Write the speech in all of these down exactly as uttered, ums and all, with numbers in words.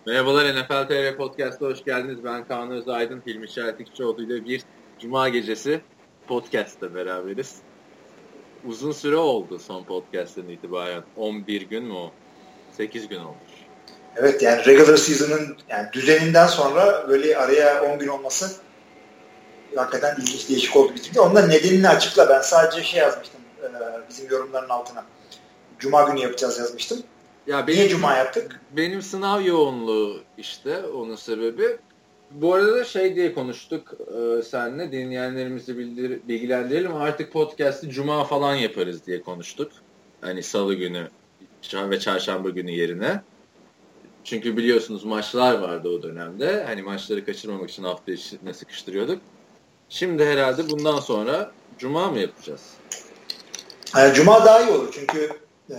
Merhabalar, N F L T R Podcast'a hoş geldiniz. Ben Kaan Özaydın, Hilmi Çeltikçioğlu ile bir Cuma gecesi podcast'ta beraberiz. Uzun süre oldu son podcast'ten itibaren. on bir gün mü o? sekiz gün olmuş. Evet, yani regular season'ın yani düzeninden sonra böyle araya on gün olması hakikaten ilginç, değişik oldu bizim de. Ondan nedenini açıkla. Ben sadece şey yazmıştım e, bizim yorumların altına. Cuma günü yapacağız yazmıştım. Ya benim, Niye Cuma yaptık? Benim sınav yoğunluğu işte onun sebebi. Bu arada da şey diye konuştuk e, seninle, dinleyenlerimizi bildir, bilgilendirelim. Artık podcast'ı Cuma falan yaparız diye konuştuk. Hani salı günü ve çarşamba günü yerine. Çünkü biliyorsunuz maçlar vardı o dönemde. Hani maçları kaçırmamak için hafta içine sıkıştırıyorduk. Şimdi herhalde bundan sonra Cuma mı yapacağız? Yani Cuma daha iyi olur çünkü e,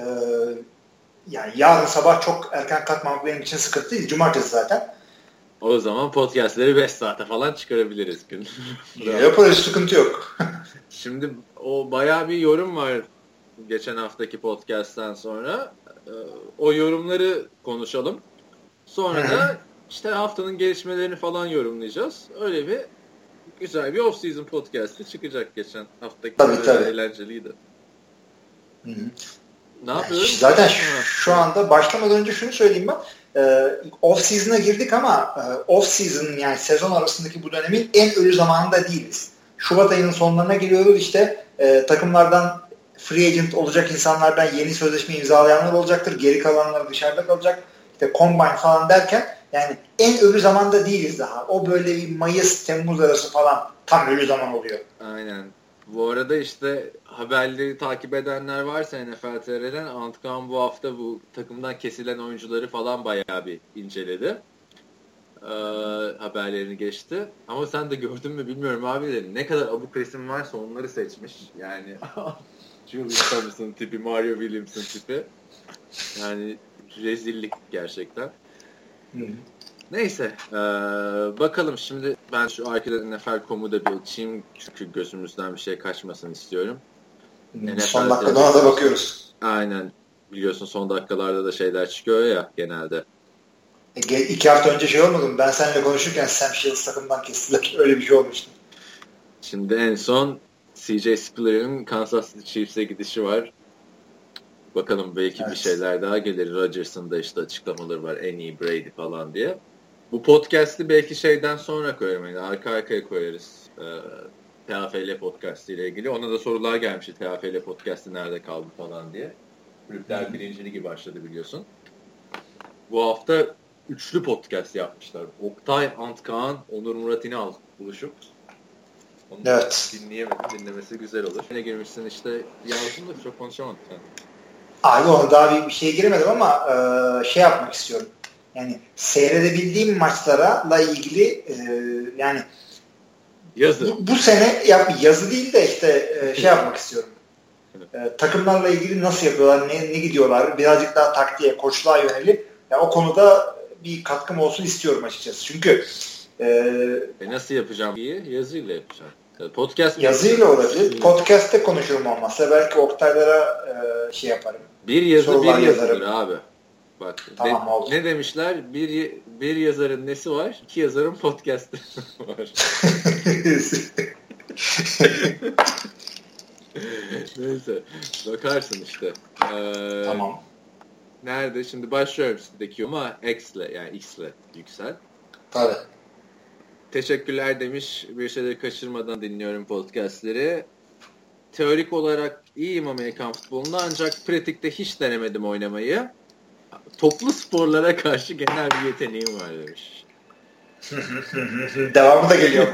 yani yarın sabah çok erken kalkmamak benim için sıkıntı değil. Cumartesi zaten. O zaman podcastleri beş saate falan çıkarabiliriz gün. Yaparız, sıkıntı yok. Şimdi o bayağı bir yorum var geçen haftaki podcast'ten sonra. O yorumları konuşalım. Sonra da işte haftanın gelişmelerini falan yorumlayacağız. Öyle bir güzel bir off-season podcast'ı çıkacak geçen haftaki. Tabii, tabii. Eğlenceliydi. Hı hı. Ne yapıyoruz? Zaten şu anda başlamadan önce şunu söyleyeyim ben. Ee, off-season'a girdik ama e, off-season yani sezon arasındaki bu dönemin en ölü zamanında değiliz. Şubat ayının sonlarına giriyoruz. İşte e, takımlardan free agent olacak insanlardan yeni sözleşme imzalayanlar olacaktır. Geri kalanlar dışarıda kalacak. İşte combine falan derken yani en ölü zamanda değiliz daha. O böyle bir Mayıs, Temmuz arası falan tam ölü zaman oluyor. Aynen. Bu arada işte haberleri takip edenler varsa N F L T R'den Antkan bu hafta bu takımdan kesilen oyuncuları falan bayağı bir inceledi. Ee, haberlerini geçti. Ama sen de gördün mü bilmiyorum abi de ne kadar abuk resim varsa onları seçmiş. Yani Julius Thomas'ın tipi, Mario Williams'ın tipi. Yani rezillik gerçekten. Hı. Neyse. Ee, bakalım şimdi ben şu arkada N F L nokta com'u da bir açayım. Çünkü gözümüzden bir şey kaçmasın istiyorum. Hı. Son dakikada da bakıyoruz. Aynen. Biliyorsun son dakikalarda da şeyler çıkıyor ya genelde. E, iki hafta önce şey olmadı mı? Ben seninle konuşurken Sam Shields takımdan kestiler. Öyle bir şey olmuştu. Şimdi en son C J Spiller'ın Kansas City Chiefs'e gidişi var. Bakalım belki evet. Bir şeyler daha gelir. Rodgers'ın da işte açıklamaları var. En iyi Brady falan diye. Bu podcast'i belki şeyden sonra koyarım. Yani arka arkaya koyarız. Ee, T A F L podcast'i ile ilgili. Ona da sorular gelmişti. T A F L podcast'i nerede kaldı falan diye. Kulüpler birinci ligi başladı biliyorsun. Bu hafta üçlü podcast yapmışlar. Oktay, Antkan, Onur Murat İnal buluşup. Onu evet. Dinleyemedim. Dinlemesi güzel olur. Ne girmişsin işte yazdın da çok konuşamadık sen. Abi ona daha bir, bir şeye giremedim ama e, şey yapmak istiyorum. Yani seyredebildiğim maçlarla ilgili e, yani yazı. Bu, bu sene yap, yazı değil de işte e, şey yapmak istiyorum. E, takımlarla ilgili nasıl yapıyorlar, ne, ne gidiyorlar, birazcık daha taktiğe, koçluğa yönelik. Yani o konuda bir katkım olsun istiyorum açıkçası. Çünkü e, e nasıl yapacağım? İyi, yazıyla yapacağım. Podcast yazıyla olabilir. Podcast'te konuşurum olmazsa. Belki Oktaylara e, şey yaparım. Bir yazı Sorular bir yazıdır yazarım. Abi. Bak tamam, de, oldu. Ne demişler? Bir bir yazarın nesi var? İki yazarın podcast'ı var. Neyse. Bakarsın işte. Ee, tamam. Nerede? Şimdi başlıyorum sizdeki ama X'le yani X'le yüksel. Tabii. Teşekkürler demiş. Bir şeyleri kaçırmadan dinliyorum podcastleri. Teorik olarak iyiyim Amerikan futbolunda ancak pratikte hiç denemedim oynamayı. Toplu sporlara karşı genel bir yeteneğim var demiş. Devamı da geliyor.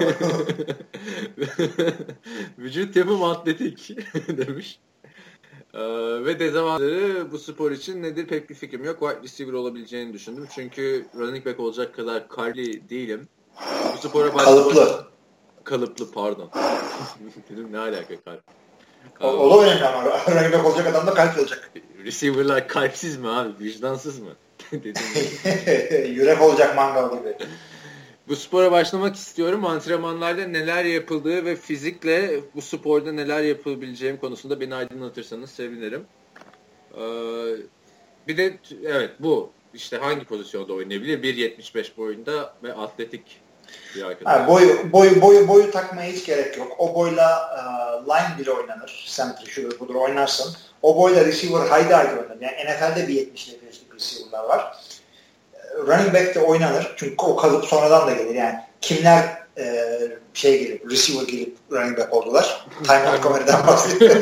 Vücut yapım atletik demiş. Ee, ve dezavantajları bu spor için nedir pek bir fikrim yok. Wide receiver olabileceğini düşündüm. Çünkü running back olacak kadar karlı değilim. Bu spora kalıplı. Kalıplı pardon. Dedim ne alaka kalp? O, o da önemli ama running back olacak adam da kalp olacak. Receiver'lar kalpsiz mi abi? Vicdansız mı? Yürek olacak mangal gibi. Bu spora başlamak istiyorum. Antrenmanlarda neler yapıldığı ve fizikle bu sporda neler yapılabileceğim konusunda beni aydınlatırsanız sevinirim. Ee, bir de evet bu. işte hangi pozisyonda oynayabilir? bir yetmiş beş boyunda ve atletik bir arkadaş. Ha, boyu, boyu, boyu, boyu takmaya hiç gerek yok. O boyla uh, line bile oynanır. Center, şudur budur oynarsın. O boyla receiver haydi haydi oynanır. Yani N F L'de bir yetmiş beşlik receiver'lar var. Running back de oynanır. Çünkü o kalıp sonradan da gelir. Yani kimler e, şey gelip, receiver gelip running back oldular. Ty Montgomery'den bahsediyorum.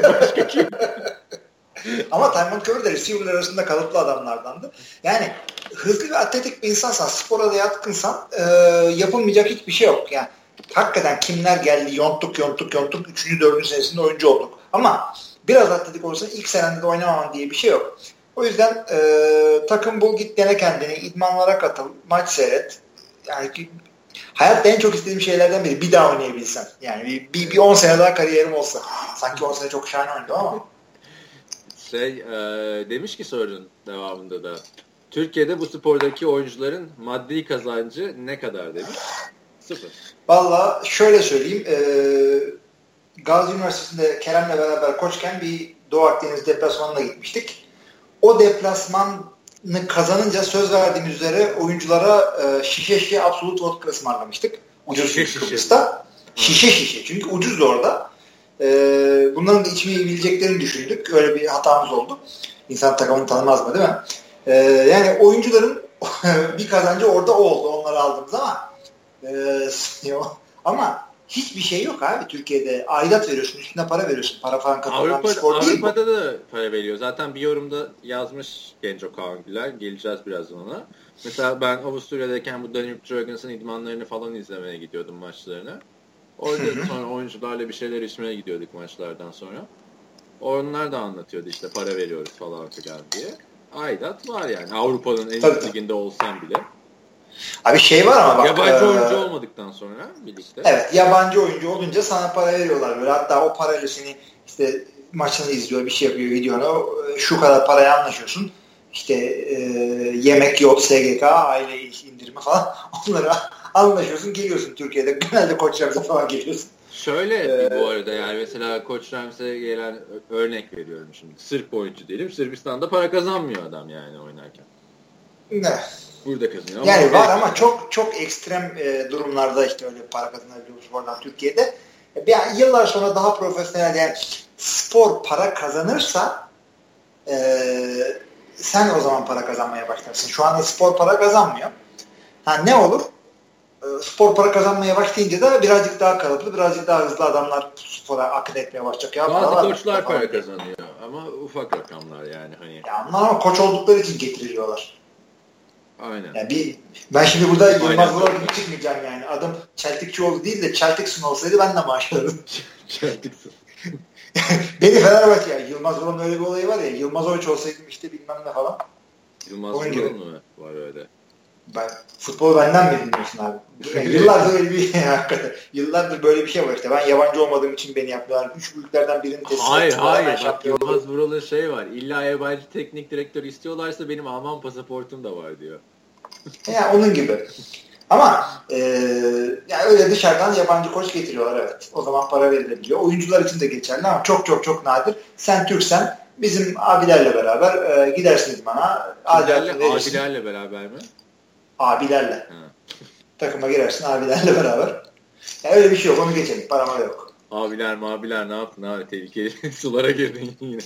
Ama Ty Montgomery de receiver'lar arasında kalıplı adamlardandı. Yani hızlı ve atletik bir insansan, spora da yatkınsan e, yapılmayacak hiçbir şey yok. Yani hakikaten kimler geldi, yontuk yontuk yontuk, üçüncü dördüncü senesinde oyuncu olduk. Ama biraz atletik olursa ilk senende de oynamaman diye bir şey yok. O yüzden e, takım bul, git dene kendini, idmanlara katıl, maç seyret. Yani hayatta en çok istediğim şeylerden biri bir daha oynayabilsem. Yani bir, bir, bir on sene daha kariyerim olsa. Sanki on sene çok şahane oynadım ama. Şey e, demiş ki sorunun devamında da Türkiye'de bu spordaki oyuncuların maddi kazancı ne kadar demiş? Sıfır. Valla şöyle söyleyeyim. E, Gazi Üniversitesi'nde Kerem'le beraber koçken bir Doğu Akdeniz deplasmanına gitmiştik. O deplasmanı kazanınca söz verdiğimiz üzere oyunculara e, şişe şişe Absolut Vodka ısmarlamıştık. Ucuz şişe Kıbrıs'ta. Şişe şişe. Çünkü ucuzdu orada. E, bunların da içmeyi bileceklerini düşündük. Öyle bir hatamız oldu. İnsan takımını tanımaz mı değil mi? E, yani oyuncuların bir kazancı orada oldu. Onları aldığımız ama e, ama hiçbir şey yok abi Türkiye'de. Aidat veriyorsun, üstüne para veriyorsun. Para falan kazanan bir spor değil. Avrupa'da da para veriyor. Zaten bir yorumda yazmış Genco Kaan Güler. Geleceğiz birazdan ona. Mesela ben Avusturya'dayken bu Danube Dragons'ın idmanlarını falan izlemeye gidiyordum, maçlarını. Orada sonra oyuncularla bir şeyler içmeye gidiyorduk maçlardan sonra. Onlar da anlatıyordu işte para veriyoruz falan filan diye. Aidat var yani. Avrupa'nın en üst liginde olsam bile. Abi şey var ama bak. Yabancı e, oyuncu olmadıktan sonra birlikte. Evet, yabancı oyuncu olunca sana para veriyorlar böyle. Hatta o parayla seni işte maçını izliyor, bir şey yapıyor, videonu. Şu kadar paraya anlaşıyorsun. İşte e, yemek yok, S G K, aile indirimi falan. Onlara anlaşıyorsun, geliyorsun Türkiye'de. Genelde Koç Rams'e falan geliyorsun. Şöyle ee, bu arada yani mesela Koç Rams'e gelen örnek veriyorum şimdi. Sırp oyuncu diyelim. Sırbistan'da para kazanmıyor adam yani oynarken. Ne? Burada kazanıyor. Yani ama var ama çok çok ekstrem e, durumlarda işte öyle para kazanabiliyoruz oradan Türkiye'de. E, yani yıllar sonra daha profesyonel yani spor para kazanırsa e, sen o zaman para kazanmaya başlarsın. Şu anda spor para kazanmıyor. Ha ne olur? E, spor para kazanmaya başlayınca da birazcık daha kalıplı, birazcık daha hızlı adamlar spora akıl etmeye başlayacak. Ya, bazı koçlar para var. Kazanıyor ama ufak rakamlar yani. Hani. Ya onlar ama koç oldukları için getiriliyorlar. Aynen. Yani bir, ben şimdi burada Yılmaz Vural gibi çıkmayacağım yani. Adım Çeltikçioğlu değil de Çeltiksun olsaydı ben de maaş alırdım. Çeltiksun. Beni Fenerbahçe yani. Yılmaz Vural'ın öyle bir olayı var ya. Yılmaz Oyç olsaydım işte bilmem ne falan. Yılmaz Vural mı var öyle? Ben, futbolu benden mi dinliyorsun abi? Yani yıllardır öyle bir hakikaten. Yıllardır böyle bir şey var işte. Ben yabancı olmadığım için beni yapıyorlar. Üç büyüklerden birini teslim Hayır hayır. Bak Yılmaz Vural'ın şey var. İlla yabancı teknik direktör istiyorlarsa benim Alman pasaportum da var diyor. Yani onun gibi. Ama e, yani öyle dışarıdan yabancı koç getiriyorlar evet. O zaman para verilebiliyor. Oyuncular için de geçerli ama çok çok çok nadir. Sen Türksen bizim abilerle beraber e, gidersin idmana. Abilerle, abilerle beraber mi? Abilerle. Ha. Takıma girersin abilerle beraber. Yani öyle bir şey yok. Onu geçelim. Parama yok. Abiler mabiler ne yaptın abi? Tehlikeli sulara girdin yine.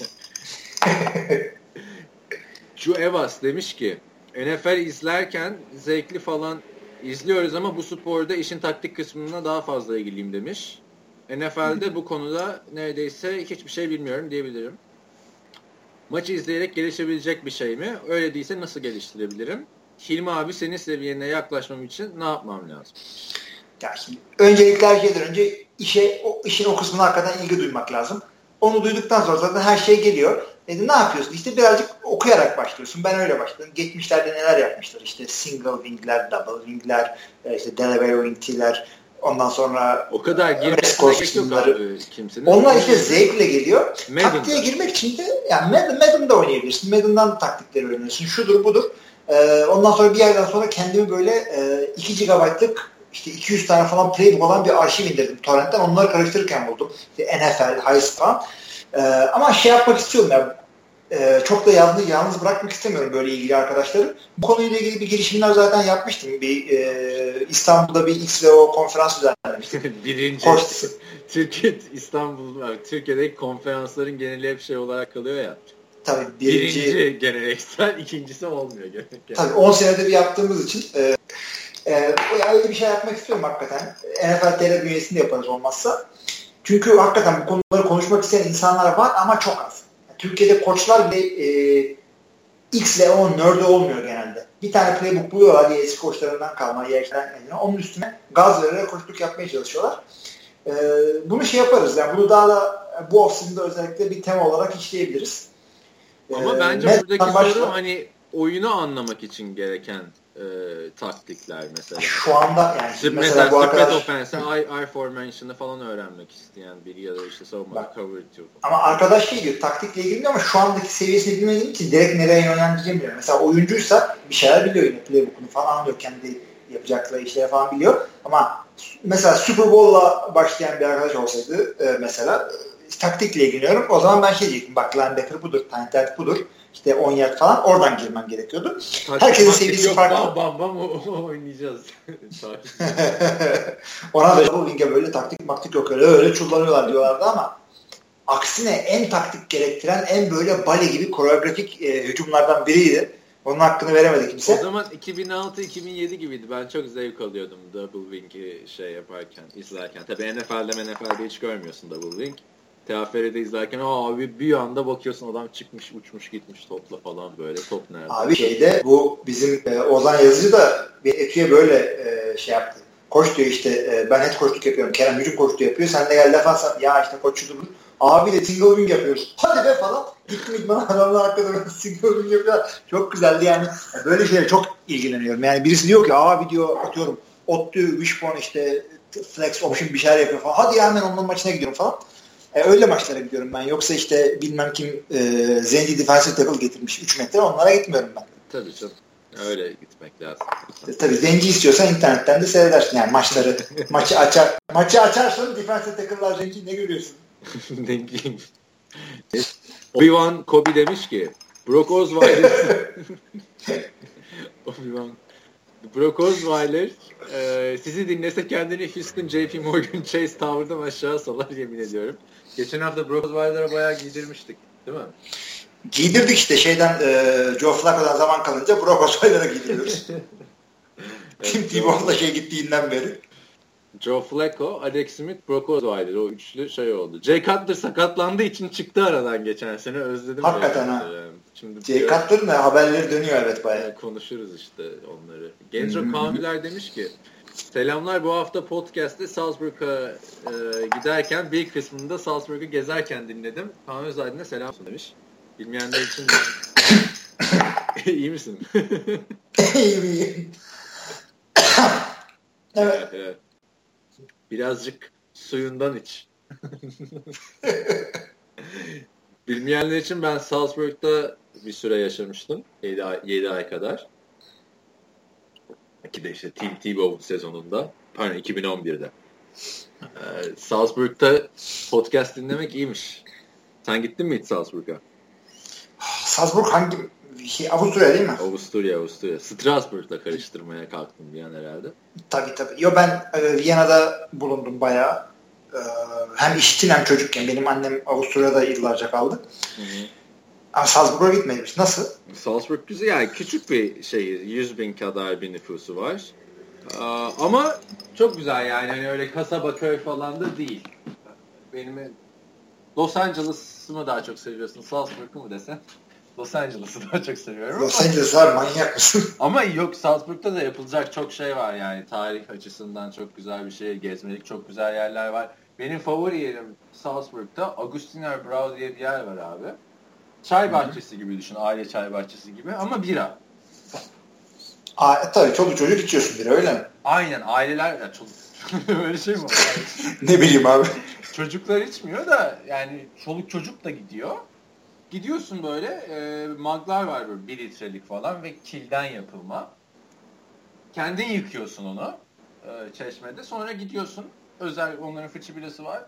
Şu Evas demiş ki N F L izlerken zevkli falan izliyoruz ama bu sporda işin taktik kısmına daha fazla ilgiliyim demiş. N F L'de bu konuda neredeyse hiçbir şey bilmiyorum diyebilirim. Maçı izleyerek gelişebilecek bir şey mi? Öyle değilse nasıl geliştirebilirim? Hilmi abi senin seviyene yaklaşmam için ne yapmam lazım? Ya şimdi öncelikle her şeyden önce işe, o, işin o kısmına hakikaten ilgi duymak lazım. Onu duyduktan sonra zaten her şey geliyor. E, ne yapıyorsun? İşte birazcık okuyarak başlıyorsun. Ben öyle başladım. Geçmişlerde neler yapmışlar? İşte single wing'ler, double wing'ler, işte Delaware wing'ler, ondan sonra o kadar girmek yok abi kimsenin. Onlar işte zevkle geliyor. Madden'da. Taktiğe girmek için de yani Madden, Madden'da oynayabilirsin. Madden'dan taktikleri öğreniyorsun. Şudur budur. Ee, ondan sonra bir yerden sonra kendimi böyle e, iki gigabaytlık işte iki yüz tane falan playbook olan bir arşiv indirdim torrentten. Onları karıştırırken buldum. İşte N F L, High falan. Ee, ama şey yapmak istiyorum ya. e, çok da yalnız, yalnız bırakmak istemiyorum böyle ilgili arkadaşları. Bu konuyla ilgili bir girişimler zaten yapmıştım. Bir e, İstanbul'da bir X V O konferans düzenlemiştim. Birinci Koç, Türkiye İstanbul Türkiye'deki konferansların geneli hep şey olarak kalıyor ya. Tabii birinci, birinci geleneksel, ikincisi olmuyor. Genel. Tabii on senede bir yaptığımız için e, e, öyle bir şey yapmak istiyorum hakikaten. N F L T R bünyesinde yaparız olmazsa. Çünkü hakikaten bu konuları konuşmak isteyen insanlar var ama çok az. Türkiye'de koçlar bile e, X ve O nerd'ü olmuyor genelde. Bir tane playbook buluyorlar diye eski koçlarından kalma, yerken onun üstüne gaz vererek koçluk yapmaya çalışıyorlar. E, bunu şey yaparız. Yani bunu daha da bu off-season'da özellikle bir tema olarak işleyebiliriz. Ama e, bence buradaki başla, soru hani oyunu anlamak için gereken e, taktikler mesela. Şu anda yani Sp- mesela, mesela bu arkadaş offense, I, I formation'ı falan öğrenmek isteyen biri ya da işte savunmada cover two. Ama arkadaş şey diyor, taktikle ilgili ama şu andaki seviyesini bilmediğim için direkt nereye yönlendireceğim biliyor. Mesela oyuncuysa bir şeyler biliyor yine, playbook'unu falan anlıyor, kendi yapacakları işleri falan biliyor. Ama mesela Super Bowl'la başlayan bir arkadaş olsaydı e, mesela e, taktikle ilgileniyorum. O zaman ben şey diyecektim, bak linebacker budur, tight end budur. İşte on yard falan oradan girmem gerekiyordu. Taktik herkesin seviyesi yok, farklı. Bam bam bam oynayacağız. Ona da double wing'e böyle taktik maktik yok, öyle öyle çullanıyorlar diyorlardı ama aksine en taktik gerektiren, en böyle bale gibi koreografik e, hücumlardan biriydi. Onun hakkını veremedi kimse. O zaman iki bin altı iki bin yedi gibiydi. Ben çok zevk alıyordum double wing'i şey yaparken, izlerken. Tabii N F L'de N F L'de hiç görmüyorsun double wing. T F R'de izlerken abi bir anda bakıyorsun adam çıkmış uçmuş gitmiş topla falan böyle, top nerede? Abi şeyde bu bizim e, Ozan Yazıcı da bir Etü'ye böyle e, şey yaptı. Koç diyor işte e, ben head koçluk yapıyorum. Kerem hücum koçluğu yapıyor. Sen de gel defans yap. Ya işte koçludur. Abi de single wing yapıyoruz. Hadi be falan. Gittim idman adamlar hakkında single wing yapıyorlar. Çok güzeldi yani. Böyle şeylere çok ilgileniyorum. Yani birisi diyor ki abi diyor atıyorum Ottu, Wishbone işte flex option bir şeyler yapıyor falan. Hadi ya hemen onun maçına gidiyorum falan. E, öyle maçlara gidiyorum ben. Yoksa işte bilmem kim e, Zenci defensive tackle getirmiş üç metre, onlara gitmiyorum ben. Tabii canım. Öyle gitmek lazım. E, tabii Zenci istiyorsan internetten de seyredersin yani maçları. maçı açar. Maçı açarsan defensive tackle'lar Zenci ne görüyorsun? Ne diyeyim? Obi-Wan Kobe demiş ki Brock Osweiler Obi-Wan Brock Osweiler e, sizi dinlese kendini Houston J P Morgan Chase Tower'dan aşağı salar yemin ediyorum. Geçen hafta Brock Osweiler'a bayağı giydirmiştik. Değil mi? Giydirdik işte şeyden e, Joe Flacco'dan zaman kalınca Brock Osweiler'a giydiriyoruz. Tim evet, Tebow'la şey gittiğinden beri. Joe Flacco, Alex Smith, Brock Osweiler o üçlü şey oldu. Jay Cutler sakatlandığı için çıktı aradan geçen sene, özledim. Hakikaten ha. Yani. Şimdi Jay Cutler'ın da haberleri dönüyor evet bayağı. Yani konuşuruz işte onları. Genco Kahviler demiş ki selamlar, bu hafta podcast'te Salzburg'a e, giderken bir kısmında Salzburg'u gezerken dinledim. Kaan Özaydın'a selam olsun demiş. Bilmeyenler için iyi misin? İyiyim iyiyim. Evet. Evet. Birazcık suyundan iç. Bilmeyenler için ben Salzburg'da bir süre yaşamıştım. yedi ay, yedi ay kadar. İki de işte Tim Tebow sezonunda. Pardon iki bin on birde. Ee, Salzburg'da podcast dinlemek iyiymiş. Sen gittin mi hiç Salzburg'a? Salzburg hangi şey, Avusturya değil mi? Avusturya, Avusturya. Strasbourg'la karıştırmaya kalktım bir an herhalde. Tabii tabii. Yo ben e, Viyana'da bulundum bayağı. E, hem işçi hem çocukken. Benim annem Avusturya'da yıllarca kaldı. Hı hı. Ama Salzburg'a gitmedim. Nasıl? Salzburg güzel. Yani küçük bir şehir. yüz bin kadar bir nüfusu var. Ee, ama çok güzel yani. Hani öyle kasaba köy falan da değil. Benim Los Angeles'ı mı daha çok seviyorsun? Salzburg'u mu desen? Los Angeles'ı daha çok seviyorum. Los Angeles var, manyak mısın? Ama yok, Salzburg'da da yapılacak çok şey var yani. Tarih açısından çok güzel bir şehir. Gezmelik çok güzel yerler var. Benim favori yerim Salzburg'da Augustiner Brau diye bir yer var abi. Çay bahçesi gibi düşün. Aile çay bahçesi gibi ama bira. Aa, tabii çoluk çocuk içiyorsun bira öyle mi? Aynen, aileler ya çoluk. Öyle şey mi var? Ne bileyim abi. Çocuklar içmiyor da yani çoluk çocuk da gidiyor. Gidiyorsun böyle e, maglar var böyle bir litrelik falan ve kilden yapılma. Kendin yıkıyorsun onu e, çeşmede. Sonra gidiyorsun. Özel onların fıçı birası var.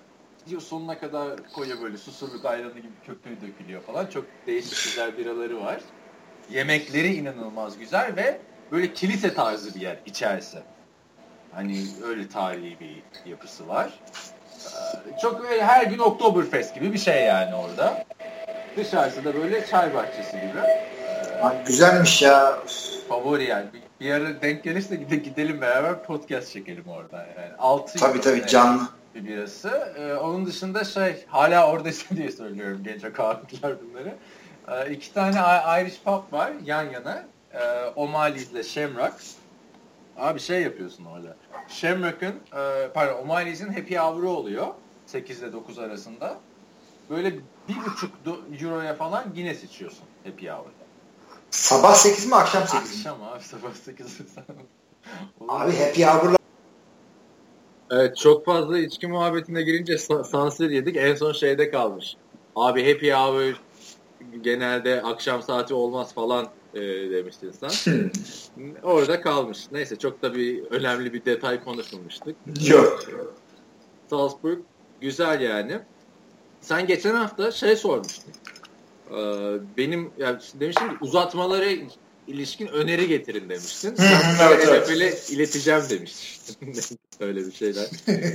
diyor sonuna kadar koyuyor böyle Susurluk ayranı gibi köpüğü dökülüyor falan. Çok değişik güzel biraları var. Yemekleri inanılmaz güzel ve böyle kilise tarzı bir yer içerisi. Hani öyle tarihi bir yapısı var. Ee, çok öyle her gün Oktoberfest gibi bir şey yani orada. Dışarısı da böyle çay bahçesi gibi. Ee, güzelmiş ya. Favori yani. Bir, bir ara denk gelirse gidelim beraber podcast çekelim orada. Yani altı tabii tabii canlı. Bir birası. Ee, onun dışında şey hala oradasın diye söylüyorum genç kahveler bunları. Ee, iki tane Irish pub var yan yana. Ee, O'Malley's ile Shamrock. Abi şey yapıyorsun orada. Shamrock'ın e, pardon O'Malley's'in happy hour'u oluyor. sekiz ile dokuz arasında. Böyle bir buçuk euroya falan Guinness içiyorsun happy hour'da. Sabah sekiz mi akşam sekiz mi? Akşam abi sabah sekiz. Abi happy hour'la. Evet çok fazla içki muhabbetine girince sansür yedik. En son şeyde kalmış. Abi happy hour genelde akşam saati olmaz falan e, demiştin sen. Orada kalmış. Neyse çok da bir önemli bir detay konuşulmuştuk. Yok. Salzburg güzel yani. Sen geçen hafta şey sormuştun. Ee, benim yani demiştin ki uzatmalara ilişkin öneri getirin demiştin. Hı, hı, evet, evet. Böyle ileteceğim demiştin. Öyle bir şeyler.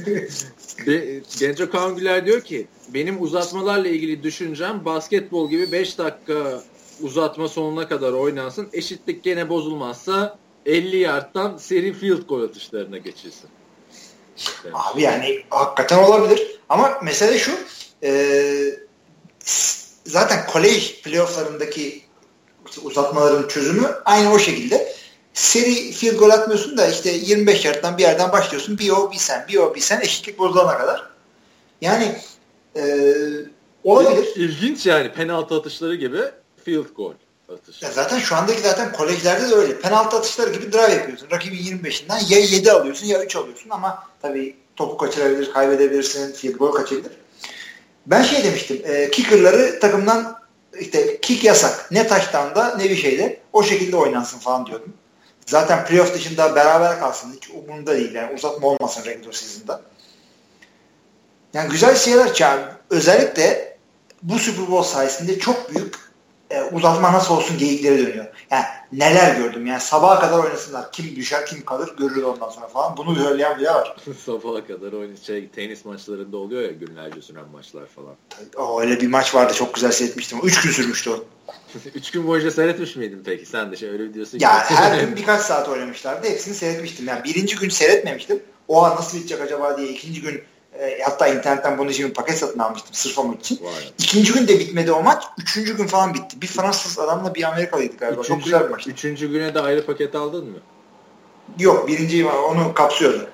Genco Kangüler diyor ki benim uzatmalarla ilgili düşüncem basketbol gibi beş dakika uzatma sonuna kadar oynansın. Eşitlik gene bozulmazsa elli yardtan seri field goal atışlarına geçilsin. Demiş. Abi yani hakikaten olabilir. Ama mesele şu e, zaten kolej playofflarındaki uzatmaların çözümü aynı o şekilde. Seri field goal atmıyorsun da işte yirmi beş yardtan bir yerden başlıyorsun. Bir o bir sen, bir o bir sen eşitlik bozulana kadar. Yani e, olabilir. İlginç yani penaltı atışları gibi field goal atışı. Ya zaten şu andaki zaten kolejlerde de öyle. Penaltı atışları gibi drive yapıyorsun. Rakibin yirmi beşinden ya yedi alıyorsun ya üç alıyorsun ama tabii topu kaçırabilir, kaybedebilirsin, field goal kaçabilir. Ben şey demiştim. E, kicker'ları takımdan işte kick yasak. Ne touchdown'da ne bir şeyde. O şekilde oynansın falan diyordum. Zaten playoff dışında beraber kalsın. Hiç umurumda değil. Yani uzatma olmasın regular season'da. Yani güzel şeyler çağır. Özellikle bu Super Bowl sayesinde çok büyük e, uzatma nasıl olsun geyikleri dönüyor. Yani neler gördüm. Yani sabaha kadar oynasınlar. Kim düşer kim kalır görürüz ondan sonra falan. Bunu söyleyen bile var. Sabaha kadar oynayacak. Şey, tenis maçlarında oluyor ya günlerce süren maçlar falan. O öyle bir maç vardı. Çok güzel seyretmiştim. Üç gün sürmüştü o. Üç gün boyunca seyretmiş miydin peki? Sen de şey öyle diyorsun. Ya her gün birkaç saat oynamışlardı. Hepsini seyretmiştim. Yani birinci gün seyretmemiştim. Oha nasıl bitecek acaba diye. İkinci gün e, hatta internetten bunun için bir paket satın almıştım. Sırf onun için. Vay. İkinci gün de bitmedi o maç. Üçüncü gün falan bitti. Bir Fransız adamla bir Amerikalıydık galiba. Üçüncü, çok güzel bir maçtı. Üçüncü güne de ayrı paket aldın mı? Yok. Birinciyi var. Onu kapsıyordu.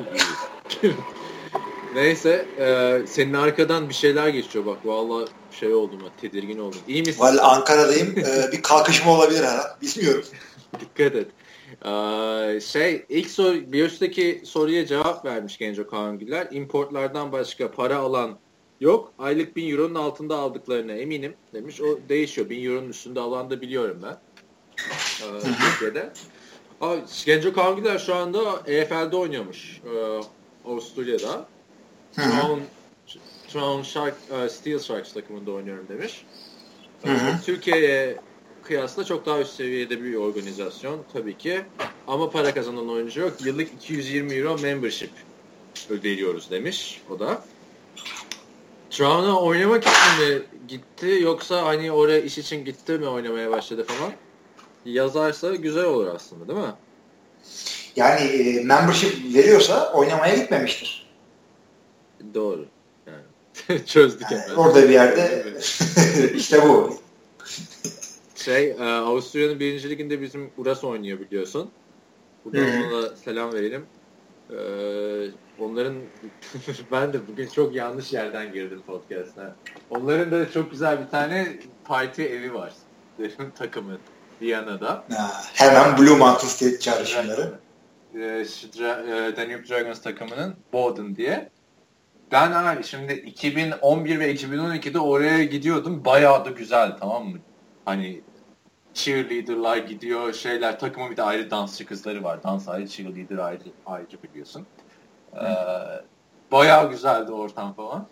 Neyse. E, senin arkadan bir şeyler geçiyor bak. Vallahi şey oldum. Tedirgin oldum. İyi misin? Vallahi Ankara'dayım. e, bir kalkışma olabilir ha. Bilmiyorum. Dikkat et. Ee, şey ilk soru bir üstteki soruya cevap vermiş Genco Kangüler. İmportlardan başka para alan yok. Aylık bin euronun altında aldıklarına eminim demiş. O değişiyor. Bin euronun üstünde alan da biliyorum ben. Ee, Türkiye'de. Abi, Genco Kangüler şu anda E F L'de oynuyormuş. Ee, Avusturya'da. Town, Town Shark, uh, Steel Sharks takımında oynuyorum demiş. Ee, Türkiye'ye kıyasla çok daha üst seviyede bir organizasyon tabii ki. Ama para kazanan oyuncu yok. Yıllık iki yüz yirmi euro membership ödeliyoruz demiş o da. Toronto oynamak için mi gitti yoksa hani oraya iş için gitti mi oynamaya başladı falan? Yazarsa güzel olur aslında değil mi? Yani e, membership veriyorsa oynamaya gitmemiştir. Doğru. Yani çözdük yani efendim. Orada bir yerde işte bu. Şey, e, Avusturya'nın birinci liginde bizim Uras oynuyor biliyorsun. Buradan ona da selam verelim. Ee, onların ben de bugün çok yanlış yerden girdim podcast'a. Onların da çok güzel bir tane parti evi var. Takımı Viyana'da. Ha, hemen Blue Mountain State çağrışımları. Ee, Danube Dragons takımının Bowden diye. Ben abi şimdi iki bin on bir ve iki bin on ikide oraya gidiyordum. Bayağı da güzel tamam mı? Hani cheerleader'lar gidiyor, şeyler, takımın bir de ayrı dansçı kızları var. Dans ayrı, cheerleader ayrı, ayrı biliyorsun. Ee, bayağı güzeldi ortam falan.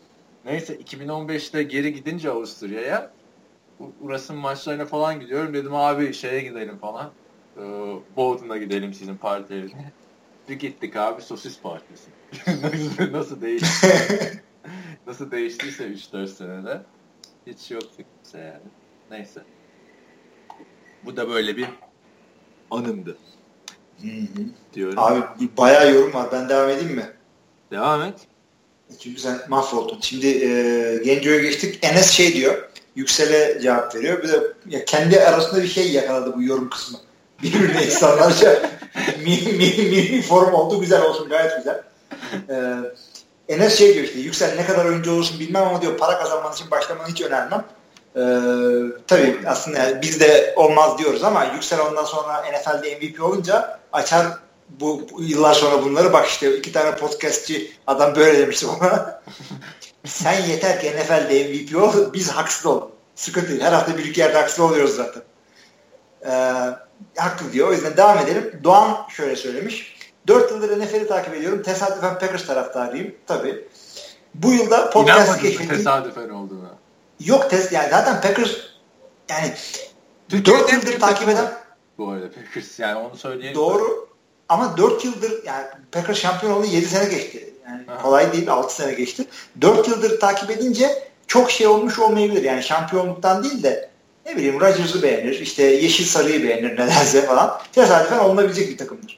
Neyse iki bin on beşte geri gidince Avusturya'ya Uras'ın maçlarına falan gidiyorum. Dedim abi şeye gidelim falan. Ee, Bowden'a gidelim sizin partilerine. Bir gittik abi sosis partisi. nasıl, nasıl değişti? Nasıl değiştiyse üç dört senede. Hiç yoktu kimse yani. Neyse. Bu da böyle bir anımdı. Hı hı. Diyorum. Abi bayağı yorum var. Ben devam edeyim mi? Devam et. Çünkü sen mahvoldun. Şimdi e, Genco'ya geçtik. Enes şey diyor. Yüksel'e cevap veriyor. Bir de ya kendi arasında bir şey yakaladı bu yorum kısmı. Birbirine insanlarca mini, mini, mini forum oldu. Güzel olsun. Gayet güzel. E, Enes şey diyor işte. Yüksel ne kadar oyuncu olursun bilmem ama diyor para kazanman için başlamanı hiç önermem. Ee, tabii aslında yani biz de olmaz diyoruz ama Yüksel ondan sonra N F L'de M V P olunca açar bu, bu yıllar sonra bunları bak işte iki tane podcastçi adam böyle demişti ona. Sen yeter ki N F L'de M V P ol biz haksız olalım. Sıkıntı değil. Her hafta bir iki yerde haksız oluyoruz zaten. Ee, haklı diyor. O yüzden devam edelim. Doğan şöyle söylemiş. dört yıldır N F L'i takip ediyorum. Tesadüfen Packers taraftarıyım. Tabii. Bu yılda podcast keşfettim. Tesadüfen olduğunu. Yok test yani zaten Packers yani dört yıldır takip eden bu arada Packers yani onu söyleyelim. Doğru. Ama dört yıldır yani Packers şampiyon oldu yedi sene geçti. Yani aha. Kolay değil altı sene geçti. dört yıldır takip edince çok şey olmuş olmayabilir. Yani şampiyonluktan değil de ne bileyim Rodgers'ı beğenir. İşte yeşil sarıyı beğenir nedense falan. Tesadüfen olunabilecek bir takımdır.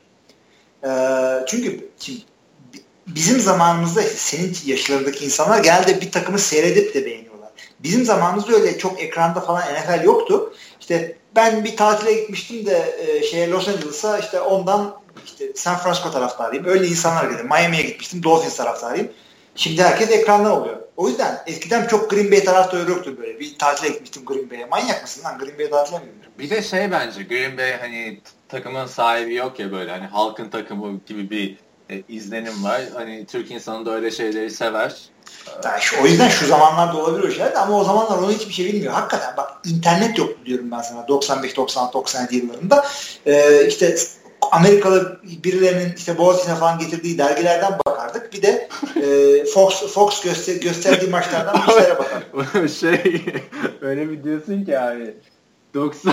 Ee, çünkü şimdi bizim zamanımızda işte senin yaşlarındaki insanlar genelde bir takımı seyredip de beğeniyorlar. Bizim zamanımızda öyle çok ekranda falan N F L yoktu. İşte ben bir tatile gitmiştim de e, şeye Los Angeles'a işte ondan işte San Francisco taraftarıyım. Öyle insanlar geldi. Miami'ye gitmiştim. Dolphins taraftarıyım. Şimdi herkes ekrandan oluyor. O yüzden eskiden çok Green Bay taraftarı yoktu böyle. Bir tatile gitmiştim Green Bay'e. Manyak mısın lan? Green Bay'e tatile mi gidiyorsun? Bir de şey bence Green Bay hani takımın sahibi yok ya böyle hani halkın takımı gibi bir e, izlenim var. Hani Türk insanı da öyle şeyleri sever. Yani şu, o yüzden şu zamanlarda olabilir o şeyler de ama o zamanlar onu hiçbir şey bilmiyor. Hakikaten bak internet yoktu diyorum ben sana doksan beş doksan altı doksan yedi yıllarında. Ee, işte Amerikalı birilerinin işte Boğaziçi'ne falan getirdiği dergilerden bakardık. Bir de e, Fox Fox göster, gösterdiği maçlardan bir şeylere bakardık. Şey öyle bir diyorsun ki abi doksan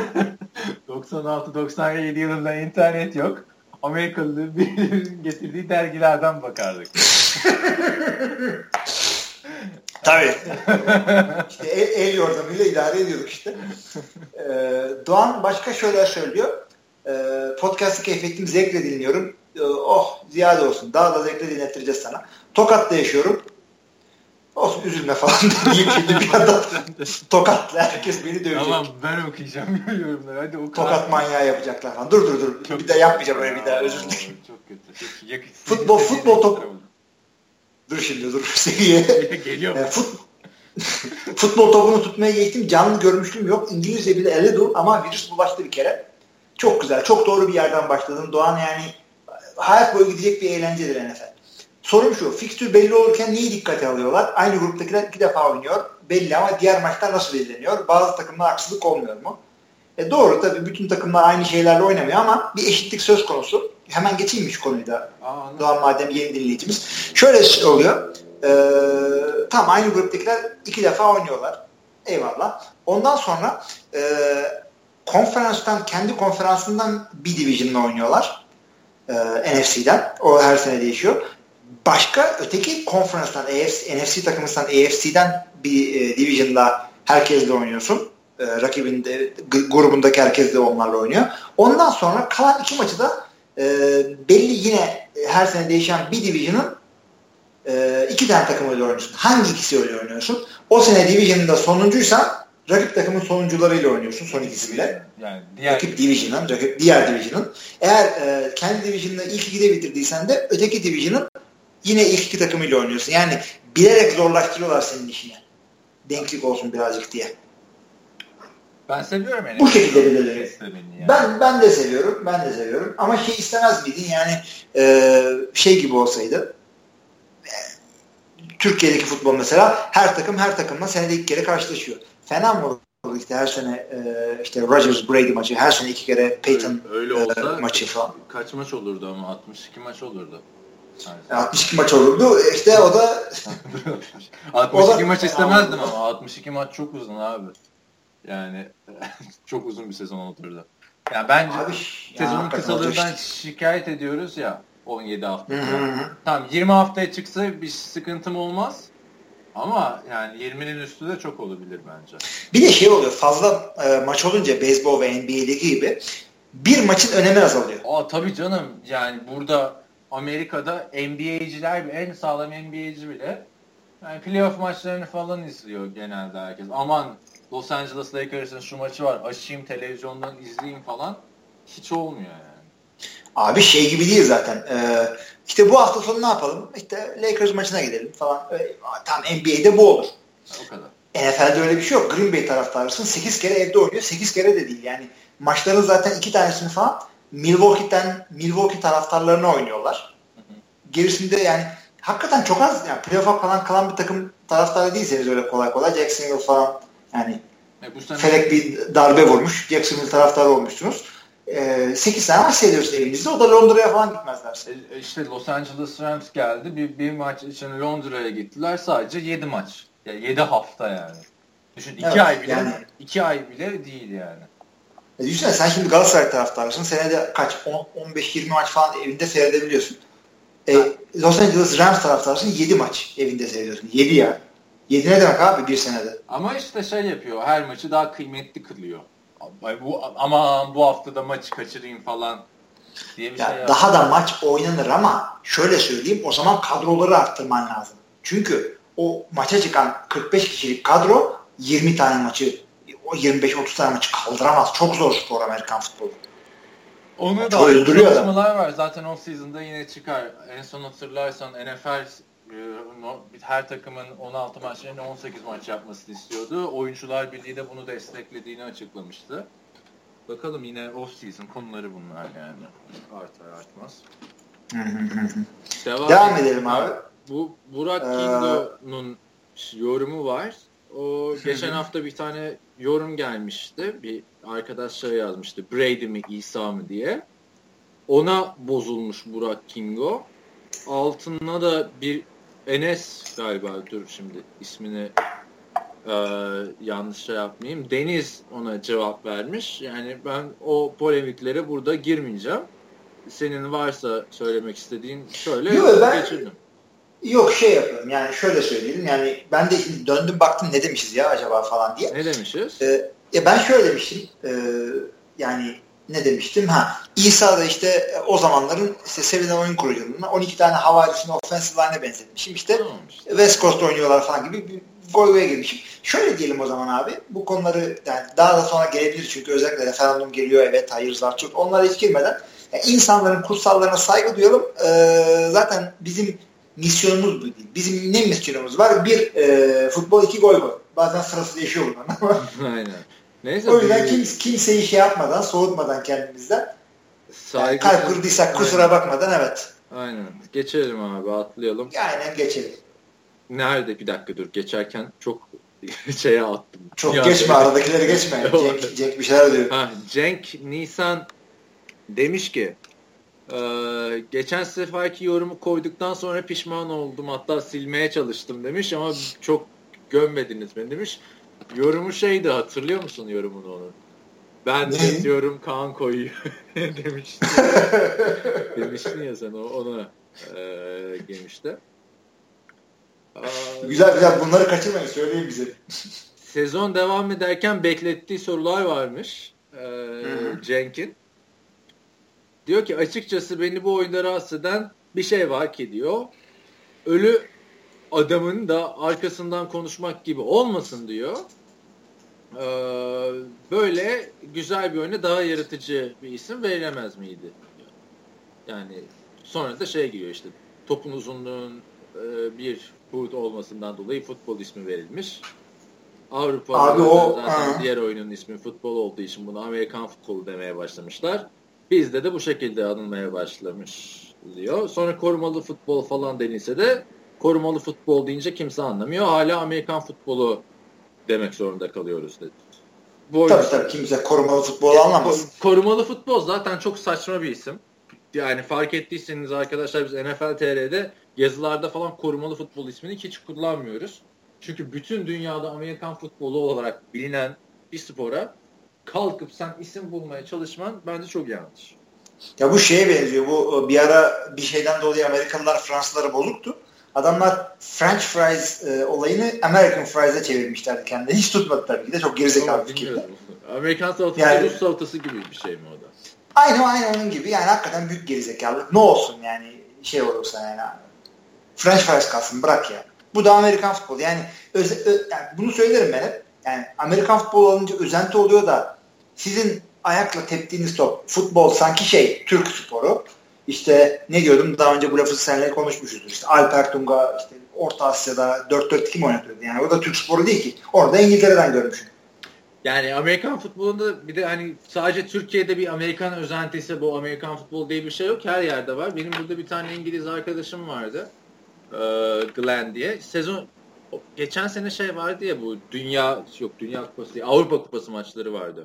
doksan altı doksan yedi yılında internet yok. Amerikalı birinin getirdiği dergilerden bakardık. Tabii. İşte el, el yordamıyla idare ediyorduk işte. Ee, Doğan başka şöyle söylüyor. Ee, podcast'ı keşfettim, zevkle dinliyorum. Ee, oh ziyade olsun. Daha da zevkle dinlettireceğiz sana. Tokat'ta yaşıyorum. Olsun üzülme falan diyeyim şimdi bir anda Tokat'la herkes beni dövecek. Tamam ben okuyacağım yorumları. Hadi oku. Tokat manyağı yapacaklar falan. Dur dur dur. Çok bir daha yapmayacağım öyle bir daha özür dilerim. Çok kötü. Çok futbol futbol top. Dur şimdi dur. Seviye. Geliyor. Yani, fut... futbol topunu tutmaya geçtim. Canlı görmüşlüğüm yok. İngilizce bile elle dur ama virüs bulaştı bir kere. Çok güzel. Çok doğru bir yerden başladın. Doğan yani hayat boyu gidecek bir eğlencedir N F L. Sorum şu. Fikstür belli olurken neyi dikkate alıyorlar? Aynı gruptakiler iki defa oynuyor. Belli ama diğer maçlar nasıl belirleniyor? Bazı takımlar haksızlık olmuyor mu? E doğru tabii bütün takımlar aynı şeylerle oynamıyor ama bir eşitlik söz konusu. Hemen geçeyim mi şu konuyu da? Aa, Doğan madem yeni dinleyicimiz. Şöyle oluyor. E, tam aynı gruptakiler iki defa oynuyorlar. Eyvallah. Ondan sonra e, konferanstan, kendi konferansından bir division'la oynuyorlar. E, N F C'den. O her sene değişiyor. Başka öteki konferanstan, N F C takımından A F C'den bir e, division'la herkesle oynuyorsun. E, rakibin de, grubundaki herkes de onlarla oynuyor. Ondan sonra kalan iki maçı da e, belli yine her sene değişen bir division'ın e, iki tane takımıyla oynuyorsun. Hangi ikisiyle oynuyorsun? O sene division'da sonuncuysan rakip takımın sonuncularıyla oynuyorsun. Son ikisiyle. Yani diğer rakip division'ın, rakip diğer division'ın. Eğer e, kendi division'da ilk ikide bitirdiysen de öteki division'ın yine ilk iki takımıyla oynuyorsun. Yani bilerek zorlaştırıyorlar senin işini. Denklik olsun birazcık diye. Ben seviyorum yani. Bu şekilde belirliyor. Yani. Ben ben de seviyorum. Ben de seviyorum. Ama şey istemez miydin? Yani e, şey gibi olsaydı e, Türkiye'deki futbol mesela her takım her takımla senede iki kere karşılaşıyor. Fena mı olur işte her sene e, işte Rodgers Brady maçı, her sene iki kere Peyton öyle, öyle olsa, e, maçı falan. Kaç maç olurdu ama altmış iki maç olurdu. Yani altmış iki maç olurdu. İşte o da altmış iki o da, maç istemezdim ama altmış iki maç çok uzun abi. Yani çok uzun bir sezon olurdu. Yani bence abi, sezonun kısalığından işte. Şikayet ediyoruz ya on yedi hafta. Tamam yirmi haftaya çıksa bir sıkıntım olmaz. Ama yani yirminin üstü de çok olabilir bence. Bir de şey oluyor fazla e, maç olunca beyzbol ve N B A'deki gibi bir maçın önemi azalıyor. Aa tabii canım. Yani burada Amerika'da N B A'ciler en sağlam N B A'ci bile yani playoff maçlarını falan izliyor genelde herkes. Aman Los Angeles Lakers'ın şu maçı var. Açayım televizyondan izleyeyim falan. Hiç olmuyor yani. Abi şey gibi değil zaten. Ee, işte bu hafta sonu ne yapalım? İşte Lakers maçına gidelim falan. Öyle, tam N B A'de bu olur. O kadar. N F L'de öyle bir şey yok. Green Bay taraftarısın. sekiz kere evde oynuyor. sekiz kere de değil. Yani maçların zaten iki tanesini falan Milwaukee'den Milwaukee taraftarlarına oynuyorlar. Hı hı. Gerisinde yani hakikaten çok az yani playoff'a falan kalan bir takım taraftarı değilseniz öyle kolay kolay Jacksonville falan yani e, bu sene felek bir darbe vurmuş. Jacksonville taraftarı olmuşsunuz. E, sekiz tane maç seyrediyoruz elimizde. O da Londra'ya falan gitmezler. E, işte Los Angeles Rams geldi. Bir, bir maç için Londra'ya gittiler. Sadece yedi maç. Yani yedi hafta yani. Düşün iki evet, ay bile yani, iki ay bile değil yani. E, düşünsene sen şimdi Galatasaray taraftarısın. Senede kaç? on beş yirmi maç falan evinde seyredebiliyorsun. E, Los Angeles Rams taraftarısın yedi maç evinde seyrediyorsun. yedi yani. yedi ne demek abi bir senede? Ama işte şey yapıyor. Her maçı daha kıymetli kılıyor. Bu, ama bu hafta da maçı kaçırayım falan diye bir ya şey daha da maç oynanır ama şöyle söyleyeyim o zaman kadroları arttırman lazım. Çünkü o maça çıkan kırk beş kişilik kadro yirmi tane maçı o yirmi beş otuz tane maçı kaldıramaz. Çok zor spor Amerikan futbolu. Onu da çalışmalar var. Zaten off season'da yine çıkar. En son hatırlarsan N F L her takımın on altı maç yerine on sekiz maç yapmasını istiyordu. Oyuncular Birliği de bunu desteklediğini açıklamıştı. Bakalım yine off season konuları bunlar yani. Artar artmaz. Devam, Devam edelim abi. Bu Burak Kingo'nun ee... yorumu var. O geçen hafta bir tane yorum gelmişti. Bir arkadaş şey yazmıştı. Brady mi İsa mı diye. Ona bozulmuş Burak Kingo. Altına da bir Enes galiba dur şimdi ismini e, yanlış şey yapmayayım. Deniz ona cevap vermiş. Yani ben o polemiklere burada girmeyeceğim. Senin varsa söylemek istediğin söyle. Yok ben geçirdim. Yok şey yapıyorum yani şöyle söyleyeyim yani ben de döndüm baktım ne demişiz ya acaba falan diye. Ne demişiz? Ee, ya ben şöyle demiştim e, yani ne demiştim ha İsa da işte o zamanların işte sevilen oyun kurucularına on iki tane havarisini offensive line'e benzetmişim işte işte West Coast oynuyorlar falan gibi bir goygoya girmişim. Şöyle diyelim o zaman abi bu konuları yani daha da sonra gelebilir çünkü özellikle referandum geliyor evet hayır zartçuk onlara hiç girmeden yani insanların kutsallarına saygı duyalım ee, zaten bizim misyonumuz bu değil. Bizim ne misyonumuz var? Bir e, futbol, iki gol gol. Bazen sırası değişiyor bundan ama. Aynen. Neyse, o yüzden kim, kimseyi şey yapmadan, soğutmadan kendimizden yani kalp kırdıysak kusura bakmadan evet. Aynen. Geçelim abi atlayalım. Aynen geçelim. Nerede? Bir dakika dur. Geçerken çok şeye attım. Çok ya geçme. Aradakileri geçme. Cenk, Cenk bir şeyler diyor. Ha, Cenk Nisan demiş ki Ee, geçen seferki yorumu koyduktan sonra pişman oldum hatta silmeye çalıştım demiş ama çok gömmediniz beni demiş. Yorumu şeydi hatırlıyor musun yorumunu onun? Ben ne diyorum Kaan koyuyor demişti. Demiştin ya sen ona e, gelmişti. Ee, güzel güzel bunları kaçırmayın söyleyin bize. Sezon devam ederken beklettiği sorular varmış ee, Cenk'in. Diyor ki açıkçası beni bu oyunda rahatsız eden bir şey var ki diyor. Ölü adamın da arkasından konuşmak gibi olmasın diyor. Ee, böyle güzel bir oyuna daha yaratıcı bir isim verilemez miydi? Diyor. Yani sonra da şey giriyor işte topun uzunluğun e, bir foot olmasından dolayı futbol ismi verilmiş. Avrupa'da o, zaten ha. diğer oyunun ismi futbol olduğu için bunu Amerikan futbolu demeye başlamışlar. Bizde de bu şekilde anılmaya başlamış diyor. Sonra korumalı futbol falan denilse de korumalı futbol deyince kimse anlamıyor. Hala Amerikan futbolu demek zorunda kalıyoruz dedi. Bu tabii tabii kimse korumalı futbol anlamaz. Korumalı futbol zaten çok saçma bir isim. yani fark ettiyseniz arkadaşlar biz N F L T R'de yazılarda falan korumalı futbol ismini hiç kullanmıyoruz. Çünkü bütün dünyada Amerikan futbolu olarak bilinen bir spora kalkıp sen isim bulmaya çalışman bence çok yanlış. Ya bu şeye benziyor. Bu bir ara bir şeyden dolayı Amerikalılar Fransızlara bozuktu. Adamlar French fries e, olayını American fries'e çevirmişlerdi kendine. Hiç tutmadı tabii ki de. Çok gerizekalı bir fikirdi. Amerikan salatası yani, Rus salatası gibi bir şey mi o da? Aynı aynı onun gibi. Yani hakikaten büyük gerizekalılık. Ne olsun yani şey olursa yani. French fries kalsın bırak ya. Bu da Amerikan futbolu. Yani, öze, ö, yani bunu söylerim ben hep. Yani Amerikan futbolu alınca özenti oluyor da sizin ayakla teptiğiniz top, futbol sanki şey, Türk sporu. İşte ne diyordum daha önce bu lafı seninle konuşmuşuzdur. İşte Alper Tunga işte Orta Asya'da dört dört iki mi oynatıyordu? Yani o da Türk sporu değil ki. Orada İngiltere'den görmüşüm. Yani Amerikan futbolunda bir de hani sadece Türkiye'de bir Amerikan özentisi bu Amerikan futbolu diye bir şey yok. Her yerde var. Benim burada bir tane İngiliz arkadaşım vardı. Ee, Glenn diye. Sezon geçen sene şey vardı ya bu dünya yok dünya kupası değil Avrupa kupası maçları vardı.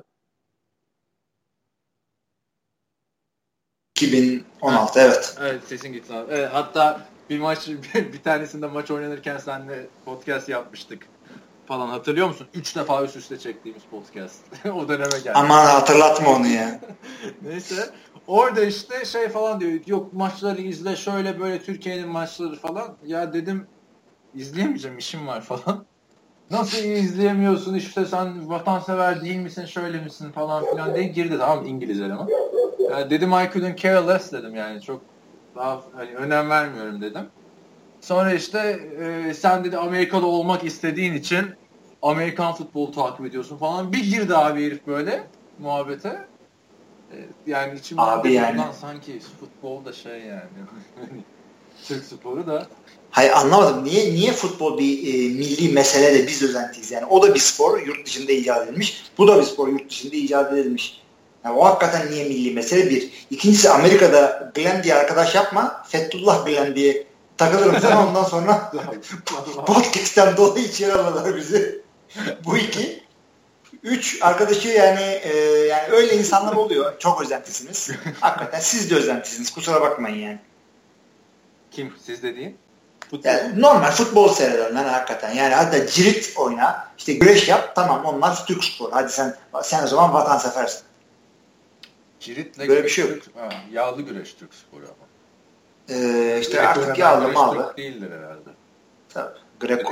iki bin on altı ha. Evet. Evet sesin gitti abi. Evet, hatta bir maç bir tanesinde maç oynanırken seninle podcast yapmıştık falan hatırlıyor musun? Üç defa üst üste çektiğimiz podcast. O döneme geldi. Aman hatırlatma onu ya. Neyse. Orada işte şey falan diyor. Yok maçları izle şöyle böyle Türkiye'nin maçları falan. Ya dedim izleyemeyeceğim işim var falan. Nasıl izleyemiyorsun işte sen vatansever değil misin şöyle misin falan filan diye girdi tamam İngiliz eleman. Ya dedim I couldn't care less dedim yani çok daha hani önem vermiyorum dedim. Sonra işte e, sen dedi Amerikalı olmak istediğin için Amerikan futbolu takip ediyorsun falan. Bir girdi abi herif böyle muhabbete. E, yani içimden abi yani. sanki futbol da şey yani. Türk sporu da. Hayır anlamadım. Niye niye futbol bir e, milli mesele de biz özentiyiz yani. O da bir spor yurt dışında icat edilmiş. Bu da bir spor yurt dışında icat edilmiş. Yani o hakikaten niye milli mesele bir. İkincisi Amerika'da Glenn diye arkadaş yapma. Fethullah Glenn diye takılırım sana ondan sonra podcast'ten dolayı içeri alırlar bizi. Bu iki. Üç arkadaşı yani e, yani öyle insanlar oluyor. Çok özentisiniz. Hakikaten siz de özentisiniz. Kusura bakmayın yani. Kim siz dediğin? Yani normal futbol seyredenler hakikaten. Yani hatta cirit oyna, işte güreş yap, tamam onlar Türk sporu. Hadi sen sen o zaman vatanseversin. Ciritle böyle bir şey yok. Türk, ha, yağlı güreş Türk sporu ama. Ee, işte Greco artık yağlı mağlı. Türk değildir herhalde. Tabii. Greco.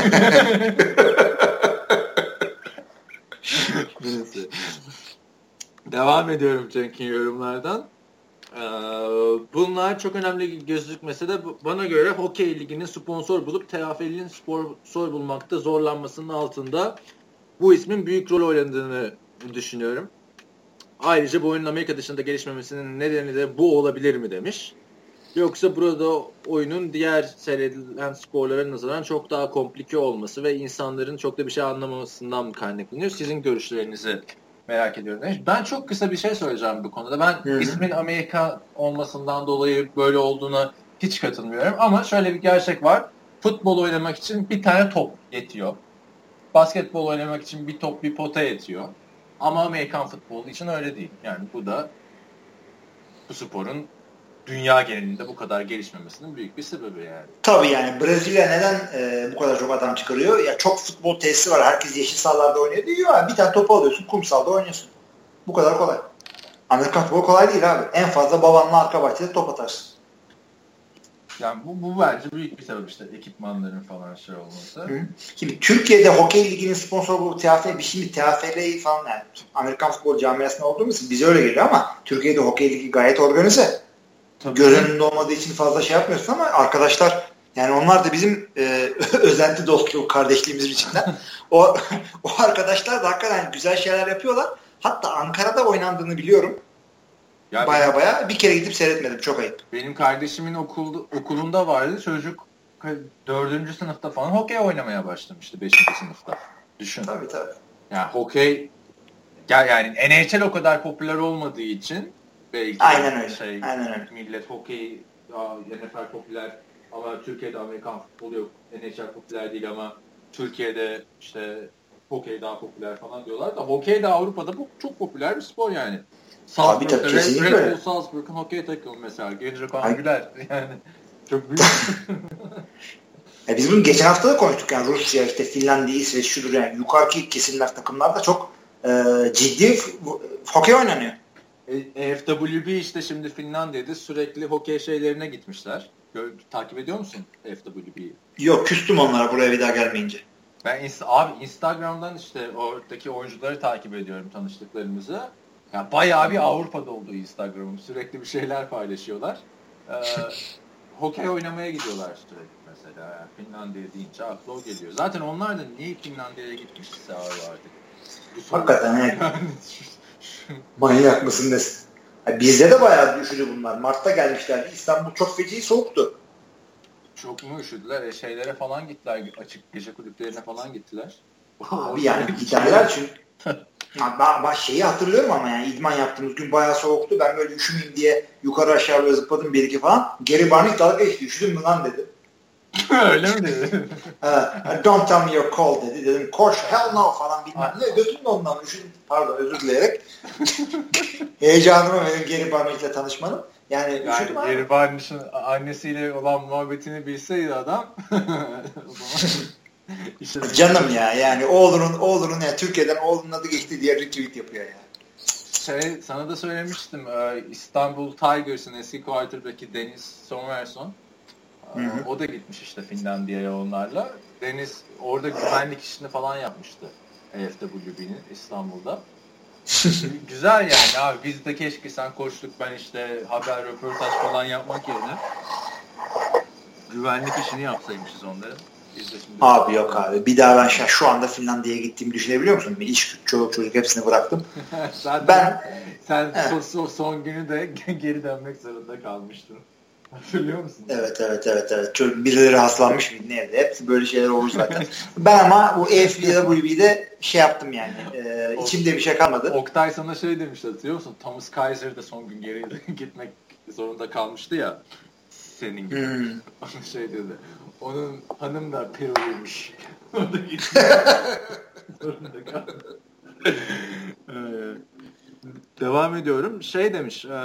Devam ediyorum Cenk'in yorumlardan. Bunlar çok önemli gözükmese de bana göre hokey liginin sponsor bulup T F L'nin sponsor bulmakta zorlanmasının altında bu ismin büyük rol oynadığını düşünüyorum. Ayrıca bu oyunun Amerika dışında gelişmemesinin nedeni de bu olabilir mi demiş. Yoksa burada oyunun diğer seyredilen sporlara nazaran çok daha komplike olması ve insanların çok da bir şey anlamamasından mı kaynaklanıyor? Sizin görüşlerinizi merak ediyorum. Ben çok kısa bir şey söyleyeceğim bu konuda. Ben Hı-hı. ismin Amerika olmasından dolayı böyle olduğuna hiç katılmıyorum. Ama şöyle bir gerçek var. Futbol oynamak için bir tane top yetiyor. Basketbol oynamak için bir top bir pota yetiyor. Ama Amerikan futbolu için öyle değil. Yani bu da bu sporun dünya genelinde bu kadar gelişmemesinin büyük bir sebebi yani. Tabii yani Brezilya neden e, bu kadar çok adam çıkarıyor? Ya çok futbol tesisi var. Herkes yeşil sahalarda oynuyor diyor. Ya, bir tane topu alıyorsun, kumsalda oynuyorsun. Bu kadar kolay. Amerikan futbolu kolay değil abi. En fazla babanla arka bahçede top atarsın. Yani bu, bu bence büyük bir sebep işte ekipmanların falan şey olması. Hı. Şimdi Türkiye'de hokey liginin sponsoru bu T F L, bir şimdi T F L'yi falan yani Amerikan futbol camiasında olduğumuz için bize öyle geliyor ama Türkiye'de hokey ligi gayet organize. Tabii. Göz önünde olmadığı için fazla şey yapmıyorsun ama arkadaşlar yani onlar da bizim e, özenti dostluğu kardeşliğimiz içinden. o o arkadaşlar da hakikaten güzel şeyler yapıyorlar. Hatta Ankara'da oynandığını biliyorum. Ya baya benim, baya bir kere gidip seyretmedim. Çok ayıp. Benim kardeşimin okulda, okulunda vardı. Çocuk dördüncü sınıfta falan hokey oynamaya başlamıştı. Beşinci sınıfta. Düşün. Tabii tabii. Yani hokey yani N H L o kadar popüler olmadığı için belki aynen öyle. Şey, aynen öyle. Millet hokey N F L popüler ama Türkiye'de Amerikan futbolu yok. N H L popüler değil ama Türkiye'de işte hokey daha popüler falan diyorlar da hokey de Avrupa'da çok popüler bir spor yani. Tabii tabii kesinlikle. Red Bull Salzburg'un hokey takımı mesela. Gelecek an güler. Yani çok büyük. Ya biz bunu geçen hafta da konuştuk yani Rusya, işte Finlandiya, İsveç, şudur yani yukarıki kesimler takımlarda çok e, ciddi f- hokey oynanıyor. E F W B işte şimdi Finlandiya'da sürekli hokey şeylerine gitmişler. Gör, takip ediyor musun F W B'yi? Yok küstüm onlara buraya bir daha gelmeyince. Ben inst- abi Instagram'dan işte oradaki oyuncuları takip ediyorum tanıştıklarımızı. Yani bayağı bir Avrupa'da olduğu Instagram'ım. Sürekli bir şeyler paylaşıyorlar. Ee, hokey oynamaya gidiyorlar sürekli mesela. Yani Finlandiya deyince akla o geliyor. Zaten onlar da niye Finlandiya'ya gitmişse abi artık. Hakikaten evet. Manyak mısın desin. Yani bizde de bayağı üşüdü bunlar. Mart'ta gelmişlerdi. İstanbul çok feci soğuktu. Çok mu üşüdüler? E şeylere falan gittiler. Açık gece kulüplerine falan gittiler. Abi yani giderler çünkü. Ya ben, ben şeyi hatırlıyorum ama yani idman yaptığımız gün bayağı soğuktu. Ben böyle üşümeyeyim diye yukarı aşağı böyle zıpladım bir iki falan. Geri Barney dalga geçti. Üşüdün mü lan dedi. Öyle mi dedi? Don't tell me you're cold dedi. Dedim koş hell no falan bilmem ne. Götürdüm ondan üşüdüm. Pardon özür dileyerek. Heyecanıma benim Geri Barney ile tanışmanın. Yani, yani üşüdüm abi. Geri Barney'in annesiyle olan muhabbetini bilseydi adam. işte canım ya yani oğlunun oğlunun yani Türkiye'den oğlunun adı geçti diye retweet yapıyor ya. Şey sana da söylemiştim İstanbul Tigers'ın eski quarterback'i Deniz Somerson. Hı hı. O da gitmiş işte Finlandiya'ya onlarla. Deniz orada güvenlik işini falan yapmıştı F W B'nin İstanbul'da. Güzel yani abi biz de keşke sen koçluk ben işte haber röportaj falan yapmak yerine güvenlik işini yapsaymışız onların. Abi yok abi. Bir daha ben şu, şu anda Finlandiya'ya gittiğimi düşünebiliyor musun? Bir iş, çocuk çocuk hepsini bıraktım. Zaten ben sen son, son, son günü de geri dönmek zorunda kalmıştın. Hatırlıyor musun? Evet evet evet evet. Çocuk birileri hastalanmış mıydı nerede? Hepsi böyle şeyler olur zaten. Ben ama bu E F W B'de şey yaptım yani. E, içimde bir şey kalmadı. Oktay sana şey demişti hatırlıyor musun? Thomas Kaiser de son gün geri gitmek zorunda kalmıştı ya. Senin gibi. Hmm. şey dedi. Onun hanım da Peruluymuş. O da gitti. zorunda kaldı. ee, devam ediyorum. Şey demiş. E,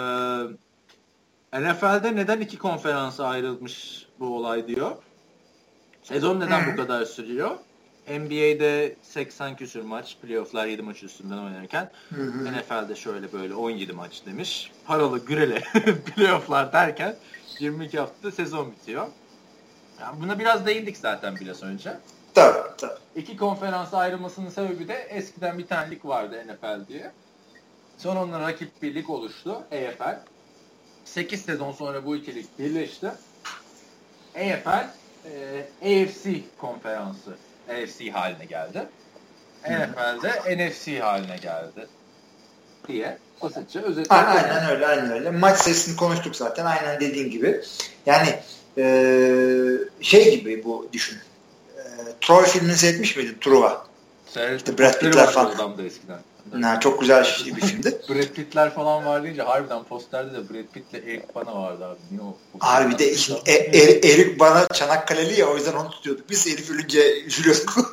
N F L'de neden iki konferansa ayrılmış bu olay diyor. Sezon neden hmm. bu kadar sürüyor? N B A'de seksen küsür maç, playoff'lar yedi maç üstünden oynarken hmm. N F L'de şöyle böyle on yedi maç demiş. Paralı gürele playoff'lar derken yirmi iki haftada sezon bitiyor. Yani buna biraz değindik zaten biraz önce. Tabii tabii. İki konferansa ayrılmasının sebebi de eskiden bir tane lig vardı N F L diye. Sonra onunla rakip bir lig oluştu. A F L. sekiz sezon sonra bu iki lig birleşti. A F L e, A F C konferansı A F C haline geldi. N F L'de N F C haline geldi diye basitçe özetledim. Aynen öyle, aynen öyle. Maç sayısını konuştuk zaten. Aynen dediğin gibi. Yani ee, şey gibi bu düşün. E, Troy filmini seyretmiş miydin? Truva. İşte Brad Pitt'ler falan. Da eskiden. Ha, çok güzel bir filmdi. Brad Pitt'ler falan var deyince harbiden posterde de Brad Pitt'le Eric Bana vardı abi. Niye o? Abi de e, e, Eric Bana Çanakkale'li ya o yüzden onu tutuyorduk. Biz herif ölünce üzülüyorduk.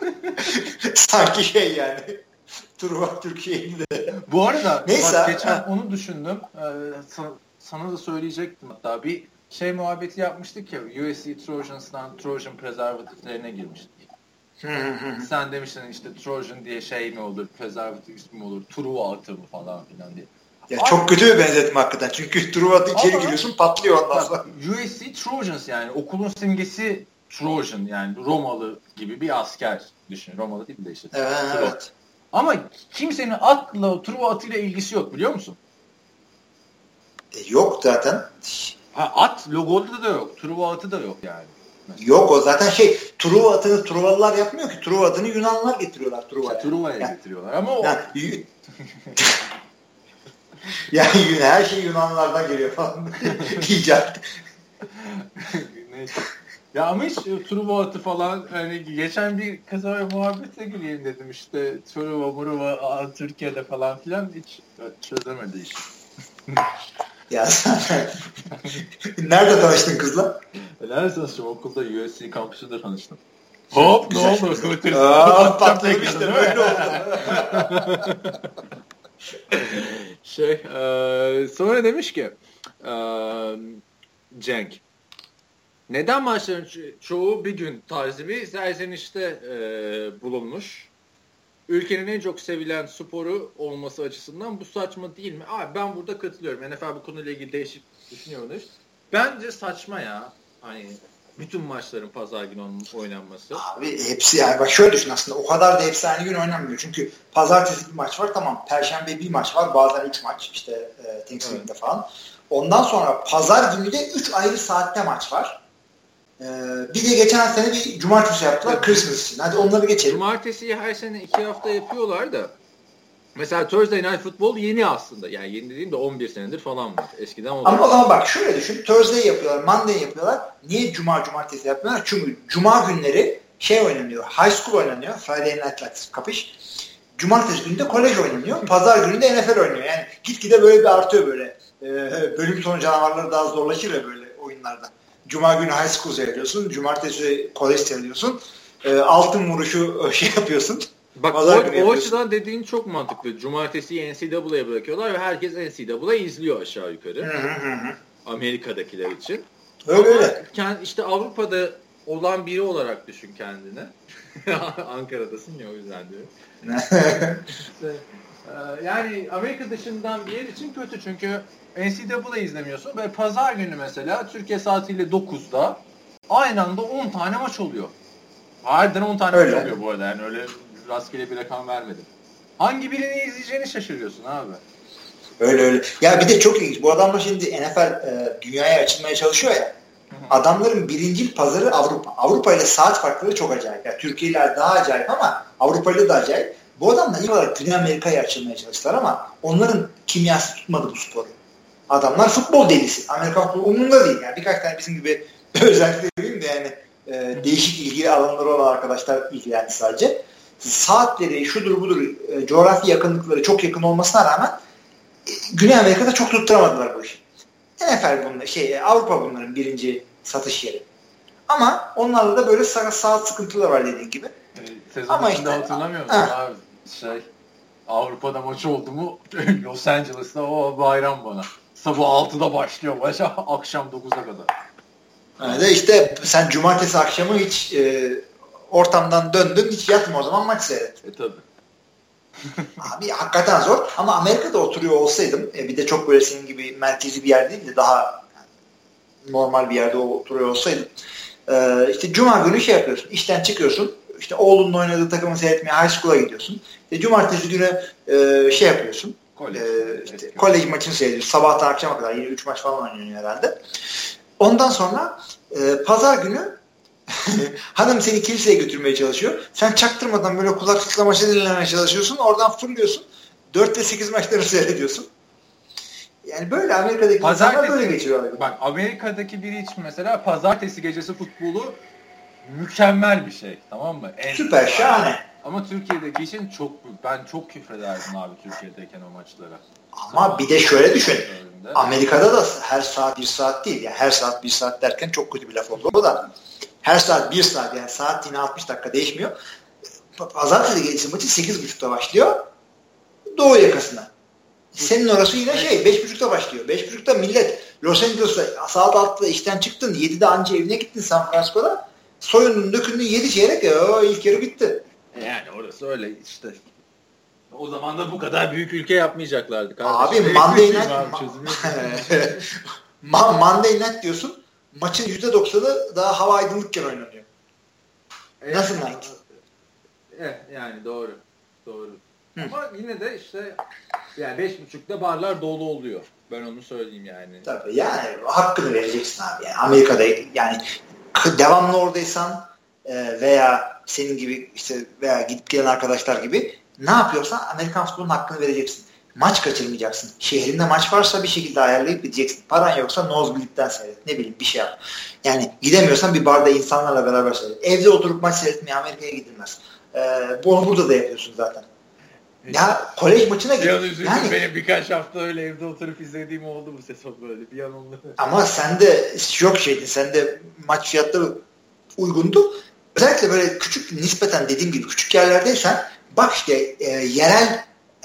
Sanki şey yani. Truva Türkiye'de. Bu arada Neyse, bak, geçen ha. onu düşündüm. Ee, sana, sana da söyleyecektim hatta. Bir şey muhabbeti yapmıştık ya. U S C Trojans'dan Trojan prezervatiflerine girmiştik. Sen demiştin işte Trojan diye şey mi olur, prezervatif ismi mi olur, Truva atı mı falan filan diye. Ya abi, çok kötü bir benzetme hakikaten. Çünkü Truva atı içeri giriyorsun patlıyor ondan sonra. U S C Trojans yani okulun simgesi Trojan yani Romalı gibi bir asker düşün. Romalı değil de işte. Evet. Truva. Ama kimsenin atla Truva atıyla ilgisi yok biliyor musun? E, yok zaten. Ha, at logoda da yok. Truva atı da yok yani. Mesela. Yok o zaten şey Truva atını Truvalılar yapmıyor ki. Truva atını Yunanlılar getiriyorlar Truva'ya. İşte Truva'ya yani. getiriyorlar ama o... Yani, yani her şey Yunanlılardan geliyor falan. İcat. Neyse. Ya ama hiç Truva atı falan hani geçen bir kıza muhabbete gireyim dedim işte Truva, Muruva, Türkiye'de falan filan hiç çözemedi iş. Ya nerede tanıştın kızla? Nerede tanıştım? Okulda U S C kampüsünde tanıştım. Hop ne oldu? Aaa patladım işte böyle oldu. Şey, e, sonra demiş ki e, Cenk, neden maçların ço- çoğu bir gün tarzı serzenişte e, bulunmuş? Ülkenin en çok sevilen sporu olması açısından bu saçma değil mi? Abi ben burada katılıyorum. N F L bu konuyla ilgili değişik düşünüyorlar. Bence saçma ya. Hani bütün maçların pazar günü oynanması. Abi hepsi yani bak şöyle düşün aslında o kadar da hepsi aynı gün oynanmıyor. Çünkü pazartesi bir maç var tamam. Perşembe bir maç var. Bazen üç maç işte e, Thanksgiving'de evet. falan. Ondan sonra pazar günü de üç ayrı saatte maç var. Ee, bir de geçen sene bir cumartesi yaptılar evet. Christmas için. Hadi onları geçelim. Cumartesiyi her sene iki hafta yapıyorlar da mesela Thursday Night Football yeni aslında. Yani yeni dediğim de on bir senedir falan var. Eskiden o Ama o zaman bak şöyle düşün. Thursday yapıyorlar, Monday yapıyorlar. Niye cuma cumartesi yapmıyorlar? Çünkü cuma günleri şey oynanıyor. High school oynanıyor. Friday Night Lights kapış. Cumartesi günü de kolej oynanıyor. Pazar günü de N F L oynuyor. Yani gitgide böyle bir artıyor böyle. Ee, bölüm sonu canavarları daha zorlaşır ya böyle oyunlarda. Cuma günü high school seyrediyorsun. Cumartesi kolej seyrediyorsun. Ee, altın vuruşu şey yapıyorsun. Bak o, o açıdan dediğin çok mantıklı. Cumartesiyi N C A A'ya bırakıyorlar ve herkes N C A A'yı izliyor aşağı yukarı. Hı hı hı. Amerika'dakiler için. Öyle Ama öyle. Kend, işte Avrupa'da olan biri olarak düşün kendini. Ankara'dasın ya o yüzden diyorum. işte, yani Amerika dışından bir yer için kötü çünkü N C A A'yı izlemiyorsun ve pazar günü mesela Türkiye saatiyle dokuzda aynı anda on tane maç oluyor. Harbiden on tane öyle. Maç oluyor bu arada yani öyle rastgele bir rakam vermedim. Hangi birini izleyeceğini şaşırıyorsun abi. Öyle öyle. Ya bir de çok ilginç. Bu adamlar şimdi N F L e, dünyaya açılmaya çalışıyor ya. Hı hı. Adamların birincil pazarı Avrupa. Avrupa ile saat farkları çok acayip. Yani Türkiye ile daha acayip ama Avrupa ile de acayip. Bu adamlar ilk olarak Güney Amerika'ya açılmaya çalıştılar ama onların kimyası tutmadı bu sporu. Adamlar futbol delisi. Amerika futbolu umurunda değil. Yani birkaç tane bizim gibi özellikle diyeyim de yani e, değişik ilgili alanları olan arkadaşlar ilgilendi sadece. Saatleri, şudur budur, e, coğrafi yakınlıkları çok yakın olmasına rağmen e, Güney Amerika'da çok tutturamadılar bu işi. N F L bunlar, şey, Avrupa bunların birinci satış yeri. Ama onlarla da böyle saat, saat sıkıntıları var dediğin gibi. E, sezon Ama içinde işte, hatırlamıyor musun abi? Şey, Avrupa'da maçı oldu mu Los Angeles'ta o bayram bana. Sabah altıda başlıyor maç, akşam dokuza kadar. Yani işte sen cumartesi akşamı hiç e, ortamdan döndün, hiç yatma o zaman maç seyret. E tabii. Abi hakikaten zor ama Amerika'da oturuyor olsaydım e, bir de çok böyle senin gibi merkezi bir yer değil de daha normal bir yerde oturuyor olsaydım e, işte cuma günü şey yapıyorsun, işten çıkıyorsun, işte oğlunun oynadığı takımı seyretmeye high school'a gidiyorsun. İşte cumartesi günü e, şey yapıyorsun, kolej, e, işte, kolej maçını seyrediyorsun. Sabahtan akşama kadar yine üç maç falan oynanıyor herhalde. Ondan sonra e, pazar günü hanım seni kiliseye götürmeye çalışıyor. Sen çaktırmadan böyle kulaklıkla maçı dinlemeye çalışıyorsun. Oradan fırlıyorsun. dört ve sekiz maçları seyrediyorsun. Yani böyle Amerika'daki pazartesi, insanlar böyle geçiriyor. Bak Amerika'daki biri için mesela pazartesi gecesi futbolu mükemmel bir şey. Tamam mı? En süper, şahane. Ama Türkiye'deki için çok, ben çok küfrederdim abi Türkiye'deyken o maçlara. Ama Zaman bir de şöyle düşün. Amerika'da da her saat bir saat değil. Yani her saat bir saat derken çok kötü bir laf oldu. O da her saat bir saat yani saat yine altmış dakika değişmiyor. Pazartesi gecesi maçı sekiz buçukta başlıyor. Doğu yakasına. Senin orası yine şey beş buçukta başlıyor. beş buçukta millet Los Angeles'ta saat altıda işten çıktın. yedide anca evine gittin San Francisco'da. Soyundun dökündün yedi çeyrek ya o ilk yarı bitti. Yani orası öyle işte. O zaman da bu kadar büyük ülke yapmayacaklardı kardeşim. Abi Monday Night Ma- Monday Night diyorsun. Maçın yüzde doksanı daha hava aydınlıkken oynanıyor. Evet, nasıl night? Evet yani doğru. Doğru. Hı. Ama yine de işte yani beş buçukta barlar dolu oluyor. Ben onu söyleyeyim yani. Tabii yani hakkını vereceksin abi. Yani Amerika'da yani devamlı oradaysan veya senin gibi işte veya gidip gelen arkadaşlar gibi ne yapıyorsan Amerikan futbolunun hakkını vereceksin. Maç kaçırmayacaksın. Şehrinde maç varsa bir şekilde ayarlayıp gideceksin. Paran yoksa nosebleed'den seyret. Ne bileyim bir şey yap. Yani gidemiyorsan bir barda insanlarla beraber seyret. Evde oturup maç seyretmeye Amerika'ya gidilmez. Ee, bunu burada da yapıyorsun zaten. Ya kolej maçına git. Yani benim birkaç hafta öyle evde oturup izlediğim oldu bu sezon böyle bir an onları. Ama sen de yok şeydin. Sen de maç fiyatları uygundu. Özellikle böyle küçük nispeten dediğim gibi küçük yerlerdeysen bak işte e, yerel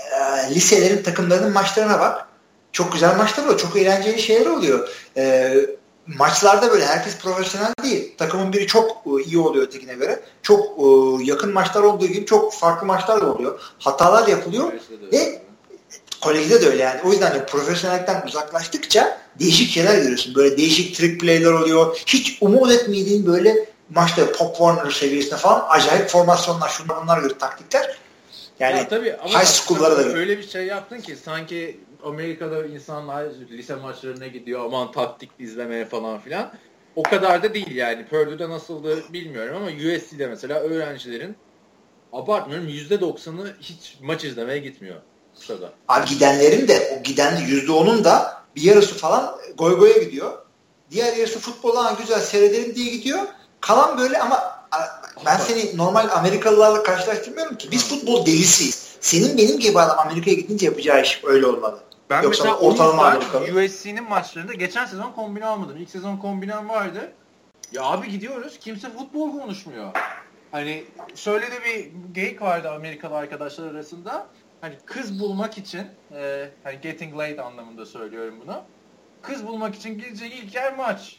e, liselerin takımlarının maçlarına bak. Çok güzel maçlar oluyor. Çok eğlenceli şeyler oluyor. E, maçlarda böyle herkes profesyonel değil. Takımın biri çok e, iyi oluyor ötekine göre. Çok e, yakın maçlar olduğu gibi çok farklı maçlar da oluyor. Hatalar yapılıyor. Ve kolejde de öyle yani. O yüzden de profesyonellikten uzaklaştıkça değişik şeyler görüyorsun. Böyle değişik trick play'ler oluyor. Hiç umut etmediğin böyle maçta Pop Warner seviyesinde falan acayip formasyonlar, şunlar bunlar göre taktikler. Yani ya tabii, ama high school'lara da öyle bir şey yaptın ki sanki Amerika'da insanlar lise maçlarına gidiyor, aman taktik izlemeye falan filan. O kadar da değil yani. Purdue'da nasıldı bilmiyorum ama U S C'de mesela öğrencilerin, abartmıyorum, yüzde doksanı hiç maç izlemeye gitmiyor. Sırada. Abi gidenlerin de, o giden yüzde onun da bir yarısı falan goy goya gidiyor. Diğer yarısı futbola güzel seyredelim diye gidiyor. Kalan böyle ama ben seni normal Amerikalılarla karşılaştırmıyorum ki. Biz futbol delisiyiz. Senin benim gibi adam Amerika'ya gidince yapacağı iş öyle olmalı. Ben Yoksa mesela ortalama Amerikalı U S C'nin maçlarında geçen sezon kombine almadım. İlk sezon kombinem vardı. Ya abi gidiyoruz, kimse futbol konuşmuyor. Hani şöyle de bir geyik vardı Amerikalı arkadaşlar arasında. Hani kız bulmak için, e, hani getting late anlamında söylüyorum bunu. Kız bulmak için gideceği ilk yer maç.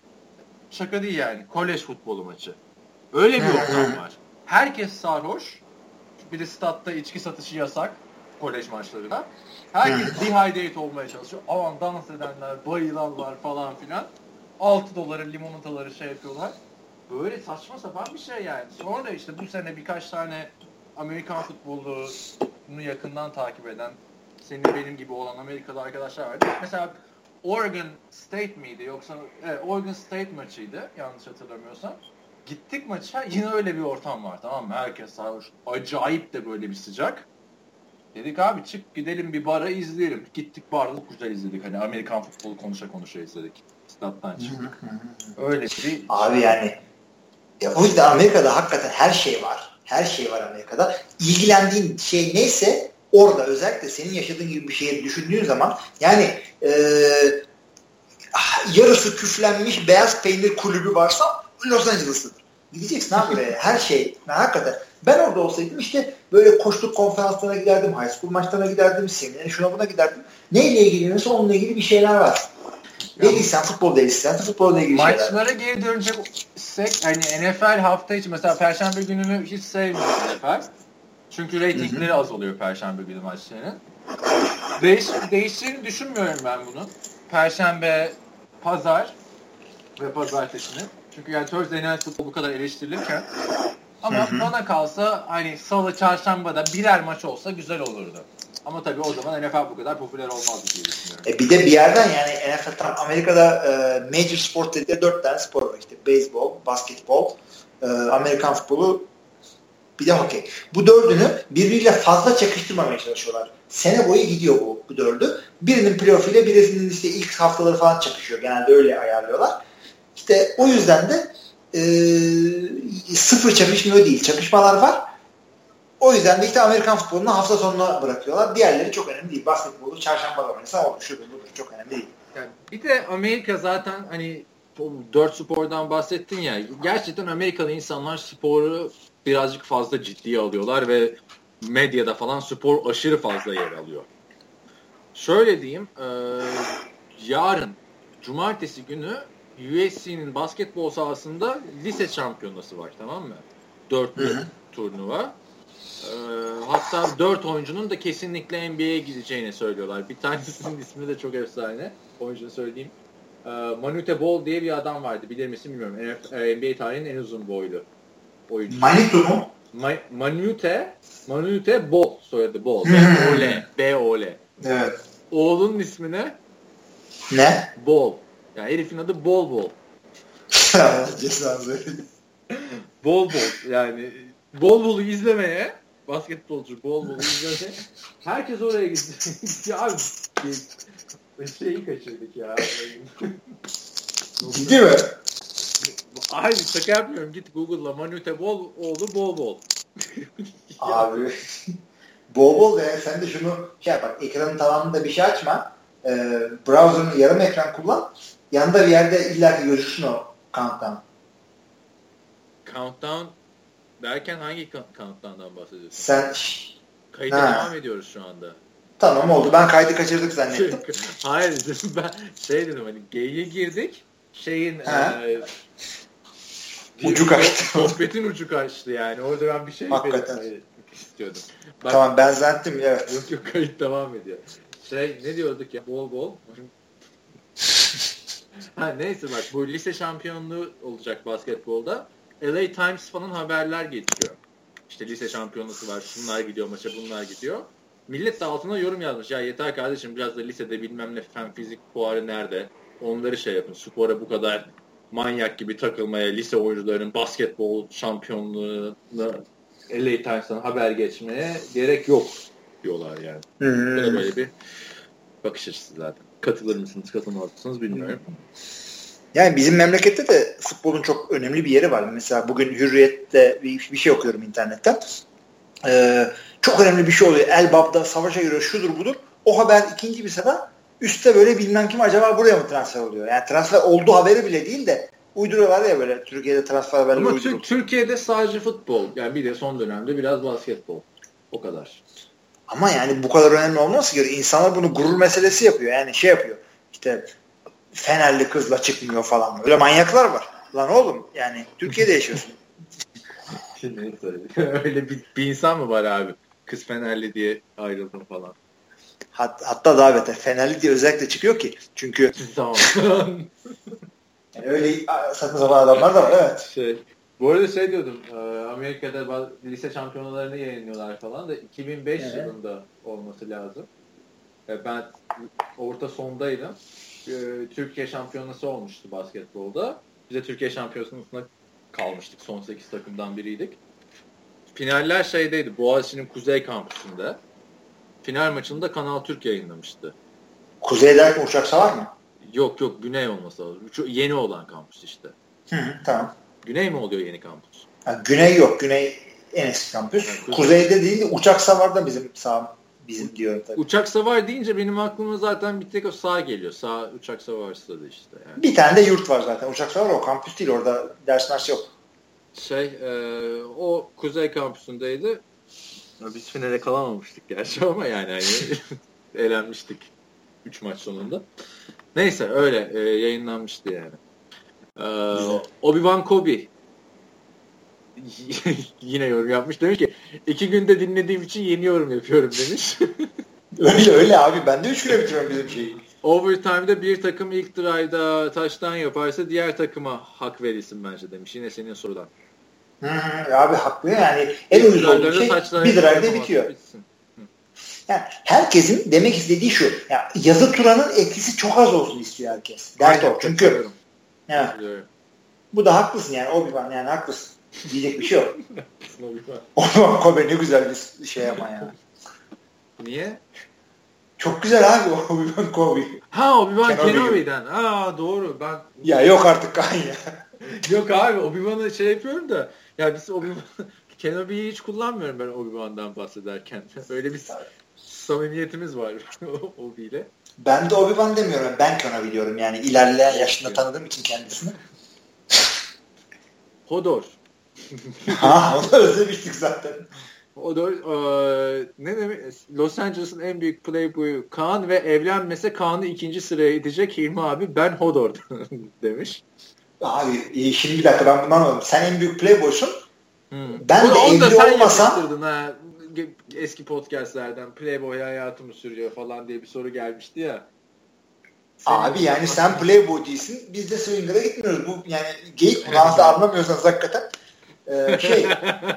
Şaka değil yani. Kolej futbolu maçı. Öyle bir ortam var. Herkes sarhoş. Bir de statta içki satışı yasak. Kolej maçlarında. Herkes dehydrate olmaya çalışıyor. Aman dans edenler, bayılanlar falan filan. altı dolara limonataları şey yapıyorlar. Böyle saçma sapan bir şey yani. Sonra işte bu sene birkaç tane Amerikan futbolunu yakından takip eden, senin benim gibi olan Amerikalı arkadaşlar vardı. Mesela Oregon State miydi yoksa evet, Oregon State maçıydı yanlış hatırlamıyorsam. Gittik maça, yine öyle bir ortam var, tamam mı? Herkes sarhoş. Acayip de böyle bir sıcak. Dedik abi çık gidelim bir bara izleyelim. Gittik barda çok güzel izledik. Hani Amerikan futbolu konuşa konuşa izledik. Stat'tan çıktık. Öyle bir... Abi yani ya o yüzden Amerika'da hakikaten her şey var. Her şey var Amerika'da. İlgilendiğin şey neyse orada, özellikle senin yaşadığın gibi bir şeyi düşündüğün zaman yani e, yarısı küflenmiş beyaz peynir kulübü varsa Los Angeles'tadır. Gideceksin abi buraya. Her şey. Ben hakikaten. Ben orada olsaydım işte böyle koçluk konferanslarına giderdim. High school maçlarına giderdim. Seminere şuna buna giderdim. Neyle ilgileniyorsa onunla ilgili bir şeyler var. Değilsen futbol değilsen futbolla ilgili şeyler. Maçlara geri döneceksek hani N F L hafta içi mesela Perşembe gününü hiç sevmiyorum N F L. Çünkü reytingleri az oluyor Perşembe günü maçlarının. Değiş, değiştiğini düşünmüyorum ben bunu. Perşembe, Pazar ve Pazartesini. Çünkü yani Thursday Night Football bu kadar eleştirilirken. Ama hı hı. bana kalsa hani Salı, Çarşamba'da birer maç olsa güzel olurdu. Ama tabii o zaman N F L bu kadar popüler olmazdı diye düşünüyorum. E bir de bir yerden yani N F L tam Amerika'da e, major sport dediği dört tane spor var işte. Beyzbol, basketbol, e, Amerikan futbolu, bir de hokey. Bu dördünü birbiriyle fazla çakıştırmamaya çalışıyorlar. Sene boyu gidiyor bu, bu dördü. Birinin playoff ile birisinin işte ilk haftaları falan çakışıyor. Genelde öyle ayarlıyorlar. İşte o yüzden de e, sıfır çakışmıyor değil. Çakışmalar var. O yüzden de işte Amerikan futbolunu hafta sonuna bırakıyorlar. Diğerleri çok önemli değil. Basketbolu çarşamba oynasa olur. Şudur budur. Çok önemli değil. Yani bir de Amerika zaten hani dört spordan bahsettin ya. Gerçekten Amerikalı insanlar sporu birazcık fazla ciddiye alıyorlar ve medyada falan spor aşırı fazla yer alıyor. Şöyle diyeyim. E, yarın Cumartesi günü U S C'nin basketbol sahasında lise şampiyonası var, tamam mı? Dörtlü turnuva. Ee, hatta dört oyuncunun da kesinlikle N B A'ye gideceğini söylüyorlar. Bir tanesinin ismi de çok efsane. Oyuncunu söyleyeyim. Ee, Manute Bol diye bir adam vardı. Bilir misin bilmiyorum. N B A tarihinin en uzun boylu oyuncu. Manute mu? Ma- Manute Manute Bol soyadı Bol. B O L. B O L. Evet. Oğlunun ismi ne? Ne? Bol. Yani herifin adı Bol Bol. Bol Bol. Yani Bol Bol'u izlemeye, basketbolcu Bol Bol'u izlemeye herkes oraya gitti. Ya abi şeyi kaçırdık ya. Ciddi mi? Hayır, şaka yapmıyorum. Git Google'la Manute Bol oğlu Bol Bol. Abi bol bol de sen de şunu şey yap bak, ekranın tamamında bir şey açma. Ee, browser'ını yarım ekran kullan. Yanında bir yerde illaki gözüksün o countdown. Countdown derken hangi countdown'dan bahsediyorsun? Sen şş, Kayıta Ha. devam ediyoruz şu anda. Tamam oldu. Ben kaydı kaçırdık zannettim. Hayır ben şey dedim hani G'ye girdik. Şeyin e, ucu kaçtı. Sohbetin ucu kaçtı yani. Orada ben bir şey belirtmek istiyordum. Bak, tamam ben zannettim evet. Yok yok kayıt devam ediyor. Şey ne diyorduk ya bol bol. ha neyse bak bu lise şampiyonluğu olacak basketbolda. L A Times falan haberler geçiyor. İşte lise şampiyonası var. Şunlar gidiyor maça, bunlar gidiyor. Millet de altına yorum yazmış. Ya yeter kardeşim biraz da lisede bilmem ne fen fizik fuarı nerede? Onları şey yapın. Spora bu kadar manyak gibi takılmaya, lise oyuncularının basketbol şampiyonluğuna L A Times'tan haber geçmeye gerek yok diyorlar yani. Hmm. Bu da böyle bir bakış açısı zaten. Katılır mısınız, katılmaz mısınız bilmiyorum. Yani bizim memlekette de futbolun çok önemli bir yeri var. Mesela bugün Hürriyet'te bir, bir şey okuyorum internetten. Ee, çok önemli bir şey oluyor. Elbap'da savaşa giriyor, şudur budur. O haber ikinci bir sıra. Üstte böyle bilmem kim acaba buraya mı transfer oluyor? Yani transfer olduğu haberi bile değil de uyduruyorlar ya böyle Türkiye'de transfer haberleri Ama uyduruyor. Türkiye'de sadece futbol. Yani bir de son dönemde biraz basketbol. O kadar. Ama yani bu kadar önemli olması gerekiyor. İnsanlar bunu gurur meselesi yapıyor. Yani şey yapıyor. İşte Fenerli kızla çıkmıyor falan. Öyle manyaklar var. Lan oğlum yani Türkiye'de yaşıyorsun. Öyle bir, bir insan mı var abi? Kız Fenerli diye ayrıldım falan. Hat, hatta daha beter. Fenerli diye özellikle çıkıyor ki. Çünkü tamam. yani öyle saçma sapan adamlar da var. Evet. Şey, bu arada şey diyordum. Amerika'da lise şampiyonalarını yayınlıyorlar falan da iki bin beş evet. yılında olması lazım. Ben orta sondaydım. Türkiye şampiyonası olmuştu basketbolda. Biz de Türkiye şampiyonasına kalmıştık. Son sekiz takımdan biriydik. Finaller şeydeydi. Boğaziçi'nin Kuzey kampüsünde. Final maçını da Kanal Türk yayınlamıştı. Kuzey derken uçak savar mı? Yok yok Güney olması lazım. Yeni olan kampüs işte. Hı hı, tamam. Güney mi oluyor yeni kampüs? Ha, Güney yok. Güney en eski kampüs. Yani Kuzey... Kuzey'de değil de uçak savar da bizim sağ bizim diyorum tabii. Uçak savar deyince benim aklıma zaten bir tek o sağ geliyor. Sağ uçak savarsı da işte. Yani. Bir tane de yurt var zaten. Uçak savar o kampüs değil. Orada ders mers yok. Şey e, o Kuzey kampüsündeydi. Biz finale kalamamıştık gerçi ama yani hani elenmiştik üç maç sonunda. Neyse öyle e, yayınlanmıştı yani. E, Obi-Wan Kobe yine yorum yapmış. Demiş ki iki günde dinlediğim için yeni yorum yapıyorum demiş. öyle öyle abi. Ben de üç güne bitiriyorum bizim şeyi. Overtime'da bir takım ilk drive'da touchdown yaparsa diğer takıma hak verilsin bence demiş. Yine senin sorudan. Hı hı, abi haklı yani. En uyuz olduğu şey bir drive'de bitiyor. Yani herkesin demek istediği şu. Yani yazı turanın etkisi çok az olsun istiyor herkes. Dert o. Çünkü yani, bu da haklısın yani. Obi-Wan yani haklısın. Diyecek bir şey yok. Obi-Wan Kobe ne güzel bir şey ama ya. Niye? Çok güzel abi Obi-Wan Kobe. Ha Obi-Wan Kenobi'den. Aa doğru. Ben Ya yok artık kan ya. Yok abi Obi-Wan'ı şey yapıyorum da ya biz Obi-Wan Kenobi'yi hiç kullanmıyorum ben Obi-Wan'dan bahsederken. Öyle bir samimiyetimiz var Obi ile. Ben de Obi-Wan demiyorum. Ben Kenobi diyorum yani ilerleyen yaşında tanıdığım için kendisini. Hodor. Ha onu özlemiştik zaten. Hodor e, ne demek? Los Angeles'ın en büyük playboyu Kaan ve evlenmese Kaan'ı ikinci sıraya itecek Hilmi abi ben Hodor demiş. Abi şimdi bir dakika ben bundan anladım. Sen en büyük playboysun. Hmm. Ben onu, de onu evli da sen olmasam ha. Eski podcastlerden Playboy hayatımı sürüyor falan diye bir soru gelmişti ya. Senin abi yani sen Playboy değilsin. Biz de Swinger'a gitmiyoruz. Bu yani geyik bunu asla anlamıyorsanız hakikaten ee, şey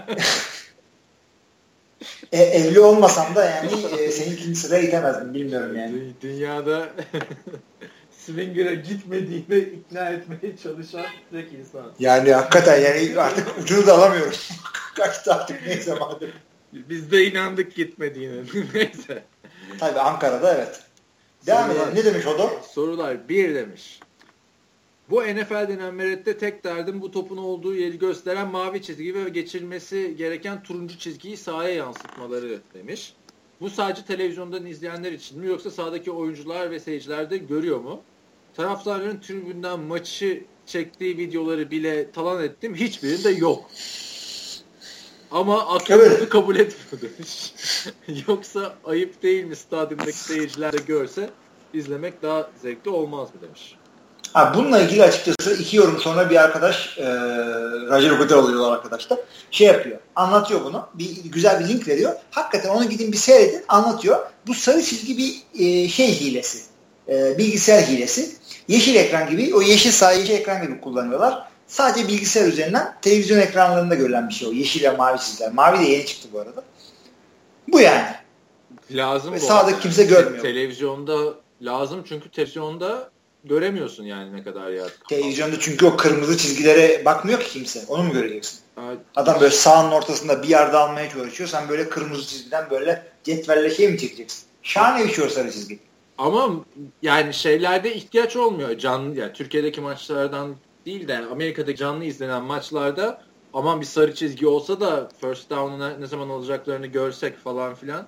e, evli olmasam da yani e, seni ikinci sıraya itemezdim. Bilmiyorum yani. Dünyada Swinger'a gitmediğine ikna etmeye çalışan tek insan. Yani hakikaten yani artık ucunu da alamıyorum. Kaçtı artık neyse madem. Biz de inandık gitmediğine. Neyse. Tabii Ankara'da evet. Devam edelim. Ne demiş o da? Sorular bir demiş. Bu N F L denen merette tek derdim bu topun olduğu yeri gösteren mavi çizgi ve geçilmesi gereken turuncu çizgiyi sahaya yansıtmaları demiş. Bu sadece televizyondan izleyenler için mi yoksa sahadaki oyuncular ve seyirciler de görüyor mu? Taraftarların tribünden maçı çektiği videoları bile talan ettim. Hiçbirinde yok. Ama aklımızı kabul etmiyor demiş. Yoksa ayıp değil mi stadyumdaki seyirciler de görse izlemek daha zevkli olmaz mı demiş. Ha, bununla ilgili açıkçası iki yorum sonra bir arkadaş e, Roger Goodell oluyorlar arkadaş da şey yapıyor. Anlatıyor bunu. Bir güzel bir link veriyor. Hakikaten onu gidin bir seyredin. Anlatıyor. Bu sarı çizgi bir e, şey hilesi. E, bilgisayar hilesi. Yeşil ekran gibi o yeşil sağ yeşil ekran gibi kullanıyorlar. Sadece bilgisayar üzerinden televizyon ekranlarında görülen bir şey o. Yeşil ve mavi çizgiler. Mavi de yeni çıktı bu arada. Bu yani. Lazım ve bu. Sağda yani. Kimse görmüyor. Televizyonda lazım çünkü televizyonda göremiyorsun yani ne kadar ya. Televizyonda çünkü o kırmızı çizgilere bakmıyor ki kimse. Onu mu göreceksin? Evet. Adam böyle sahanın ortasında bir yerde almaya çalışıyor. Sen böyle kırmızı çizgiden böyle cetvelle şey mi çekeceksin? Şahane bir şey o sarı çizgi. Ama yani şeylerde ihtiyaç olmuyor. Canlı yani Türkiye'deki maçlardan değil de Amerika'daki canlı izlenen maçlarda aman bir sarı çizgi olsa da first down'u ne zaman alacaklarını görsek falan filan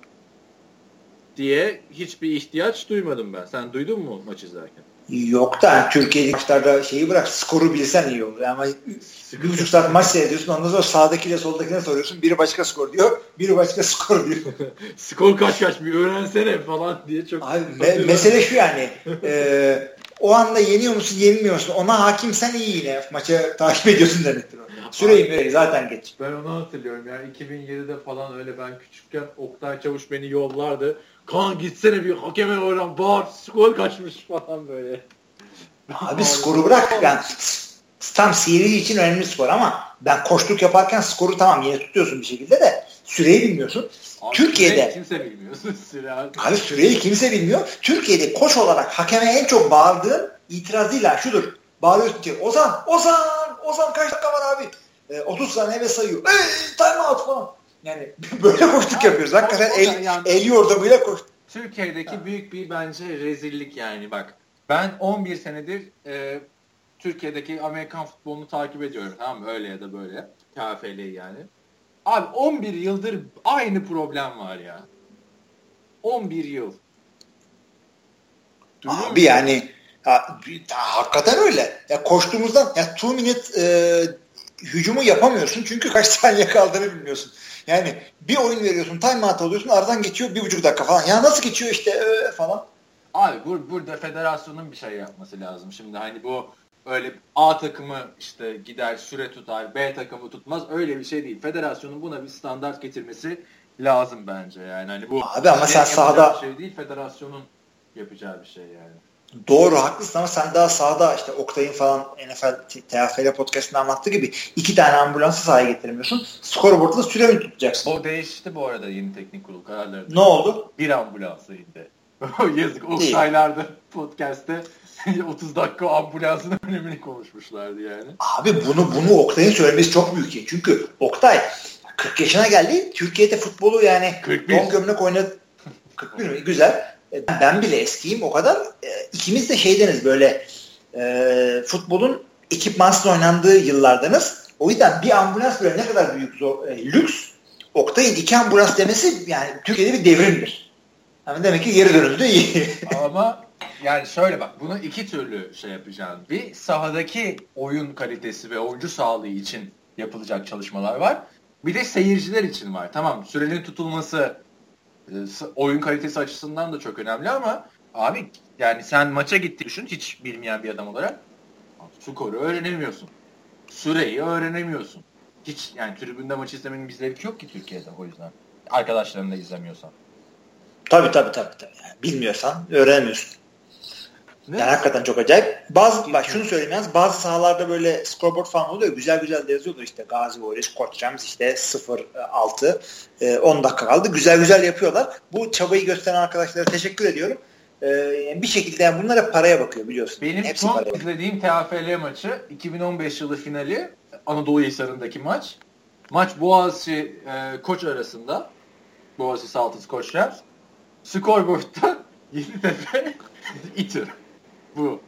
diye hiçbir ihtiyaç duymadım ben. Sen duydun mu maç izlerken? Yok da Türkiye'deki maçlarda şeyi bırak skoru bilsen iyi olur. Ama bir buçuk saat maç seyrediyorsun ondan sonra sağdakiyle soldakine soruyorsun. Biri başka skor diyor, biri başka skor diyor. Skor kaç kaç bir öğrensene falan diye çok... Abi, me- mesele şu yani e, o anda yeniyor musun yenilmiyor musun ona hakimsen iyi yine maçı takip ediyorsun demektir o. Süreyi müreyi zaten geç. Ben onu hatırlıyorum yani iki bin yedide falan öyle ben küçükken Oktay Çavuş beni yollardı. Kaan gitsene bir hakeme oradan bağır skor kaçmış falan böyle. Abi skoru bırak yani tam seyirci için önemli skor ama ben koştuk yaparken skoru tamam yine tutuyorsun bir şekilde de süreyi bilmiyorsun. Abi Türkiye'de kimse bilmiyor. Süre abi süreyi kimse bilmiyor. Türkiye'de koç olarak hakeme en çok bağırdığın itirazıyla şudur. Bağırıyorsun ki Ozan, Ozan, Ozan kaç dakika var abi? E, otuz saniye ve sayıyor. Ey time out falan. Yani böyle koştuk yapıyoruz. Hakikaten el, yani, el yordamıyla koştuk. Türkiye'deki ha. büyük bir bence rezillik yani bak. Ben on bir senedir e, Türkiye'deki Amerikan futbolunu takip ediyorum. Tamam mı? Öyle ya da böyle. K F L'yi yani. Abi on bir yıldır aynı problem var ya. on bir yıl. Duyuyor abi musun? Yani ha, hakikaten öyle. Ya koştuğumuzdan ya two minute e, hücumu yapamıyorsun çünkü kaç saniye kaldığını bilmiyorsun. Yani bir oyun veriyorsun, time out alıyorsun, aradan geçiyor bir buçuk dakika falan. Ya nasıl geçiyor işte e, falan. Abi bur- burada federasyonun bir şey yapması lazım. Şimdi hani bu öyle A takımı işte gider süre tutar, B takımı tutmaz öyle bir şey değil. Federasyonun buna bir standart getirmesi lazım bence yani. Hani bu abi ama sen sahada bir şey değil, federasyonun yapacağı bir şey yani. Doğru haklısın ama sen daha sahada işte Oktay'ın falan N F L T F L podcast'ında anlattığı gibi iki tane ambulansı sahaya getiremiyorsun. Scoreboard'da süre mi tutacaksın? O değişti bu arada yeni teknik kurul kararları. Ne oldu? Bir ambulansı indi. Yazık Oktay'larda podcast'te otuz dakika ambulansın önemini konuşmuşlardı yani. Abi bunu bunu Oktay'ın söylemesi çok büyük şey. Çünkü Oktay kırk yaşına geldi. Türkiye'de futbolu yani don gömlek oynadı. kırk bir mi? Güzel. Ben bile eskiyim o kadar. İkimiz de şeydeniz böyle e, futbolun ekipmansız oynandığı yıllardanız. O yüzden bir ambulans böyle ne kadar büyük zor, e, lüks. Oktay'ın iki ambulans demesi yani Türkiye'de bir devrimdir. Yani demek ki geri dönüldü iyi. Ama yani şöyle bak bunu iki türlü şey yapacağım. Bir sahadaki oyun kalitesi ve oyuncu sağlığı için yapılacak çalışmalar var. Bir de seyirciler için var. Tamam sürenin tutulması oyun kalitesi açısından da çok önemli ama abi yani sen maça gitti düşün hiç bilmeyen bir adam olarak skoru öğrenemiyorsun. Süreyi öğrenemiyorsun. Hiç yani tribünde maç izlemenin bir zevki yok ki Türkiye'de o yüzden. Arkadaşlarını da izlemiyorsan. Tabii tabii tabii. tabii. Yani bilmiyorsan öğrenemiyorsun. Ne? Yani hakikaten çok acayip. Bazı bak şunu söyleyeyim yalnız bazı sahalarda böyle scoreboard falan oluyor. Güzel güzel de yazıyorlar işte Gazi Warriors, Koç Rams işte sıfır altı on dakika kaldı. Güzel güzel yapıyorlar. Bu çabayı gösteren arkadaşlara teşekkür ediyorum. Ee, bir şekilde yani bunlara paraya bakıyor biliyorsun. Benim Hepsi son izlediğim T F L maçı iki bin on beş yılı finali Anadolu Hisarı'ndaki maç. Maç Boğaziçi e, Koç arasında. Boğaziçi Saltız Koç Rams. Scoreboard'da Yeditepe İTÜ. Bu.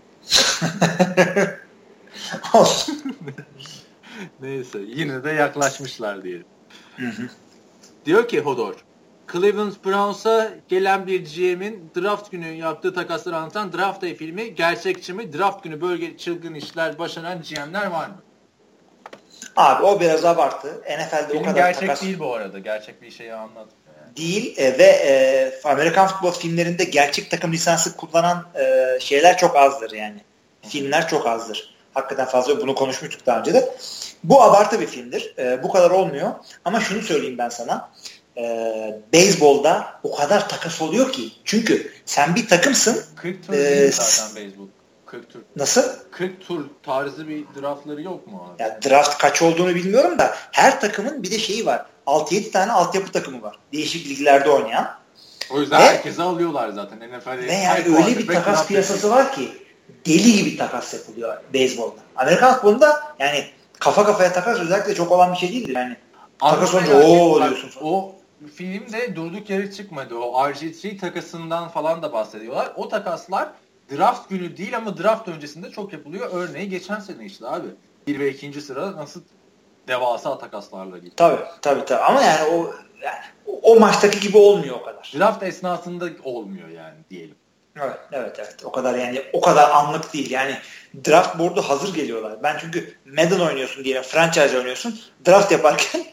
Neyse yine de yaklaşmışlar diyelim. Hı hı. Diyor ki Hodor, Cleveland Browns'a gelen bir G M'in draft günü yaptığı takasları anlatan Draft Day filmi gerçekçi mi? Draft günü böyle çılgın işler başaran G M'ler var mı? Abi o biraz abartı. N F L'de Film o kadar gerçek takas değil bu arada. Gerçek bir şeyi anlatmıyor. Yani. değil e, ve e, Amerikan futbol filmlerinde gerçek takım lisansı kullanan e, şeyler çok azdır yani. Filmler çok azdır. Hakikaten fazla bunu konuşmuştuk daha önce de. Bu abartı bir filmdir. E, bu kadar olmuyor. Ama şunu söyleyeyim ben sana. E, beyzbolda o kadar takas oluyor ki. Çünkü sen bir takımsın. kırk tur e, değil zaten beyzbol. kırk tur. Nasıl? kırk tur tarzı bir draftları yok mu abi? Ya draft kaç olduğunu bilmiyorum da her takımın bir de şeyi var. altı yedi tane altyapı takımı var. Değişik liglerde oynayan. O yüzden ve, herkese alıyorlar zaten. N F L'de ve yani öyle bir takas piyasası var ki deli gibi takas yapılıyor beyzbolda. Amerikan futbolunda yani kafa kafaya takas özellikle çok olan bir şey değildir. Yani takas olunca ooo diyorsun. O filmde durduk yere çıkmadı. O R G üç takasından falan da bahsediyorlar. O takaslar draft günü değil ama draft öncesinde çok yapılıyor. Örneği geçen sene işte abi. Bir ve ikinci sıra nasıl devasa takaslarla gitti. Tabii tabii tabii ama yani o yani, o maçtaki gibi olmuyor o kadar. Draft esnasında olmuyor yani diyelim. Evet evet evet o kadar yani o kadar anlık değil yani draft board'u hazır geliyorlar. Ben çünkü Madden oynuyorsun diyelim franchise oynuyorsun draft yaparken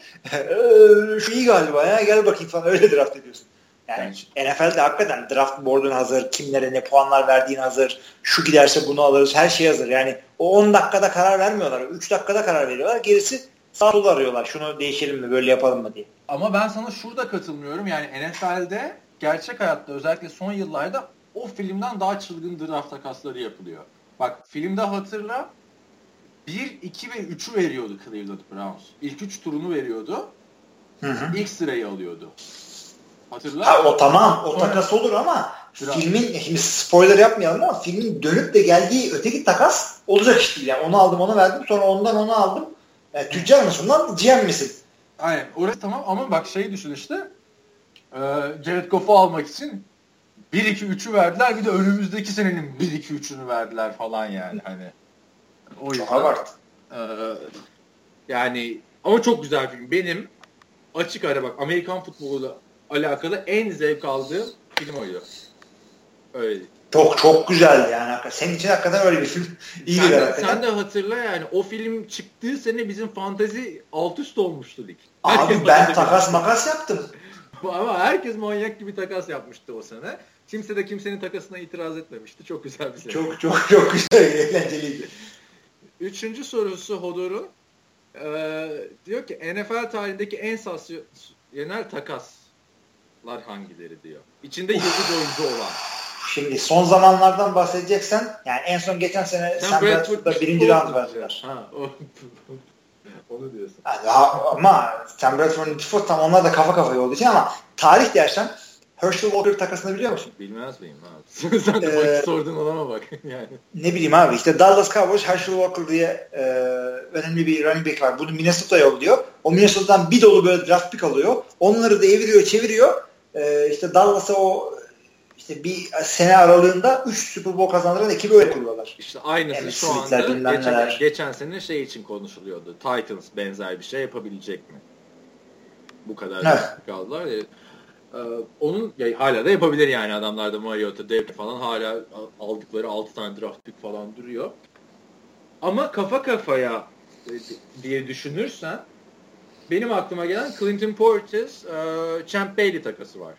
şu iyi galiba ya gel bakayım falan öyle draft ediyorsun. Yani N F L'de hakikaten draft board'un hazır, kimlere ne puanlar verdiğin hazır, şu giderse bunu alırız, her şey hazır. Yani o on dakikada karar vermiyorlar, üç dakikada karar veriyorlar. Gerisi sağ sol arıyorlar, şunu değişelim mi, böyle yapalım mı diye. Ama ben sana şurada katılmıyorum. Yani N F L'de gerçek hayatta özellikle son yıllarda o filmden daha çılgın draft takasları yapılıyor. Bak filmde hatırla bir, iki ve üçü veriyordu Cleveland Browns. İlk üç turunu veriyordu. Hı hı. İlk sırayı alıyordu. Hatırla. Ha, o tamam. O takas olur ama biraz. Filmin, şimdi spoiler yapmayalım ama filmin dönüp de geldiği öteki takas olacak iş değil. Yani onu aldım onu verdim sonra ondan onu aldım. Yani tüccar mısın lan G M misin? Aynen. Orası tamam ama bak şeyi düşün işte. Ee, Jared Goff'u almak için bir iki üçü verdiler. Bir de önümüzdeki senenin bir iki üçünü verdiler falan yani. Hani o yüzden. Çok abartı. E, yani ama çok güzel film. Benim açık ara bak Amerikan futboluyla alakalı en zevk aldığım film oydu. Öyle. Çok çok güzeldi yani. Senin için hakikaten öyle bir film. İyi sen, de, sen de hatırla yani o film çıktığı sene bizim fantezi alt üst olmuştu lig. Abi Herkes ben takas makas yaptım. Ama herkes manyak gibi takas yapmıştı o sene. Kimse de kimsenin takasına itiraz etmemişti. Çok güzel bir sene. Çok çok çok güzel, eğlenceliydi. Üçüncü sorusu Hodor'un. Ee, diyor ki N F L tarihindeki en sansasyonel takaslar hangileri diyor. İçinde yıldız oyuncu olan. Şimdi son zamanlardan bahsedeceksen yani en son geçen sene Sam Bradford'da birinci round verdiler. Ha, o, onu diyorsun. Yani, ama Sam Bradford'un Default tam onlar da kafa kafaya olduğu için ama tarih dersen Herschel Walker takasını biliyor musun? Bilmez miyim abi? Sen de ee, bak sordun olama bak. Yani. Ne bileyim abi işte Dallas Cowboys Herschel Walker diye e, önemli bir running back var. Bunu Minnesota'ya yolluyor. O Minnesota'dan bir dolu böyle draft pick alıyor. Onları da eviriyor çeviriyor. E, işte Dallas'a o işte bir sene aralığında üç Super Bowl kazandıran ekibi öyle kuruyorlar. İşte aynısı yani şu anda geçen, geçen sene şey için konuşuluyordu. Titans benzer bir şey yapabilecek mi? Bu kadar evet. kaldılar. Ee, onun ya, hala da yapabilir yani adamlarda Mariota, Devre falan hala aldıkları altı tane draft pick falan duruyor. Ama kafa kafaya diye düşünürsen benim aklıma gelen Clinton Portis, uh, Champ Bailey takası var.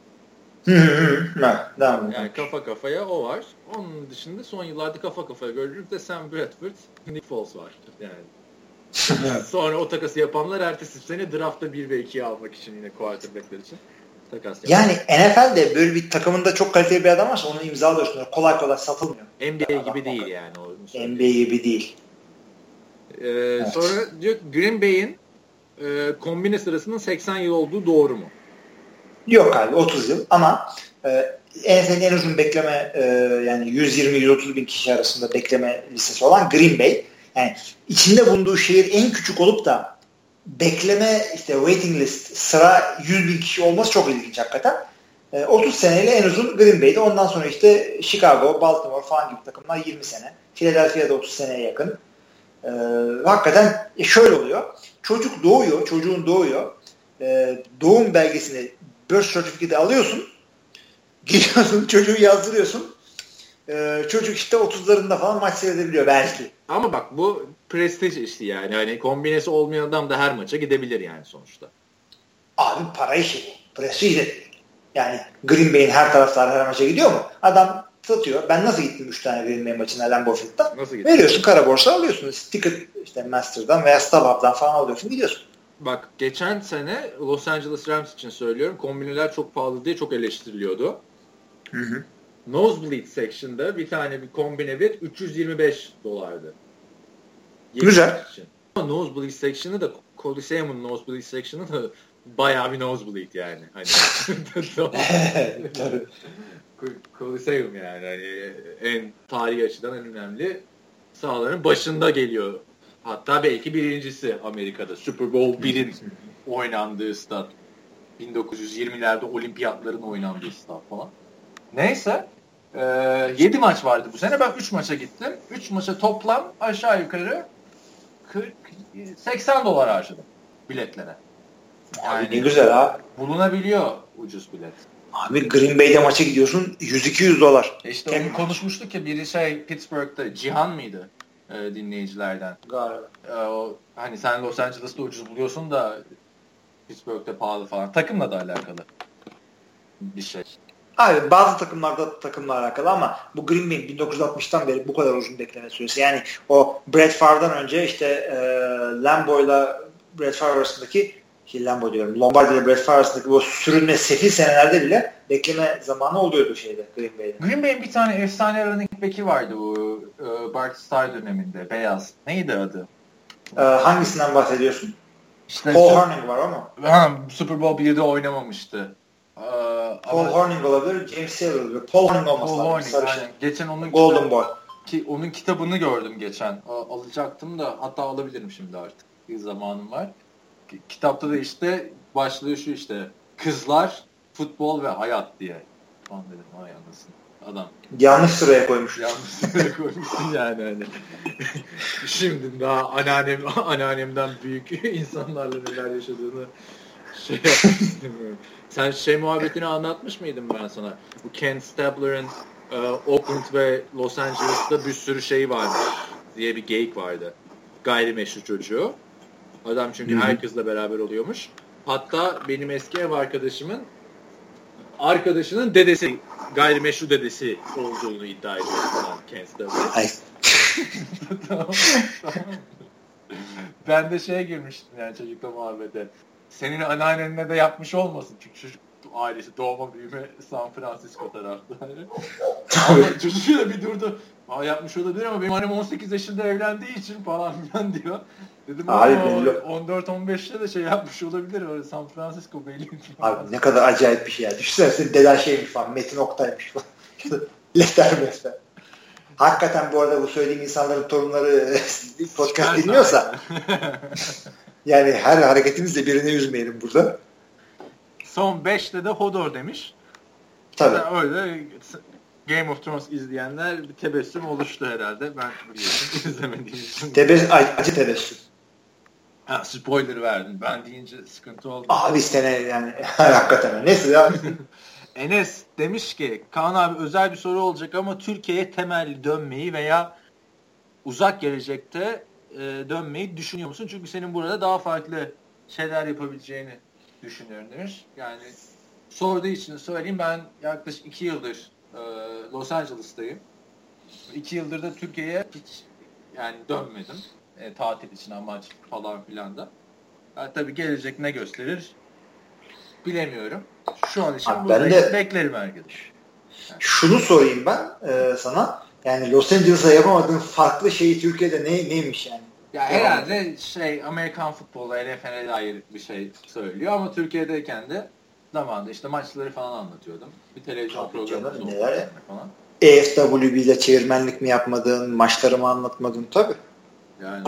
Yani kafa kafaya o var. Onun dışında son yıllarda kafa kafaya gördüğümüzde de Sam Bradford, Nick Foles var. Yani. Sonra o takası yapanlar ertesi sene draftta bir ve ikiyi almak için yine quarterback'ler için takas yapıyor. Yani N F L'de böyle bir takımında çok kaliteli bir adam varsa onu imzalıyorsun. Kolay kolay satılmıyor. N B A gibi değil yani. N B A gibi değil. Ee, evet. Sonra diyor Green Bay'in e, kombine sırasının seksen yıl olduğu doğru mu? Yok abi otuz yıl ama e, N F L'in en uzun bekleme e, yani yüz yirmi yüz otuz bin kişi arasında bekleme listesi olan Green Bay. Yani içinde bulunduğu şehir en küçük olup da bekleme işte waiting list sıra yüz bin kişi olması çok ilginç hakikaten. E, otuz seneyle en uzun Green Bay'de. Ondan sonra işte Chicago, Baltimore falan gibi takımlar yirmi sene. Philadelphia'da otuz seneye yakın. E, hakikaten şöyle oluyor. Çocuk doğuyor, çocuğun doğuyor. E, doğum belgesini birth certificate'i alıyorsun. Gidiyorsun çocuğu yazdırıyorsun. e, çocuk işte otuzlarında falan maç seyredebiliyor belki. Ama bak bu prestij işi yani. Hani kombinesi olmayan adam da her maça gidebilir yani sonuçta. Abi para işi. Prestij de değil. Yani Green Bay'in her taraftarı her maça gidiyor mu? Adam satıyor. Ben nasıl gittim üç tane Green Bay maçına Lambeau Field'da? Veriyorsun kara borsa alıyorsun. Ticket işte Master'dan veya StubHub'dan falan alıyorsun gidiyorsun. Bak geçen sene Los Angeles Rams için söylüyorum. Kombineler çok pahalı diye çok eleştiriliyordu. Hı hı. Nosebleed section'da bir tane bir kombine bir üç yüz yirmi beş dolardı. Güzel. Için. Ama nosebleed section'ı da Coliseum'un nosebleed section'ı da bayağı bir nosebleed yani. Hani Coliseum yani hani en tarihi açıdan en önemli sahaların başında geliyor. Hatta belki birincisi Amerika'da. Super Bowl birin oynandığı stat. bin dokuz yüz yirmilerde olimpiyatların oynandığı stat falan. Neyse. E, yedi maç vardı bu sene. Ben üç maça gittim. üç maça toplam aşağı yukarı kırk seksen dolar harcadım biletlere. Yani abi ne güzel ha. Bulunabiliyor ucuz bilet. Abi Green Bay'de maça gidiyorsun yüz iki yüz dolar. E işte Tek onu konuşmuştuk ya biri şey Pittsburgh'da Cihan mıydı e, dinleyicilerden? Galiba. E, o, hani sen Los Angeles'ta ucuz buluyorsun da Pittsburgh'da pahalı falan. Takımla da alakalı bir şey. Abi bazı takımlarda takımla alakalı ama bu Green Bay bin dokuz yüz altmıştan beri bu kadar uzun bekleme süresi. Yani o Brett Favre'dan önce işte e, Lambeau'yla Brett Favre arasındaki ki Lambeau diyorum. Lombardi ile Brett Favre arasındaki bu sürünme sefil senelerde bile bekleme zamanı oluyordu şeyde Green Bay'de. Green Bay'in bir tane efsane running back'i vardı bu e, Bart Starr döneminde. Beyaz. Neydi adı? E, hangisinden bahsediyorsun? İşte Paul Hornung var ama. Ha, Super Bowl birde oynamamıştı. Paul ama, Hornung olabilir, James Taylor olabilir. Paul Hornung olması Paul lazım. Hornung, aynen. Geçen onun Golden kitabı, Boy. Ki onun kitabını gördüm geçen. Alacaktım da hatta alabilirim şimdi artık. Bir zamanım var. Kitapta da işte başlığı şu işte kızlar, futbol ve hayat diye. Falan dedim ay anasını. Adam. Yanlış sıraya koymuş. Yanlış sıraya koymuşsun yani hani. Şimdi daha anneannem, anneannemden büyük insanlarla neler yaşadığını şey yapmıştım. Sen şey muhabbetini anlatmış mıydım ben sana? Bu Ken Stabler'ın uh, Oakland ve Los Angeles'ta bir sürü şey varmış diye bir geyik vardı. Gayrimeşru çocuğu. Adam çünkü Hı-hı. her kızla beraber oluyormuş. Hatta benim eski ev arkadaşımın arkadaşının dedesi, gayrimeşru dedesi olduğunu iddia ediyor Ken Stabler. Tamam, tamam. Ben de şeye girmiştim yani çocukla muhabbete. Senin anneannenle de yapmış olmasın. Çünkü çocuk ailesi doğma büyüme San Francisco tarafta. Ama çocuk da bir durdu. Aa, yapmış olabilir ama benim annem on sekiz yaşında evlendiği için falan filan diyor. Dedim on dört on beşte de şey yapmış olabilir. Öyle San Francisco belli. Abi ne kadar acayip bir şey ya. Düşünsene senin deden şeymiş falan. Metin Oktay'mış falan. Letter mesela. Hakikaten bu arada bu söylediğim insanların torunları podcast dinliyorsa yani her hareketimizle birini üzmeyelim burada. Son beşte de Hodor demiş. Tabii. Yani öyle Game of Thrones izleyenler bir tebessüm oluştu herhalde. Ben biliyorsun izlemediğim için. Tebessüm, acı tebessüm. Ha, spoiler verdim. Ben deyince sıkıntı oldu. Abi sene yani hakikaten. Neyse ya. Enes demiş ki Kaan abi özel bir soru olacak ama Türkiye'ye temelli dönmeyi veya uzak gelecekte e, dönmeyi düşünüyor musun? Çünkü senin burada daha farklı şeyler yapabileceğini düşünüyorum demiş. Yani sorduğu için söyleyeyim ben yaklaşık iki yıldır e, Los Angeles'tayım. iki yıldır da Türkiye'ye hiç yani dönmedim. E, tatil için amaç falan filan da. Yani, tabii gelecek ne gösterir bilemiyorum. Şu an için abi burada de, beklerim herkese. Yani. Şunu sorayım ben e, sana. Yani Los Angeles'a yapamadığın farklı şeyi Türkiye'de ne, neymiş yani? Ya herhalde şey Amerikan futbolu N F L'e dair bir şey söylüyor ama Türkiye'deyken de zamanında işte maçları falan anlatıyordum. Bir televizyon Tabii programı oldu falan. E F W B ile çevirmenlik mi yapmadın, maçları mı anlatmadın tabii. Yani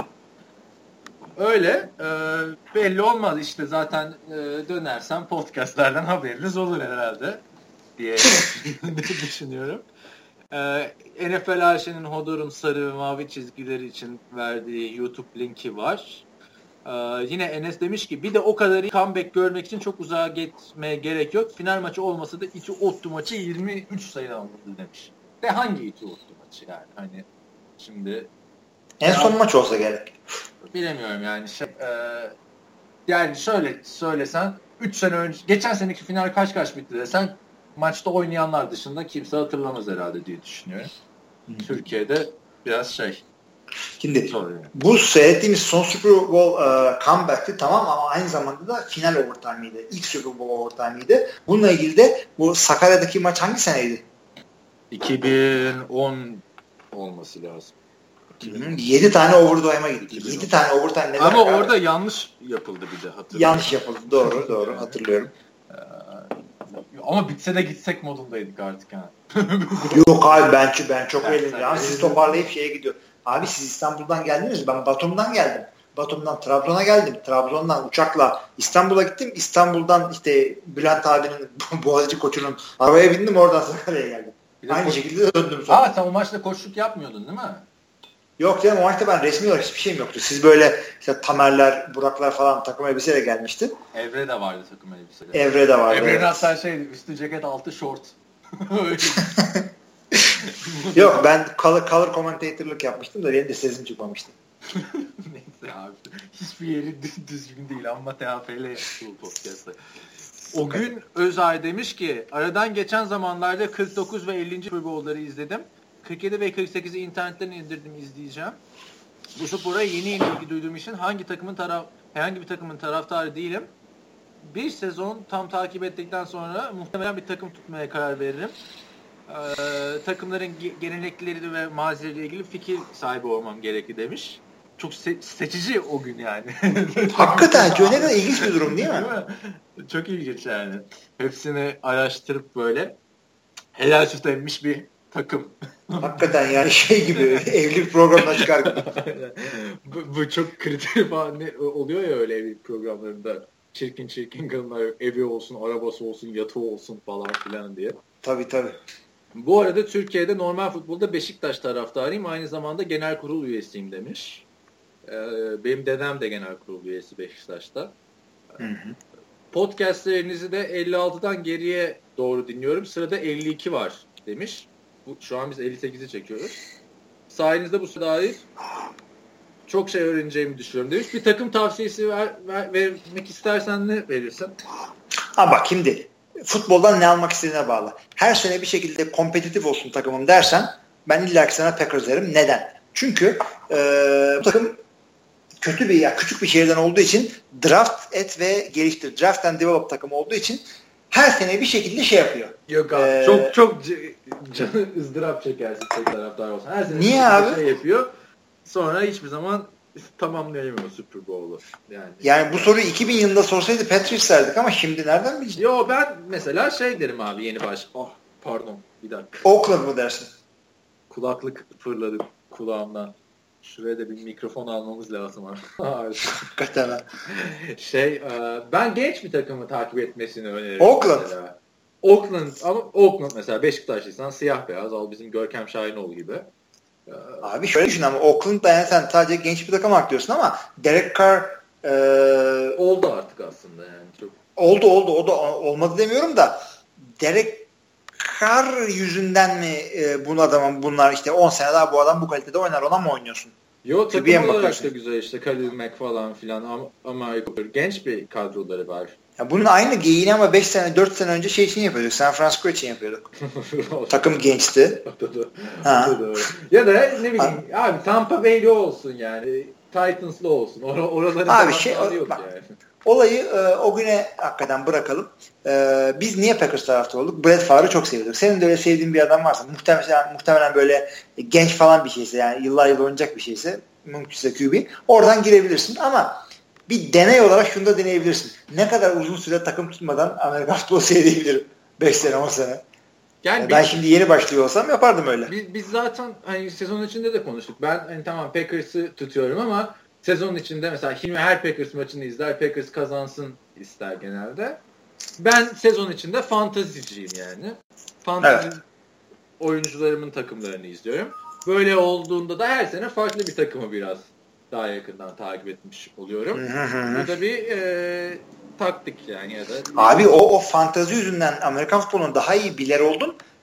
öyle e, belli olmaz işte zaten e, dönersem podcastlerden haberiniz olur herhalde diye düşünüyorum. E, N F L A Ş'nin Hodor'un sarı ve mavi çizgileri için verdiği YouTube linki var. E, yine Enes demiş ki bir de o kadar iyi comeback görmek için çok uzağa gitmeye gerek yok. Final maçı olmasa da iki Ottu maçı yirmi üç sayı alındı demiş. De hangi iti vurdu maçı yani? Hani şimdi en son maç olsa gerek. Bilemiyorum yani. Şey, e, yani şöyle söylesen üç sene önce, geçen seneki final kaç kaç bitti desen maçta oynayanlar dışında kimse hatırlamaz herhalde diye düşünüyorum. Hı. Türkiye'de biraz şey. Şimdi yani. Bu seyrettiğimiz son Super Bowl uh, comeback'ti tamam ama aynı zamanda da final overtime'ıydı. İlk Super Bowl overtime'ıydı. Bununla ilgili de bu Sakarya'daki maç hangi seneydi? iki bin on olması lazım. yedi tane overtime'a gitti. yedi tane overtime. Ama orada abi? Yanlış yapıldı bir de hatırlıyorum. Yanlış yapıldı. Doğru doğru hatırlıyorum. Ee, ama bitse de gitsek modundaydık artık ha. Yok abi ben, ben çok eğlendim. Siz toparlayıp şeye gidiyor. Abi siz İstanbul'dan geldiniz mi? Ben Batum'dan geldim. Batum'dan Trabzon'a geldim. Trabzon'dan uçakla İstanbul'a gittim. İstanbul'dan işte Bülent abinin Boğaziçi koçunun arabaya bindim. Oradan Sakarya'ya geldim. Aynı koç... şekilde döndüm sonra. Aa sen o maçta koçluk yapmıyordun değil mi? Yok canım o maçta ben resmi olarak hiçbir şeyim yoktu. Siz böyle işte Tamerler, Buraklar falan takım elbiseyle gelmişti. Evre de vardı takım elbiseyle. Evre de vardı. Evre'nin evet. Hatta şeydi üstü ceket altı şort. Yok ben color, color commentator'lık yapmıştım da benim de sesim çıkmamıştı. Neyse abi. Hiçbir yeri düzgün değil ama T H F L bu podcast'ta. O gün Özay demiş ki aradan geçen zamanlarda kırk dokuz ve ellinci Super Bowl'ları izledim. kırk yedi ve kırk sekizi internetten indirdim izleyeceğim. Bu spora yeni yeni ilgi duyduğum için hangi takımın taraf herhangi bir takımın taraftarı değilim. Bir sezon tam takip ettikten sonra muhtemelen bir takım tutmaya karar veririm. Ee, takımların ge- gelenekleri ve mazileriyle ilgili fikir sahibi olmam gerekli demiş. Çok se- seçici o gün yani. Hakikaten çok ne kadar ilginç bir durum değil mi? Değil mi? Çok ilginç yani. Hepsini araştırıp böyle helal süt emmiş bir takım. Hakikaten yani şey gibi evlilik programına çıkar gibi. bu, bu çok kritik falan ne, oluyor ya öyle evlilik programlarında. Çirkin çirkin kadınlar evi olsun, arabası olsun, yatağı olsun falan filan diye. Tabii tabii. Bu arada Türkiye'de normal futbolda Beşiktaş taraftarıyım. Aynı zamanda genel kurul üyesiyim demiş. Ee, benim dedem de genel kurul üyesi Beşiktaş'ta. Hı hı. Podcastlerinizi de elli altıdan geriye doğru dinliyorum. Sırada elli iki var demiş. Bu, şu an biz elli sekizi çekiyoruz. Sayenizde bu dair çok şey öğreneceğimi düşünüyorum demiş. Bir takım tavsiyesi ver, ver, vermek istersen ne verirsin? Ha bak şimdi futboldan ne almak istediğine bağlı. Her sene bir şekilde kompetitif olsun takımım dersen ben illaki sana Packers derim. Neden? Çünkü e, bu takım kötü bir ya küçük bir şehirden olduğu için draft et ve geliştir. Draft and develop takımı olduğu için her sene bir şekilde şey yapıyor. Yok abi. Ee, çok çok c- canı ızdırap çekersin tek taraftar olsun. Her sene niye abi? Şey yapıyor. Sonra hiçbir zaman tamamlayamıyor Super Bowl'u. Yani. Yani bu soruyu iki bin yılında sorsaydı Patriots derdik ama şimdi nereden bileceğiz? Yo ben mesela şey derim abi yeni baş. Oh pardon bir dakika. Oakland mı dersin? Kulaklık fırladı kulağımdan. Şuraya da bir mikrofon almamız lazım abi. Hakikaten. şey ben genç bir takımı takip etmesini öneririm. Oakland. Mesela. Oakland ama Oakland mesela Beşiktaşlıysan siyah beyaz al bizim Görkem Şahinoğlu gibi. Abi şöyle düşün ama Oakland'da yani sen sadece genç bir takım aklıyorsun ama Derek Carr e... oldu artık aslında yani çok. Oldu oldu o da olmadı demiyorum da Derek Carr yüzünden mi e, bu adamın bunlar işte on sene daha bu adam bu kalitede oynar ona mı oynuyorsun? Yok takım olarak da güzel işte Khalil Mack falan filan ama, ama genç bir kadroları var. Ya bunun aynı geyiğini ama beş sene dört sene önce şey için yapıyorduk. San Francisco için yapıyorduk. Takım gençti. ha. Ya da ne bileyim ha. Abi Tampa Bay'li olsun yani. Titans'lı olsun. Or- oraların abi şey yok bak, yani. Olayı e, o güne hakikaten bırakalım. E, biz niye Packers taraftarı olduk? Brett Favre'ı çok seviyorduk. Senin de öyle sevdiğin bir adam varsa muhtemelen, muhtemelen böyle genç falan bir şeyse yani yıllar yıl oynayacak bir şeyse mümkünse Q B oradan girebilirsin ama bir deney olarak şunu da deneyebilirsin. Ne kadar uzun süre takım tutmadan Amerikan futbolu seyredebilirim. beş sene on sene. Yani yani ben biz, şimdi yeni başlıyor olsam yapardım öyle. Biz, biz zaten hani sezon içinde de konuştuk. Ben hani tamam Packers'ı tutuyorum ama sezon içinde mesela Hilmi her Packers maçını izler. Packers kazansın ister genelde. Ben sezon içinde fantaziciyim yani. Fantazi evet. oyuncularımın takımlarını izliyorum. Böyle olduğunda da her sene farklı bir takımı biraz daha yakından takip etmiş oluyorum. Bu da bir e, taktik yani ya da. Abi o o fantazi yüzünden Amerikan futbolunun daha iyi biler oldun.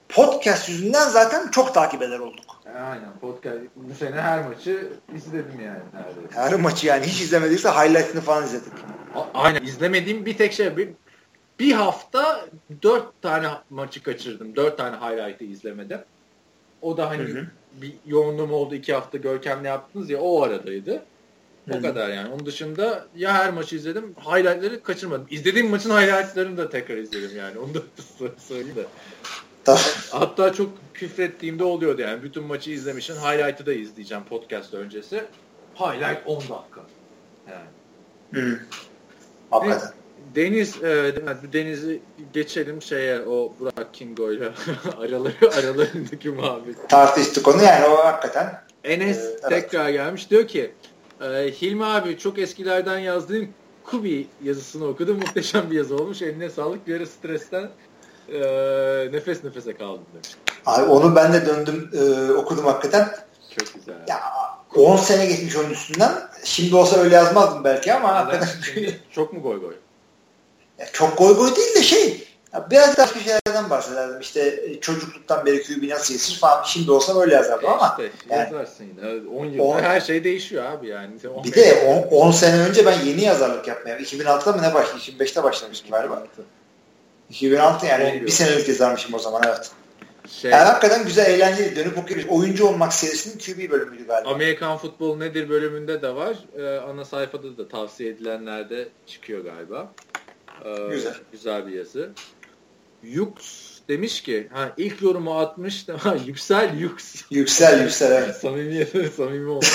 podcast yüzünden zaten çok takip eder olduk. Aynen. Podcast bu sene her maçı izledim yani neredeyse. Her maçı yani hiç izlemediyse highlight'ını falan izledik. A- Aynen. İzlemediğim bir tek şey bir, bir hafta dört tane maçı kaçırdım. Dört tane highlight'ı izlemedim. O da hani hı hı. bir yoğunluğum oldu. iki hafta Görkem'le yaptınız ya o aradaydı. O hı. kadar yani. Onun dışında ya her maçı izledim. Highlight'ları kaçırmadım. İzlediğim maçın highlight'larını da tekrar izledim yani. Onu da söyleyeyim de. Hatta çok küfrettiğimde oluyordu yani. Bütün maçı izlemişsin. Highlight'ı da izleyeceğim podcast öncesi. Highlight on dakika. Yani. Hı. Hakikaten. Deniz, e, Deniz'i geçelim şeye o Burak Kingo'yla araları aralarındaki muhabbet. Tartıştık onu yani o hakikaten. Enes e, tekrar evet. gelmiş diyor ki e, Hilmi abi çok eskilerden yazdığım Kubi yazısını okudum. Muhteşem bir yazı olmuş. Eline sağlık. Bir ara stresten e, nefes nefese kaldım demiş. Abi onu ben de döndüm e, okudum hakikaten. Çok güzel. Ya on sene geçmiş onun üstünden. Şimdi olsa öyle yazmazdım belki ama hakikaten. Çok mu goy goy? Ya çok goy goy değil de şey biraz başka şeylerden bahsederdim. İşte çocukluktan beri Q B nasıl yetişir falan. Şimdi olsam öyle yazardım e ama. İşte yani, yazarsın yine. on yılda her şey değişiyor abi yani. Bir de on sene önce ben yeni yazarlık yapmaya. iki bin altıda mı ne başladım? iki bin beşte başlamıştım galiba. iki bin altı yani bir senelik yazarmışım o zaman evet. Şey, yani hakikaten güzel eğlenceli dönüp okuyoruz. Oyuncu olmak serisinin Q B bölümüydü galiba. Amerikan Futbol Nedir bölümünde de var. Ee, ana sayfada da tavsiye edilenlerde çıkıyor galiba. Ee, güzel. Güzel bir yazı. Yux demiş ki ha ilk yorumu atmış ha yüksel Yux. Yüksel yüksel evet. Samimiyet samimi oldu.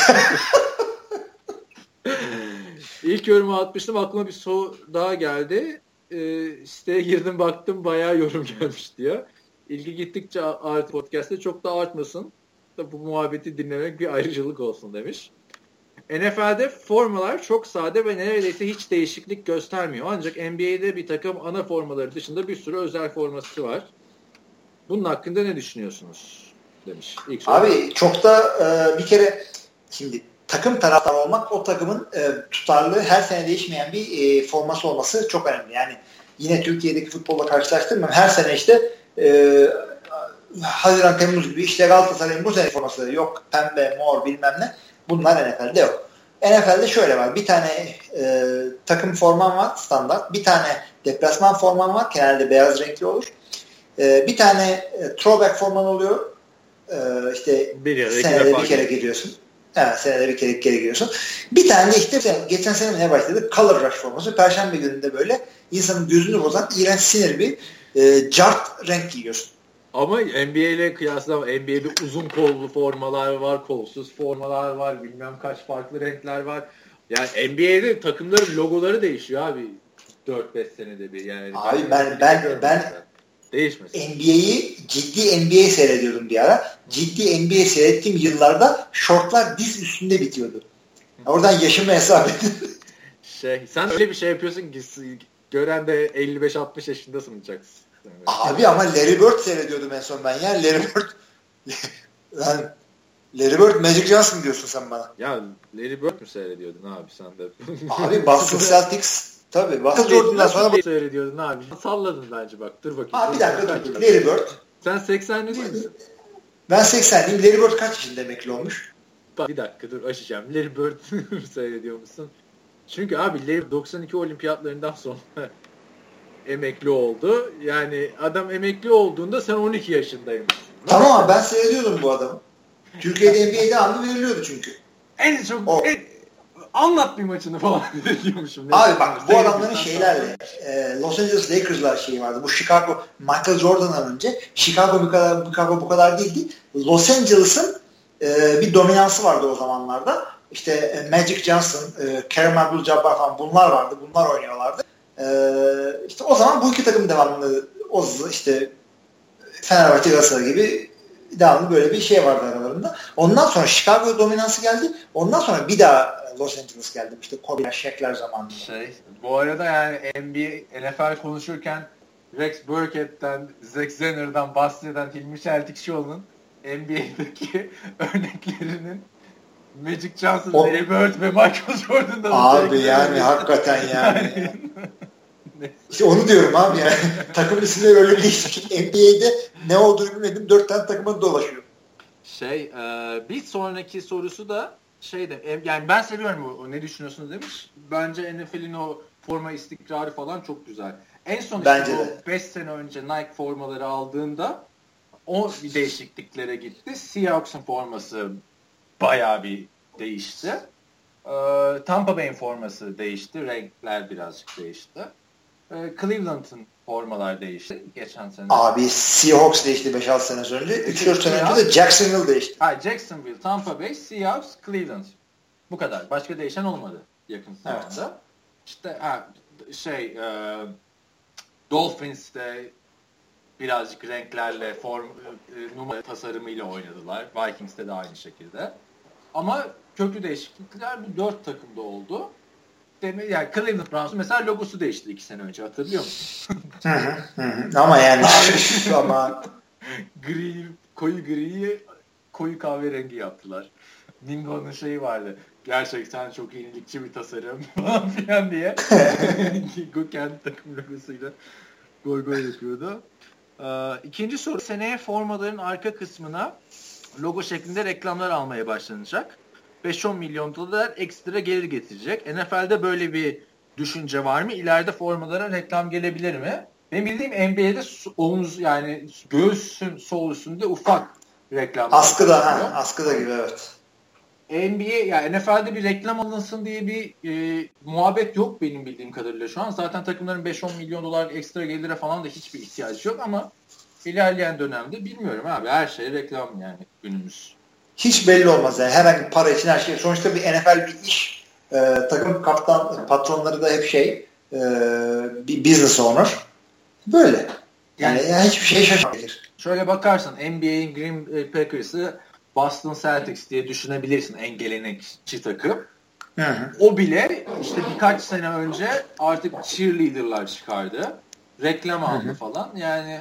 İlk yorumu atmıştım aklıma bir soru daha geldi. Ee, siteye girdim baktım bayağı yorum gelmiş diyor. İlgi gittikçe art podcast'te çok da artmasın. Da bu muhabbeti dinlemek bir ayrıcalık olsun demiş. N F L'de formalar çok sade ve neredeyse hiç değişiklik göstermiyor. Ancak N B A'de bir takım ana formaları dışında bir sürü özel forması var. Bunun hakkında ne düşünüyorsunuz? Demiş. İlk Abi çok da e, bir kere şimdi takım taraftarı olmak o takımın e, tutarlı her sene değişmeyen bir e, forması olması çok önemli. Yani yine Türkiye'deki futbolla karşılaştırmam. Her sene işte e, Haziran Temmuz gibi işte Galatasaray'ın bu sene forması yok pembe mor bilmem ne. Bunlar N F L'de yok. N F L'de şöyle var. Bir tane e, takım forman var standart. Bir tane deplasman forman var. Genelde beyaz renkli olur. E, bir tane e, throwback forman oluyor. E, işte bir senede bir kere geliyorsun. Evet, senede bir kere geri geliyorsun. Bir tane de işte geçen sene ne başladı? Color Rush forması. Perşembe gününde böyle insanın gözünü bozan iğrenç sinir bir e, cart renk giyiyorsun. Ama N B A ile kıyasla N B A'de uzun kollu formalar var, kolsuz formalar var, bilmem kaç farklı renkler var. Yani N B A'de takımların logoları değişiyor abi dört beş senede bir. Yani abi ben ben ben değişmesin. N B A'yi ciddi N B A seyrediyordum bir ara. Ciddi N B A seyrettiğim yıllarda şortlar diz üstünde bitiyordu. Oradan yaşımı hesap edin. Şey, sen öyle bir şey yapıyorsun ki gören de elli beş altmış yaşında sanacaksın. Abi ama Larry Bird seyrediyordum en son ben ya. Larry Bird yani Larry Bird Magic Johnson diyorsun sen bana. Ya Larry Bird mü seyrediyordun abi sen de? Abi Boston Celtics tabii. Boston Jordan'dan sonra seyrediyordun abi. Salladın bence bak. Dur bakayım. Abi bir dakika dur. Larry Bird. Sen seksenli değil misin? Ben seksenliyim. Larry Bird kaç yaşında emekli olmuş? Bir dakika dur açacağım. Larry Bird seyrediyor musun? Çünkü abi Larry doksan iki olimpiyatlarından sonra emekli oldu. Yani adam emekli olduğunda sen on iki yaşındaymışsın. Tamam ama ben seyrediyordum bu adamı. Türkiye'de N B A'de anlı veriliyordu çünkü. En çok en, anlat bir maçını falan diyormuşum. Abi bak bu adamların şeylerle e, Los Angeles Lakers'lar şeyi vardı. Bu Chicago Michael Jordan'dan önce Chicago bu kadar, Chicago bu kadar değildi. Los Angeles'ın e, bir dominansı vardı o zamanlarda. İşte e, Magic Johnson, e, Kareem Abdul-Jabbar falan bunlar vardı. Bunlar oynuyorlardı. Ee, işte o zaman bu iki takım devamlı o işte Fenerbahçe Galatasaray gibi devamlı böyle bir şey vardı aralarında. Ondan sonra Chicago dominansı geldi. Ondan sonra bir daha Los Angeles geldi. İşte Kobe'ler, Shaq'ler zamanında. Şey, bu arada yani N B A, N F L konuşurken Rex Burkett'ten, Zach Zenner'dan bahseden Hilmi Çeltikçioğlu'nun N B A'deki örneklerinin Magic Johnson, Larry Bird ve Michael Jordan'dan abi yani hakikaten yani. İşte onu diyorum abi yani. Takım isimleri öyle değişik. N B A'de ne olduğunu bilmedim. Dört tane takıma dolaşıyor. Şey e, bir sonraki sorusu da şeyde yani ben seviyorum o, ne düşünüyorsunuz demiş. Bence N F L'in o forma istikrarı falan çok güzel. En son işte o beş sene önce Nike formaları aldığında o bir değişikliklere gitti. Seahawks'ın forması bayağı bir değişti. Ee, Tampa Bay'in forması değişti. Renkler birazcık değişti. Ee, Cleveland'ın formalar değişti geçen sene. Abi Seahawks değişti beş altı sene önce. üç dört sene önce de Jacksonville değişti. Hayır, Jacksonville, Tampa Bay, Seahawks, Cleveland. Bu kadar. Başka değişen olmadı yakın zamanda. Evet. İşte ha, şey e, Dolphins'te birazcık renklerle form e, numara tasarımıyla oynadılar. Vikings'te de aynı şekilde. Ama köklü değişiklikler bu dört takımda oldu. Deme, yani Cleveland Browns'un mesela logosu değişti iki sene önce, hatırlıyor musun? hı hı, hı. Ama yani ama gri, koyu griyi koyu kahverengi yaptılar. Ningo'nun şeyi vardı. Gerçekten çok yenilikçi bir tasarım falan filan diye. Ningo kendi takım logosuyla goy goy yapıyordu. Ee, ikinci soru. Seneye formaların arka kısmına logo şeklinde reklamlar almaya başlanacak. beş on milyon dolar ekstra gelir getirecek. N F L'de böyle bir düşünce var mı? İleride formalara reklam gelebilir mi? Benim bildiğim N B A'de omuz yani göğsün sol üstünde ufak reklamlar. Askıda ha, askıda gibi evet. N B A yani N F L'de bir reklam alınsın diye bir e, muhabbet yok benim bildiğim kadarıyla şu an. Zaten takımların beş on milyon dolar ekstra gelire falan da hiçbir ihtiyacı yok ama ilerleyen dönemde bilmiyorum abi, her şey reklam yani günümüz. Hiç belli olmaz yani herhangi para için her şey. Sonuçta bir N F L bir iş. Ee, takım kaptan patronları da hep şey e, bir business owner. Böyle. Yani, yani hiçbir şey şaşırmayır. Şöyle bakarsan N B A'in Green Bay Packers'ı Boston Celtics diye düşünebilirsin, en gelenekçi takım. Hı hı. O bile işte birkaç sene önce artık cheerleader'lar çıkardı. Reklam aldı hı hı. falan. Yani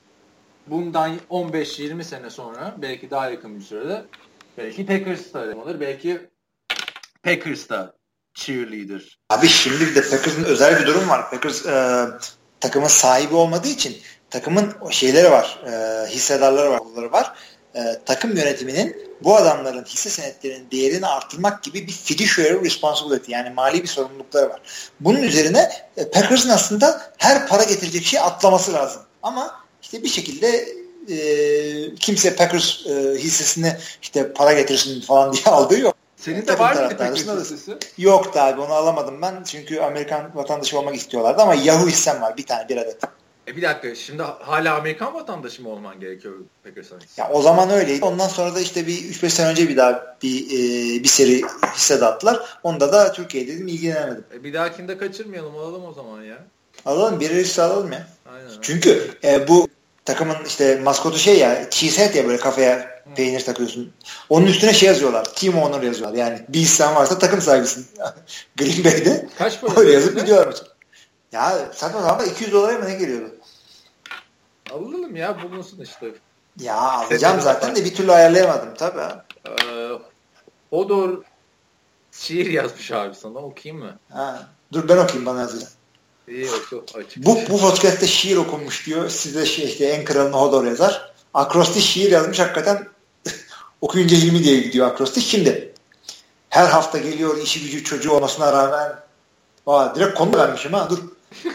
bundan on beş yirmi sene sonra belki daha yakın bir sürede belki Packers'ta olur. Belki Packers'ta cheerleader. Abi şimdi bir de Packers'ın özel bir durum var. Packers e, takımın sahibi olmadığı için takımın şeyleri var. E, hissedarları var. var. E, takım yönetiminin bu adamların hisse senetlerinin değerini arttırmak gibi bir fiduciary responsibility yani mali bir sorumlulukları var. Bunun üzerine e, Packers'ın aslında her para getirecek şeyi atlaması lazım. Ama işte bir şekilde e, kimse Packers e, hissesini işte para getirsin falan diye aldığı yok. Senin de var mıydı Packers hissesi? Yoktu abi, onu alamadım ben. Çünkü Amerikan vatandaşı olmak istiyorlardı ama Yahoo hissem var bir tane, bir adet. E bir dakika, şimdi hala Amerikan vatandaşı mı olman gerekiyor Packers'ın? Ya o zaman öyleydi. Ondan sonra da işte bir üç beş sene önce bir daha bir e, bir seri hisse dağıttılar. Onda da Türkiye'de dedim, ilgilenemedim. E bir dahakinde kaçırmayalım, alalım o zaman ya. Alalım, bir hisse alalım ya. Aynen. Çünkü e, bu takımın işte maskotu şey ya, cheesehead ya, böyle kafaya hmm. peynir takıyorsun. Onun üstüne şey yazıyorlar. Team owner yazıyorlar. Yani bir hissen varsa takım sahibisin. Green Bay'de. Kaç para? Öyle yazıp gidiyorlar. Ya saçma ama iki yüz dolara mı ne geliyordu? Alalım ya, bulunsun işte. Ya alacağım zaten de bir türlü ayarlayamadım tabii. Ee, Hodor şiir yazmış abi, sana okuyayım mı? Ha, dur ben okuyayım, bana yazacağım. İyi oku, açık. Bu, bu podcast'te şiir okunmuş diyor. Size şey işte en kralını Hodor yazar. Akrostiş şiir yazmış hakikaten. Okuyunca Hilmi diye gidiyor Akrostiş. Şimdi her hafta geliyor, işi gücü çocuğu olmasına rağmen. Aa, direkt konu vermişim ha, dur.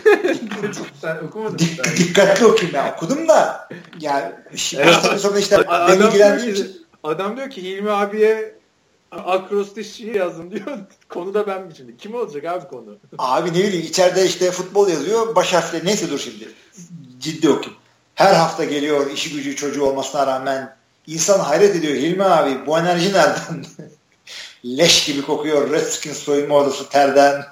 Sen okumadın Dik, mı? Dikkatli okuyayım ben. Okudum da yani evet. sonra işte ben ilgilendiğim için. Adam diyor ki Hilmi abiye akrostiş şiir yazdım diyor. Konu da ben mi şimdi? Kim olacak abi konu? Abi ne bileyim, içeride işte futbol yazıyor. Baş harfle neyse, dur şimdi. Ciddi okuyayım. Her hafta geliyor, işi gücü çocuğu olmasına rağmen. İnsan hayret ediyor. Hilmi abi bu enerji nereden? Leş gibi kokuyor Redskins soyunma odası terden.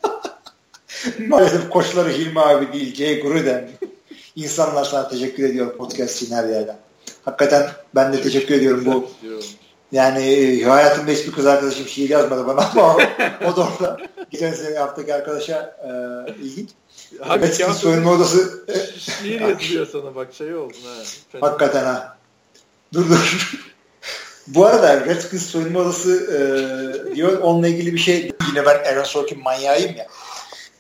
Maalesef koçları Hilmi abi değil, Jay Gruden. İnsanlar sana teşekkür ediyor podcast için her yerden. Hakikaten ben de teşekkür ediyorum bu. Yani hayatımda hiçbir kız arkadaşım şiir yazmadı bana ama o, o da orada. Geçen sene yaptık arkadaşa e, ilginç. Redskins soyunma odası. Şiir yazılıyor sana bak, şey oldu ha. Hakikaten ha. Dur dur. Bu arada Redskins soyunma odası e, diyor, onunla ilgili bir şey. Yine ben Aaron Sorkin manyağıyım ya.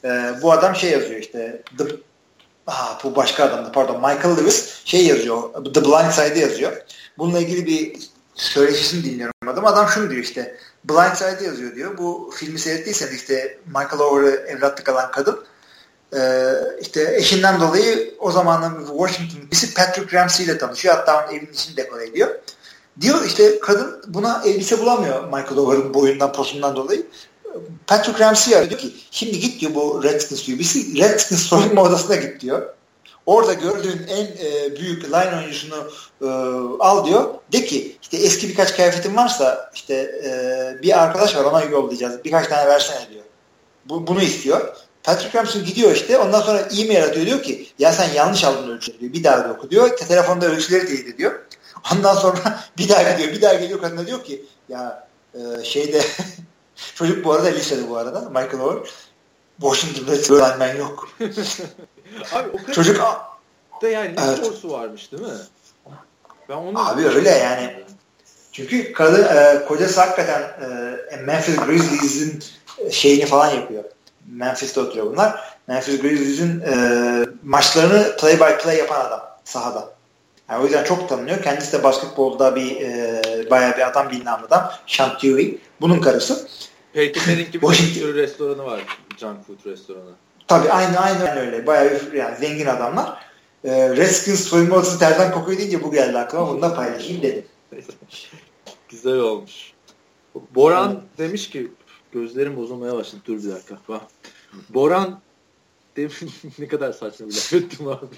e, bu adam şey yazıyor işte The, aha, bu başka adamdı pardon Michael Lewis şey yazıyor The Blind Side'ı yazıyor. Bununla ilgili bir söyleşisini dinliyorum adam. Adam şunu diyor işte Blind Side'ı yazıyor diyor. Bu filmi seyrettiyseniz işte Michael Over'ı evlatlık alan kadın Ee, işte eşinden dolayı o zamanın Washington birisi Patrick Ramsey ile tanışıyor. Hatta onun evinin içini dekore ediyor. Diyor işte kadın buna elbise bulamıyor Michael Over'ın boyundan posundan dolayı. Patrick Ramsey arıyor diyor ki şimdi git diyor bu Redskins diyor. Birisi Redskins soyunma odasına git diyor. Orada gördüğün en e, büyük line oyuncusunu e, al diyor. De ki işte eski birkaç kıyafetin varsa işte e, bir arkadaş var ona yollayacağız. Birkaç tane versene diyor. Bu, bunu istiyor. Patrick Ramsey gidiyor işte. Ondan sonra e-mail atıyor diyor ki ya sen yanlış aldın ölçüleri diyor. Bir daha da oku diyor. Telefonda ölçüleri teyit ediyor. Ondan sonra bir daha gidiyor. Bir daha geliyor kadına diyor ki ya e, şeyde çocuk bu arada lisede bu arada Michael Owen Washington'da öğrenmen yok. Abi o kadar çocuk da yani ne evet. sorusu varmış değil mi? Ben onu abi öyle yani. Çünkü kadın e, kocası hakikaten e, Memphis Grizzlies'in şeyini falan yapıyor. Memphis'te oturuyor bunlar. Memphis Grizzlies'in e, maçlarını play by play yapan adam sahada. Yani o yüzden çok tanınıyor. Kendisi de basketbolda bir e, bayağı bir adam bilinen adam. Sean Dewey. Bunun karısı. Peyton Manning gibi bir sürü restoranı var. Junk food restoranı. Tabii aynı aynı öyle. Bayağı bir yani zengin adamlar. E, Redskins soyunma odası terden kokuyor deyince bu geldi aklıma. Bunu da paylaşayım dedim. Güzel olmuş. Boran evet. Demiş ki gözlerim bozulmaya başladı. Dur bir dakika. Bak. Boran demiş ne kadar saçma bir laf ettim abi.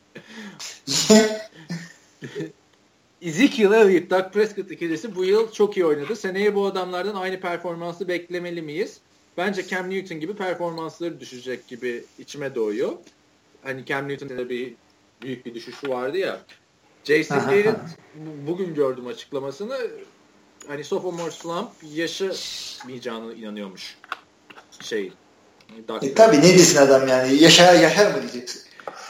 Ezekiel Elliott, Dak Prescott ikilisi bu yıl çok iyi oynadı. Seneye bu adamlardan aynı performansı beklemeli miyiz? Bence Cam Newton gibi performansları düşecek gibi içime doğuyor. Hani Cam Newton'da bir büyük bir düşüşü vardı ya. Jason Garrett bugün gördüm açıklamasını. Hani sophomore slump yaşamayacağına inanıyormuş. Şey. E tabii ne desin adam yani? Yaşar yaşar mı diyeceksin?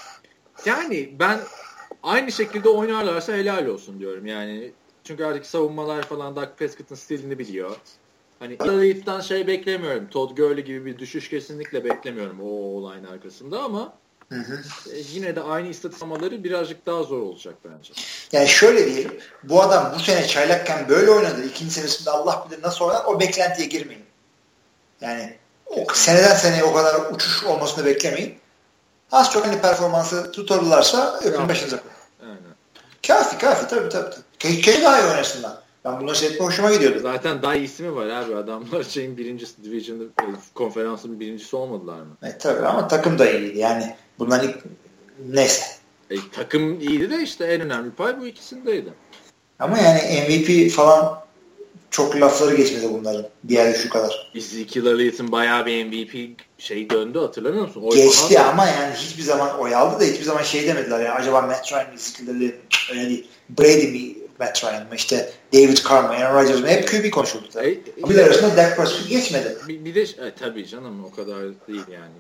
Yani ben aynı şekilde oynarlarsa helal olsun diyorum. Yani çünkü artık savunmalar falan Dak Prescott'ın stilini biliyor. Hani Elliot'tan şey beklemiyorum. Todd Gurley gibi bir düşüş kesinlikle beklemiyorum o olayın arkasında ama hı hı. Yine de aynı istatistikleri birazcık daha zor olacak bence. Yani şöyle diyelim. Bu adam bu sene çaylakken böyle oynadı. İkinci senesinde Allah bilir nasıl oynar. O beklentiye girmeyin. Yani o, seneden seneye o kadar uçuş olmasını beklemeyin. Az çok hani performansı tutarlarsa öpün başınıza koyun. Kafi kafi tabii tabii. tabii. Keşke daha iyi oynasınlar. Ben bunları seyretme hoşuma gidiyordu. Zaten daha iyisi mi var abi? Adamlar şeyin birincisi, Division'da konferansın birincisi olmadılar mı? E tabii ama takım da iyiydi. Yani bunların ilk... neyse. E, takım iyiydi de işte en önemli pay bu ikisindeydi. Ama yani M V P falan çok lafları geçmedi bunların. Diğer şu kadar. Ezekiel Elliott'ın bayağı bir M V P şey döndü hatırlamıyor musun? Oy Geçti falan ama yani hiçbir zaman oy aldı da hiçbir zaman şey demediler. Yani acaba Matt Ryan mı Ezekiel Elliott öyle değil. Brady mi Matt Ryan mı işte David Carr mı Aaron Rodgers mı hep Q B konuşuldu tabii. E, e, bir arasında Dak Prescott geçmedi. Bir, bir de e, tabii canım o kadar değil yani.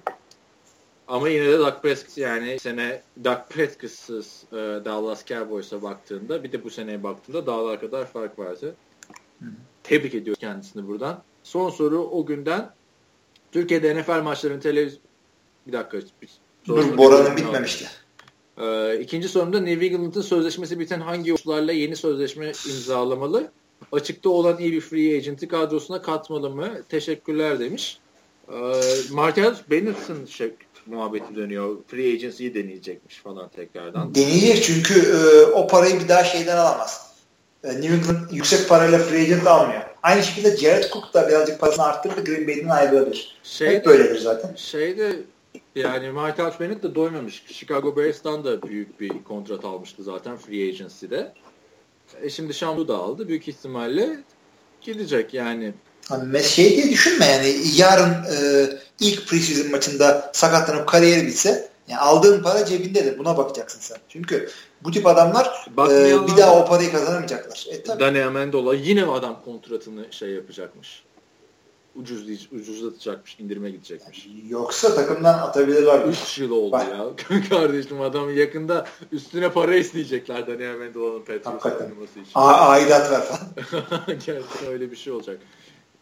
Ama yine de Dak Prescott yani sene Dak Prescott'sız e, Dallas Cowboys'a baktığında bir de bu seneye baktığında dağlar kadar fark vardı. Hı. Tebrik ediyoruz kendisini buradan. Son soru o günden Türkiye'de N F L maçlarının televizyon... Bir dakika. Bir Dur Bora'nın bitmemişti. Ee, ikinci sorumda New England'ın sözleşmesi biten hangi oyuncularla yeni sözleşme imzalamalı? Açıkta olan iyi bir free agent'i kadrosuna katmalı mı? Teşekkürler demiş. Ee, Martellus Bennett'ın şey, muhabbeti dönüyor. Free agency'yi deneyecekmiş falan tekrardan. Deneyecek çünkü e, o parayı bir daha şeyden alamaz. E, New England yüksek parayla free agent almıyor. Aynı şekilde Jared Cook da birazcık parasını arttırdı. Green Bay'den ayrılabilir. Şey Hep de, böyledir zaten. Şeyde yani Martellus Bennett de doymamış. Chicago Bears'tan da büyük bir kontrat almıştı zaten free agency'de. E şimdi Şambu da aldı. Büyük ihtimalle gidecek yani. Hani şey diye düşünme yani yarın e, ilk preseason maçında sakatlanıp kariyeri bitse yani aldığın para cebindedir. Buna bakacaksın sen. Çünkü bu tip adamlar e, bir daha o parayı kazanamayacaklar. E, Dani Amendola yine adam kontratını şey yapacakmış. Ucuz ucuzlatacakmış, indirime gidecekmiş. Yoksa takımdan atabilirler. üç yıl oldu Bak. ya. Kardeşim adamın yakında üstüne para isteyecekler Dani Amendola'nın Patriots'ın oynaması için. A- aidat ver falan. Gerçekten öyle bir şey olacak.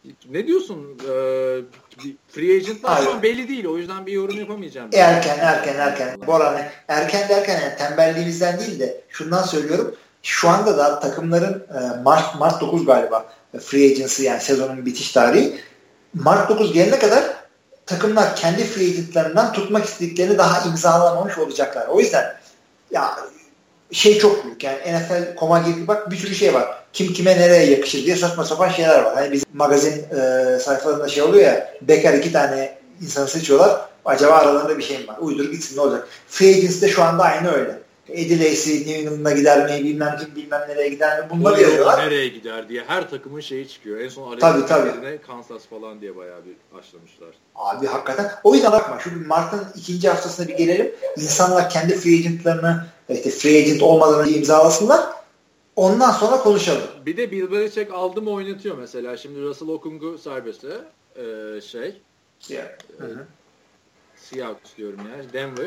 Ne diyorsun? Ee, free agent'lar şu an belli değil. O yüzden bir yorum yapamayacağım. Erken erken erken. Boran erken derken yani tembelliğimizden değil de şundan söylüyorum. Şu anda da takımların Mart Mart dokuz galiba free agency yani sezonun bitiş tarihi. Mart dokuz gelene kadar takımlar kendi free agentlarından tutmak istediklerini daha imzalamamış olacaklar. O yüzden ya şey çok büyük. Yani N F L nokta com'a girip bak bir sürü şey var. Kim kime nereye yakışır diye saçma sapan şeyler var. Hani bizim magazin e, sayfalarında şey oluyor ya, bekar iki tane insanı seçiyorlar. Acaba aralarında bir şey mi var? Uydur gitsin ne olacak? Free Agency'de şu anda aynı öyle. Eddie Lacy New England'a gider mi? Bilmem kim bilmem nereye gider mi? Bunları yazıyorlar. Nereye gider diye her takımın şeyi çıkıyor. En son tabii, tabii. Kansas falan diye bayağı bir başlamışlar. Abi hakikaten. O yüzden bakma. Şu Mart'ın ikinci haftasına bir gelelim. İnsanlar kendi free agentlarını işte free agent olmadan önce imzalasınlar. Ondan sonra konuşalım. Bir de Bill Belichick aldı mı oynatıyor mesela. Şimdi Russell Okung'u serbest ee, şey. Yeah. E, Seahawks diyorum yani. Denver.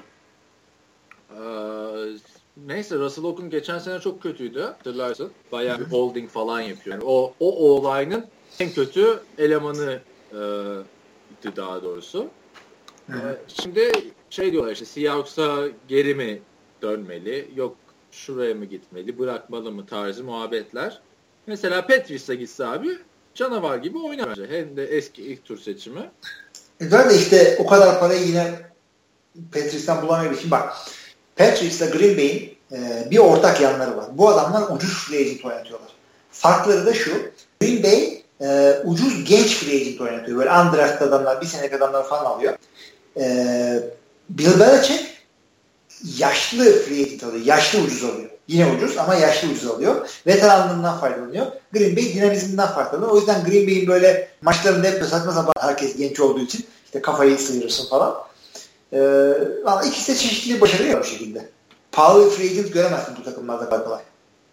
Ee, neyse Russell Okung geçen sene çok kötüydü. Hatırlarsın. Bayağı bir holding falan yapıyor. Yani o o olayının en kötü elemanı e, daha doğrusu. Ee, şimdi şey diyorlar işte Seahawks'a geri mi dönmeli? Yok şuraya mı gitmeli? Bırakmalı mı tarzı muhabbetler. Mesela Patrice'e gitse abi canavar gibi oynar bence. Hem de eski ilk tur seçimi. Ben de işte o kadar parayı yine Patrice'den bulamıyor. Şimdi bak Patrice ile Green Bay'in e, bir ortak yanları var. Bu adamlar ucuz free agent oynatıyorlar. Farkları da şu. Green Bay e, ucuz genç free agent oynatıyor. Böyle undrafted adamlar, bir senelik adamlar falan alıyor. E, Bill Belichick yaşlı free agent alıyor. Yaşlı ucuz alıyor. Yine ucuz ama yaşlı ucuz alıyor. Veteranlığından faydalanıyor. Green Bay dinamizminden faydalanıyor. O yüzden Green Bay'in böyle maçlarında hep saçma sapan herkes genç olduğu için işte kafayı sıyırırsın falan. Ee, ikisi de çeşitli başarıyor o şekilde. Pahalı free agent göremezsin bu takımlarda kolay kolay.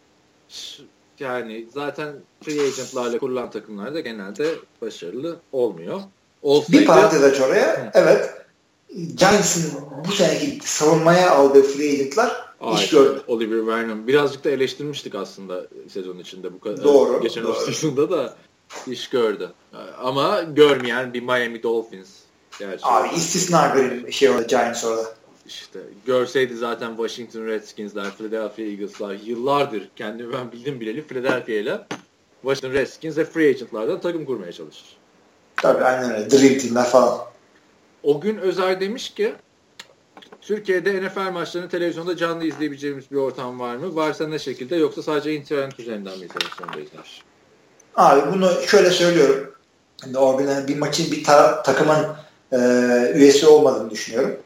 Yani zaten free agentlarla kurulan takımlarda genelde başarılı olmuyor. Olsaydı... Bir parantez aç oraya. Hı. Evet. Giants'ın bu seneki savunmaya aldığı free agentlar Ay, iş gördü. Oliver Vernon. Birazcık da eleştirmiştik aslında sezon içinde. Bu kadar. Doğru. Geçen doğru. da iş gördü. Ama görmeyen bir Miami Dolphins. Gerçi abi istisna bir şey orada Giants orada. İşte görseydi zaten Washington Redskins'ler, Philadelphia Eagles'lar yıllardır kendimi ben bildim bileli Philadelphia ile Washington Redskins ve free agent'lardan takım kurmaya çalışır. Tabii aynen öyle. Dream Team'ler falan. O gün Özer demiş ki Türkiye'de N F L maçlarını televizyonda canlı izleyebileceğimiz bir ortam var mı? Varsa ne şekilde yoksa sadece internet üzerinden mi izlemek zorundayız? Abi bunu şöyle söylüyorum. Şimdi orijinal bir maçın bir ta- takımın e, üyesi olmadığını düşünüyorum.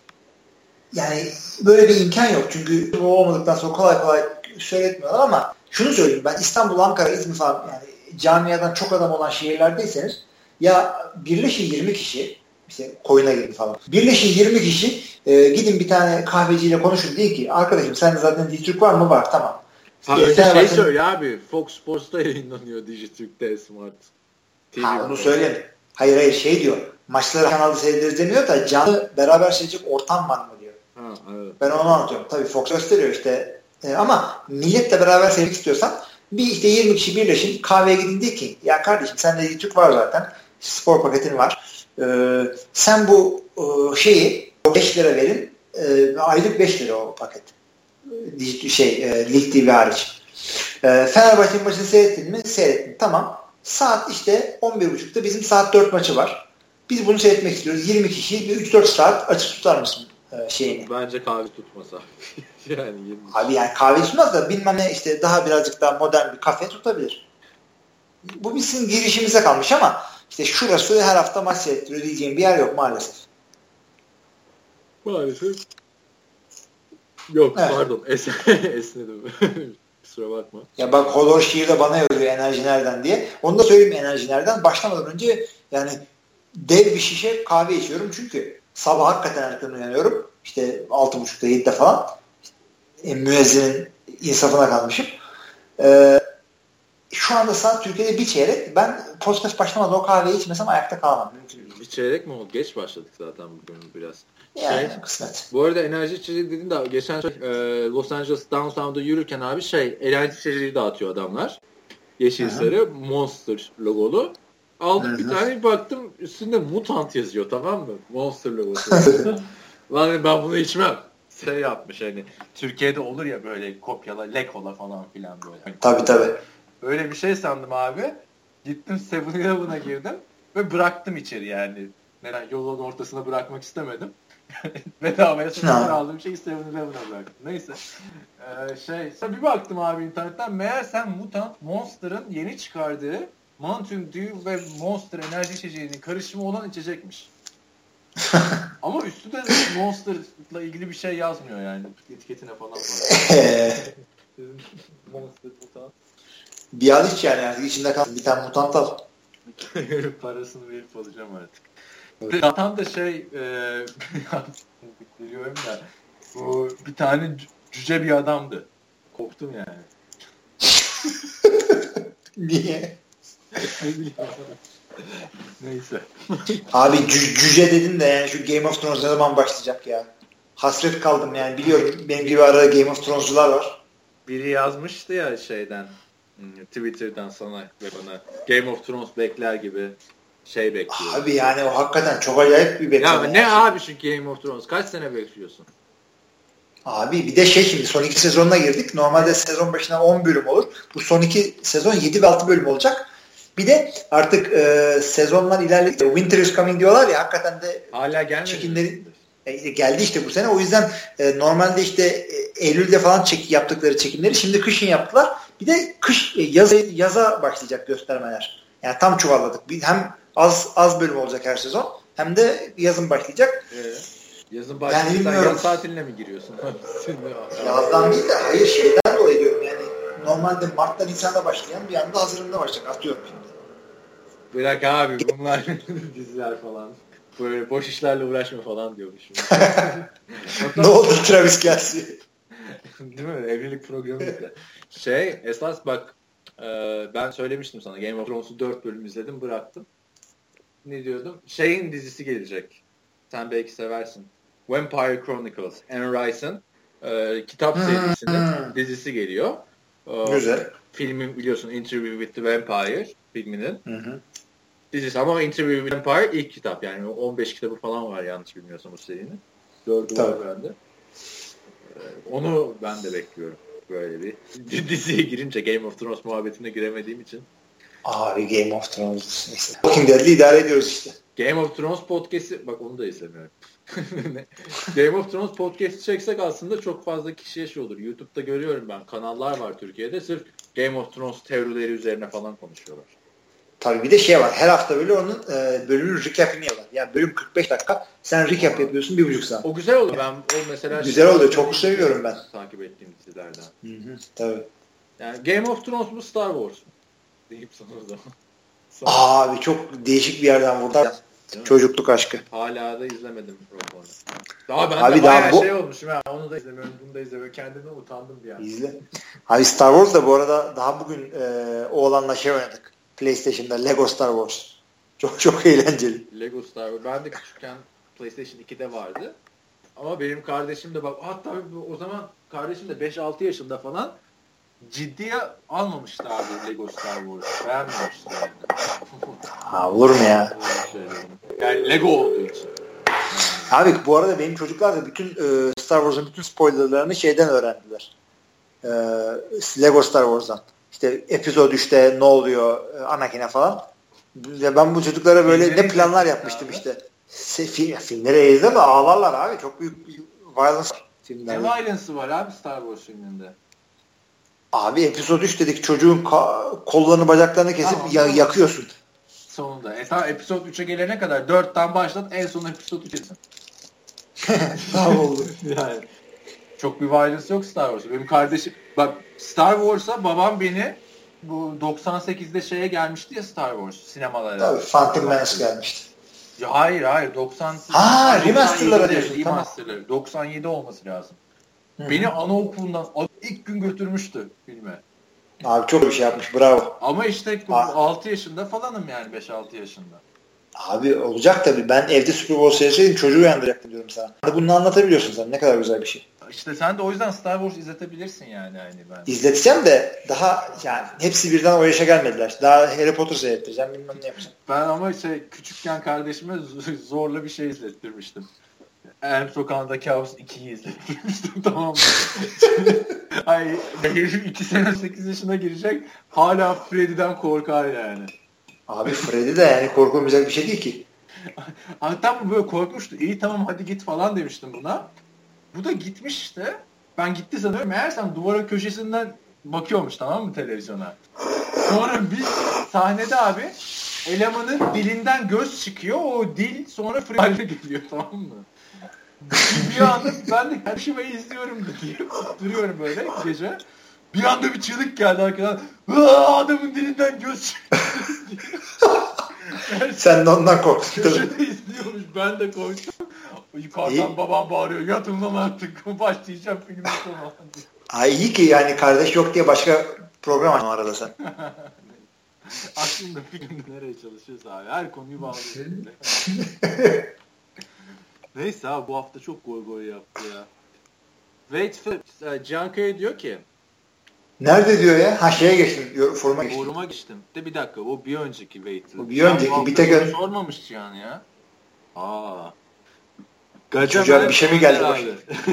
Yani böyle bir imkan yok. Çünkü bu olmadıktan sonra kolay kolay söyletmiyorlar ama şunu söyleyeyim ben İstanbul, Ankara, İzmir falan yani camiadan çok adam olan şehirlerdeyseniz ya birleşin yirmi kişi işte koyuna girin falan. Birleşin yirmi kişi e, gidin bir tane kahveciyle konuşun deyin ki arkadaşım sende zaten Dijitürk var mı? Var tamam. Ha, önce şey bakın, söyle abi Fox Sports'ta yayınlanıyor Dijitürk'te Smart T V. Ha onu söyleyeyim. Hayır hayır şey diyor. Maçları kanalda seyrederiz demiyor da canlı beraber seyredecek ortam var mı diyor. Ha, evet. Ben onu anlatıyorum. Tabii Fox gösteriyor işte. E, ama milletle beraber seyretmek istiyorsan bir işte yirmi kişi birleşin kahveye gidin diye ki ya kardeşim sende Dijitürk var zaten. Spor paketin var. Ee, sen bu e, şeyi beş lira verin. E, aylık beş lira o paket. Dijitürk şey e, Lig T V hariç. E, Fenerbahçe'nin maçını seyrettin mi? Seyrettin. Tamam. Saat işte on bir buçukta bizim saat dört maçı var. Biz bunu seyretmek istiyoruz. yirmi kişi üç dört saat açık tutar mısın e, şeyini? Bence kahve tutmasa. yani abi yani kahve tutmaz da bilmem ne işte daha birazcık daha modern bir kafe tutabilir. Bu bizim girişimize kalmış ama işte şurası her hafta maç seyrettiriyor diyeceğim bir yer yok maalesef. Maalesef. Yok evet. Pardon. Es esnedim. Kusura bakma. Ya bak Hodor şiirde bana yazıyor enerji nereden diye. Onu da söyleyeyim enerji nereden. Başlamadan önce yani dev bir şişe kahve içiyorum. Çünkü sabah hakikaten erken uyanıyorum. İşte altı buçukta yedide falan. E, müezzinin insafına kalmışım. Eee Şu anda saat Türkiye'de bir çeyrek. Ben podcast başlamadan o kahveyi içmesem ayakta kalamam. Mümkün. Bir çeyrek mi oldu? Geç başladık zaten bugün biraz. Yani şey, kısmet. Bu arada enerji içeceği dediğin de geçen şey, e, Los Angeles Downtown'da yürürken abi şey enerji içeceği dağıtıyor adamlar. Yeşil Hı-hı. sarı Monster logolu. Aldım Hı-hı. bir tane, bir baktım üstünde mutant yazıyor, tamam mı? Monster logosu. Lan ben bunu içmem. Şey yapmış hani, Türkiye'de olur ya böyle kopyala, Lekola falan filan böyle. Hani tabii tabii. öyle bir şey sandım abi. Gittim seven eleven'a girdim ve bıraktım içeri yani. Neden? Yolun ortasına bırakmak istemedim. Bedavaya satın aldığım şeyi seven eleven'a bıraktım. Neyse. Ee, şey, sonra bir baktım abi internetten. Meğersem Mutant, Monster'ın yeni çıkardığı Mountain Dew ve Monster enerji içeceğinin karışımı olan içecekmiş. Ama üstü de Monster'la ilgili bir şey yazmıyor yani. Etiketine falan var. Monster, Mutant. Bir al iç yani. yani. İçinde kalsın. Bir tane mutant al. Parasını verip alacağım artık. Zaten da şey e, biliyorum da bu bir tane cüce bir adamdı. Koptum yani. Niye? Neyse. Abi cü- cüce dedin de yani şu Game of Thrones ne zaman başlayacak ya? Hasret kaldım yani. Biliyorum benim gibi arada Game of Thrones'cular var. Biri yazmıştı ya şeyden, Twitter'dan sana ve bana, Game of Thrones bekler gibi şey bekliyor. Abi yani o hakikaten çok acayip bir bekleme. Ya ne yani. Abi şu Game of Thrones kaç sene bekliyorsun? Abi bir de şey, şimdi son iki sezonuna girdik. Normalde sezon başına on bölüm olur. Bu son iki sezon yedi ve altı bölüm olacak. Bir de artık e, sezonlar ilerledikçe Winter is coming diyorlar ya, hakikaten de hala gelmedi. Çekimleri e, geldi işte bu sene. O yüzden e, normalde işte e, Eylül'de falan çek, yaptıkları çekimleri şimdi kışın yaptılar. Bir de kış e, yaz, yaza başlayacak göstermeler. Yani tam çuvalladık. Bir, hem az az bölüm olacak her sezon, hem de yazın başlayacak. Ee, yazın başlayacak. Yani yaz tatiline mi giriyorsun? Yazdan değil de hayır şeyden dolayı diyorum yani. Normalde Mart'ta Nisan'da başlayan bir anda Haziran'da başlayacak. Atıyorum şimdi. Bırak abi bunlar diziler falan. Böyle boş işlerle uğraşma falan diyormuşum. Ne oldu Travis Kelce? Değil mi? Evlilik programı işte. Şey esas bak, e, ben söylemiştim sana, Game of Thrones'u dört bölüm izledim, bıraktım. Ne diyordum? Şeyin dizisi gelecek. Sen belki seversin. Vampire Chronicles. Anne Rice'ın e, kitap serisinin dizisi geliyor. E, Güzel. Filmin biliyorsun Interview with the Vampire filminin. Hı hı. Dizisi ama Interview with the Vampire ilk kitap, yani on beş kitabı falan var yanlış bilmiyorsam bu serinin. Dördü var bende. E, onu ben de bekliyorum. Böyle bir diziye girince, Game of Thrones muhabbetine giremediğim için. Abi Game of Thrones. Neyse. Walking Dead'li idare ediyoruz işte. Game of Thrones podcast'i, bak onu da izlemiyorum. Game of Thrones podcast'i çeksek aslında çok fazla kişiye şey olur. YouTube'da görüyorum ben, kanallar var Türkiye'de, sırf Game of Thrones teorileri üzerine falan konuşuyorlar. Tabii bir de şey var, her hafta böyle onun e, bölümün recap'ini yapar. Yani bölüm kırk beş dakika, sen recap yapıyorsun bir buçuk saat. O güzel oluyor. Ben o mesela güzel oluyor, çok seviyorum ben. Takip ettiğim dizilerden. Hı hı, tabii. Yani Game of Thrones mu Star Wars mu? Deyip sana o zaman. Sonra... Abi çok değişik bir yerden vurdu. Çocukluk aşkı. Hala da izlemedim Rogue One'u. Daha ben abi de daha bayağı bu... şey olmuşum ya. Onu da izlemiyorum, bunu da izlemiyorum. Kendimden utandım bir an. İzle. Abi Star Wars da bu arada daha bugün e, oğlanla şey oynadık. PlayStation'da Lego Star Wars. Çok çok eğlenceli. Lego Star Wars. Ben de küçükken PlayStation ikide vardı. Ama benim kardeşim de bak, hatta o zaman kardeşim de beş altı yaşında falan, ciddiye almamıştı abi Lego Star Wars. Beğenmemişti yani. Ha olur mu ya? Yani Lego olduğu için. Abi bu arada benim çocuklar da bütün e, Star Wars'un bütün spoilerlarını şeyden öğrendiler. E, Lego Star Wars'dan. İşte Episode üçte ne oluyor e, Anakin'e falan. Ve ben bu çocuklara böyle filmleri ne planlar yapmıştım abi. işte. Film, filmleri izleme ağlarlar abi. Çok büyük bir violence filmler. Ne violence'ı var abi Star Wars filminde? Abi Episode üç dedik, çocuğun ka- kollarını bacaklarını kesip tamam, ya- yakıyorsun. Sonunda. E tamam, Episode üçe gelene kadar dörtten başlat, en son Episode üçesin. Tamam oldu. Yani çok bir violence yok Star Wars'ta. Benim kardeşim bak, Star Wars'a babam beni bu doksan sekizde şeye gelmişti ya, Star Wars sinemalara. Tabii Phantom Menace gelmişti. Ya hayır hayır doksan Ha, remaster'lara diyorsun. Remaster'ları. Tamam. doksan yedi olması lazım. Hı-hı. Beni anaokulundan ilk gün götürmüştü filme. Abi çok bir şey yapmış, bravo. Ama işte altı yaşında falanım yani, beş altı yaşında. Abi olacak tabii. Ben evde Super Bowl seyreseydim çocuğu uyandıracaktım diyorum sana. Bunu anlatabiliyorsun sen. Ne kadar güzel bir şey. İşte sen de o yüzden Star Wars izletebilirsin yani. yani ben. İzleteceğim de daha yani hepsi birden o yaşa gelmediler. Daha Harry Potter seyrettireceğim bilmem ne yapacağım. Ben ama şey küçükken kardeşime zorla bir şey izlettirmiştim. Elm Sokağı'nda Kabus ikiyi izlettirmiştim tamam mı? Ay herif iki sene sekiz yaşına girecek hala Freddy'den korkar yani. Abi Freddy de yani korkulmayacak bir şey değil ki. Hatta bu böyle korkmuştu. İyi tamam hadi git falan demiştim buna. Bu da gitmiş işte. Ben gitti sanıyorum. Meğersem duvara köşesinden bakıyormuş tamam mı televizyona. Sonra bir sahnede abi elemanın dilinden göz çıkıyor. O dil sonra Freddy'ye geliyor tamam mı? Bir anda ben de karşıma izliyorum diye duruyorum böyle gece. Bir anda bir çığlık geldi arkadan. Adamın dilinden göz çıktı. Sen de ondan korktun. Köşede izliyormuş. Ben de korktum. Yukarıdan iyi. Babam bağırıyor. Yatın lan artık. Başlayacağım filmi falan. Ay iyi ki yani kardeş yok diye başka program açtın arada sen. Aslında filmde nereye çalışıyoruz abi. Her konuyu bağlıyorsun. Neyse abi bu hafta çok goy goy yaptı ya. Wait for Cankaya diyor ki nerede diyor ya? Ha şeye geçtim. Foruma geçtim. Foruma geçtim. De bir dakika. O bir önceki Wait. O bir önceki. Bir tek ön... sormamış yani ya. Aa. Çocuğa bir şey mi geldi başına?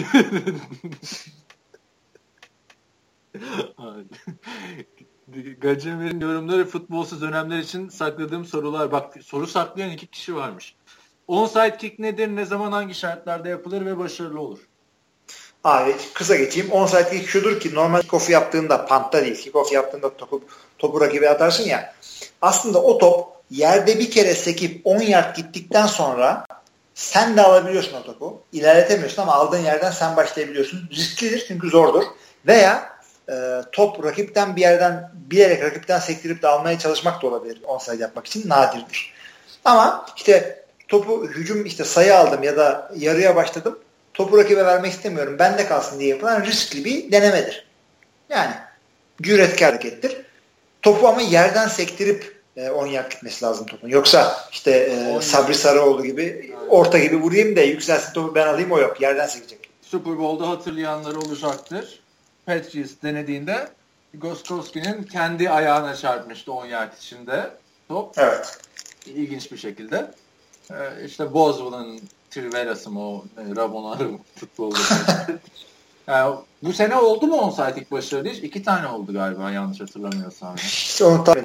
Gacemer'in yorumları futbolsuz dönemler için sakladığım sorular. Bak soru saklayan iki kişi varmış. Onside kick nedir? Ne zaman hangi şartlarda yapılır ve başarılı olur? Abi kısa geçeyim. Onside kick şudur ki normal kick-off yaptığında pantta değil. Kick-off yaptığında topu, topu rakibe atarsın ya. Aslında o top yerde bir kere sekip on yard gittikten sonra sen de alabiliyorsun o topu. İlerletemiyorsun ama aldığın yerden sen başlayabiliyorsun. Risklidir çünkü zordur. Veya e, top rakipten bir yerden bilerek rakipten sektirip de almaya çalışmak da olabilir onside yapmak için. Nadirdir. Ama işte topu hücum işte sayı aldım ya da yarıya başladım. Topu rakibe vermek istemiyorum. Bende kalsın diye yapılan riskli bir denemedir. Yani cüretkar harekettir. Topu ama yerden sektirip on yard gitmesi lazım topun. Yoksa işte e, Sabri Sarıoğlu gibi orta gibi vurayım da yükselsin topu ben alayım o yok. Yerden sekecek. Super Bowl'da hatırlayanları olacaktır. Patriots denediğinde Gostkowski'nin kendi ayağına çarpmıştı on yard içinde top. Evet. İlginç bir şekilde. Ee, işte Boswell'ın Triveras'ı mı o e, Rabonar'ı futbolda. Yani, bu sene oldu mu onside kick başarılı iş? İki tane oldu galiba yanlış hatırlamıyorsam. İşte onu tabii.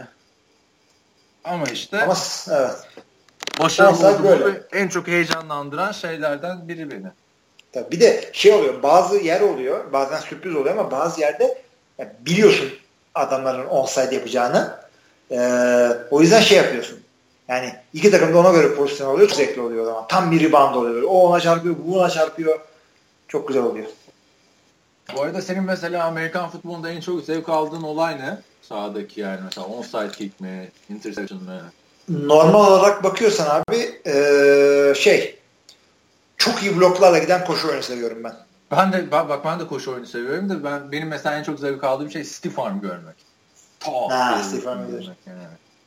Ama işte Ama, evet. başarılı olduğu en çok heyecanlandıran şeylerden biri beni. Tabii bir de şey oluyor bazı yer oluyor bazen sürpriz oluyor ama bazı yerde yani biliyorsun adamların onside yapacağını ee, o yüzden şey yapıyorsun. Yani iki takım da ona göre pozisyon alıyor. Çok zevkli oluyor o zaman. Tam bir rebound oluyor. O ona çarpıyor, bu ona çarpıyor. Çok güzel oluyor. Bu arada senin mesela Amerikan futbolunda en çok zevk aldığın olay ne? Sahadaki yani mesela onside kick mi, interception mi? Normal olarak bakıyorsan abi ee, şey çok iyi bloklarla giden koşu oyunu seviyorum ben. Ben de bak ben de koşu oyunu seviyorum da ben benim mesela en çok zevk aldığım şey stiff arm görmek. Ta, ha, stiff arm görmek. Yani.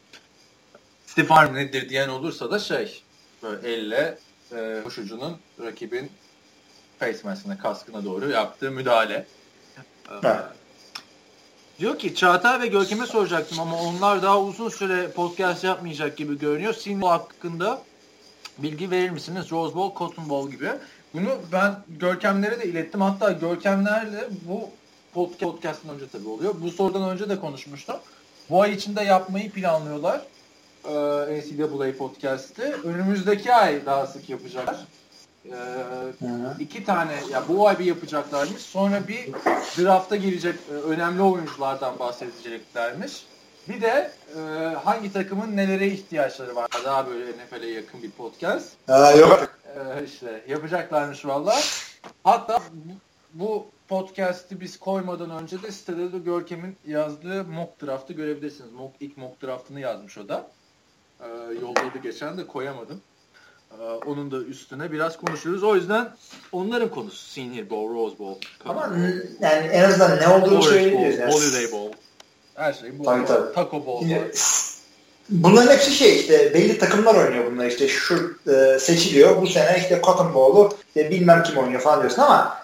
Stiff arm nedir diyen olursa da şey böyle elle e, koşucunun rakibin face mask'ine, kaskına doğru yaptığı müdahale. Evet. Diyor ki Çağatay ve Görkem'e soracaktım ama onlar daha uzun süre podcast yapmayacak gibi görünüyor. Senior hakkında bilgi verir misiniz? Rose Bowl, Cotton Bowl gibi. Bunu ben Görkemlere de ilettim. Hatta Görkemlerle bu podcast'ın önce tabii oluyor. Bu sorudan önce de konuşmuştum. Bu ay içinde yapmayı planlıyorlar. N C double A podcast'ı. Önümüzdeki ay daha sık yapacaklar. Ee, iki tane ya bu ay bir yapacaklarmış. Sonra bir draft'a girecek önemli oyunculardan bahsedeceklermiş. Bir de e, hangi takımın nelere ihtiyaçları var. Daha böyle N F L'e yakın bir podcast. Aa, yok. Ee, işte yapacaklarmış valla. Hatta bu podcast'i biz koymadan önce de sitede de Görkem'in yazdığı mock draft'ı görebilirsiniz. Mock, ilk mock draft'ını yazmış o da. Ee, yolladı geçen de koyamadım. Ee, onun da üstüne biraz konuşuruz. O yüzden onların konusu. Senior Bowl, Rose Bowl. Ama yani en azından ne olduğunu söyleyeceğiz. Yani. Holiday Bowl. Her şey bu. Tabii, tabii. Taco Bowl var. Bunların hepsi şey işte belli takımlar oynuyor bunlar işte şu e, seçiliyor. Bu sene işte Cotton Bowl'u işte bilmem kim oynuyor falan diyorsun ama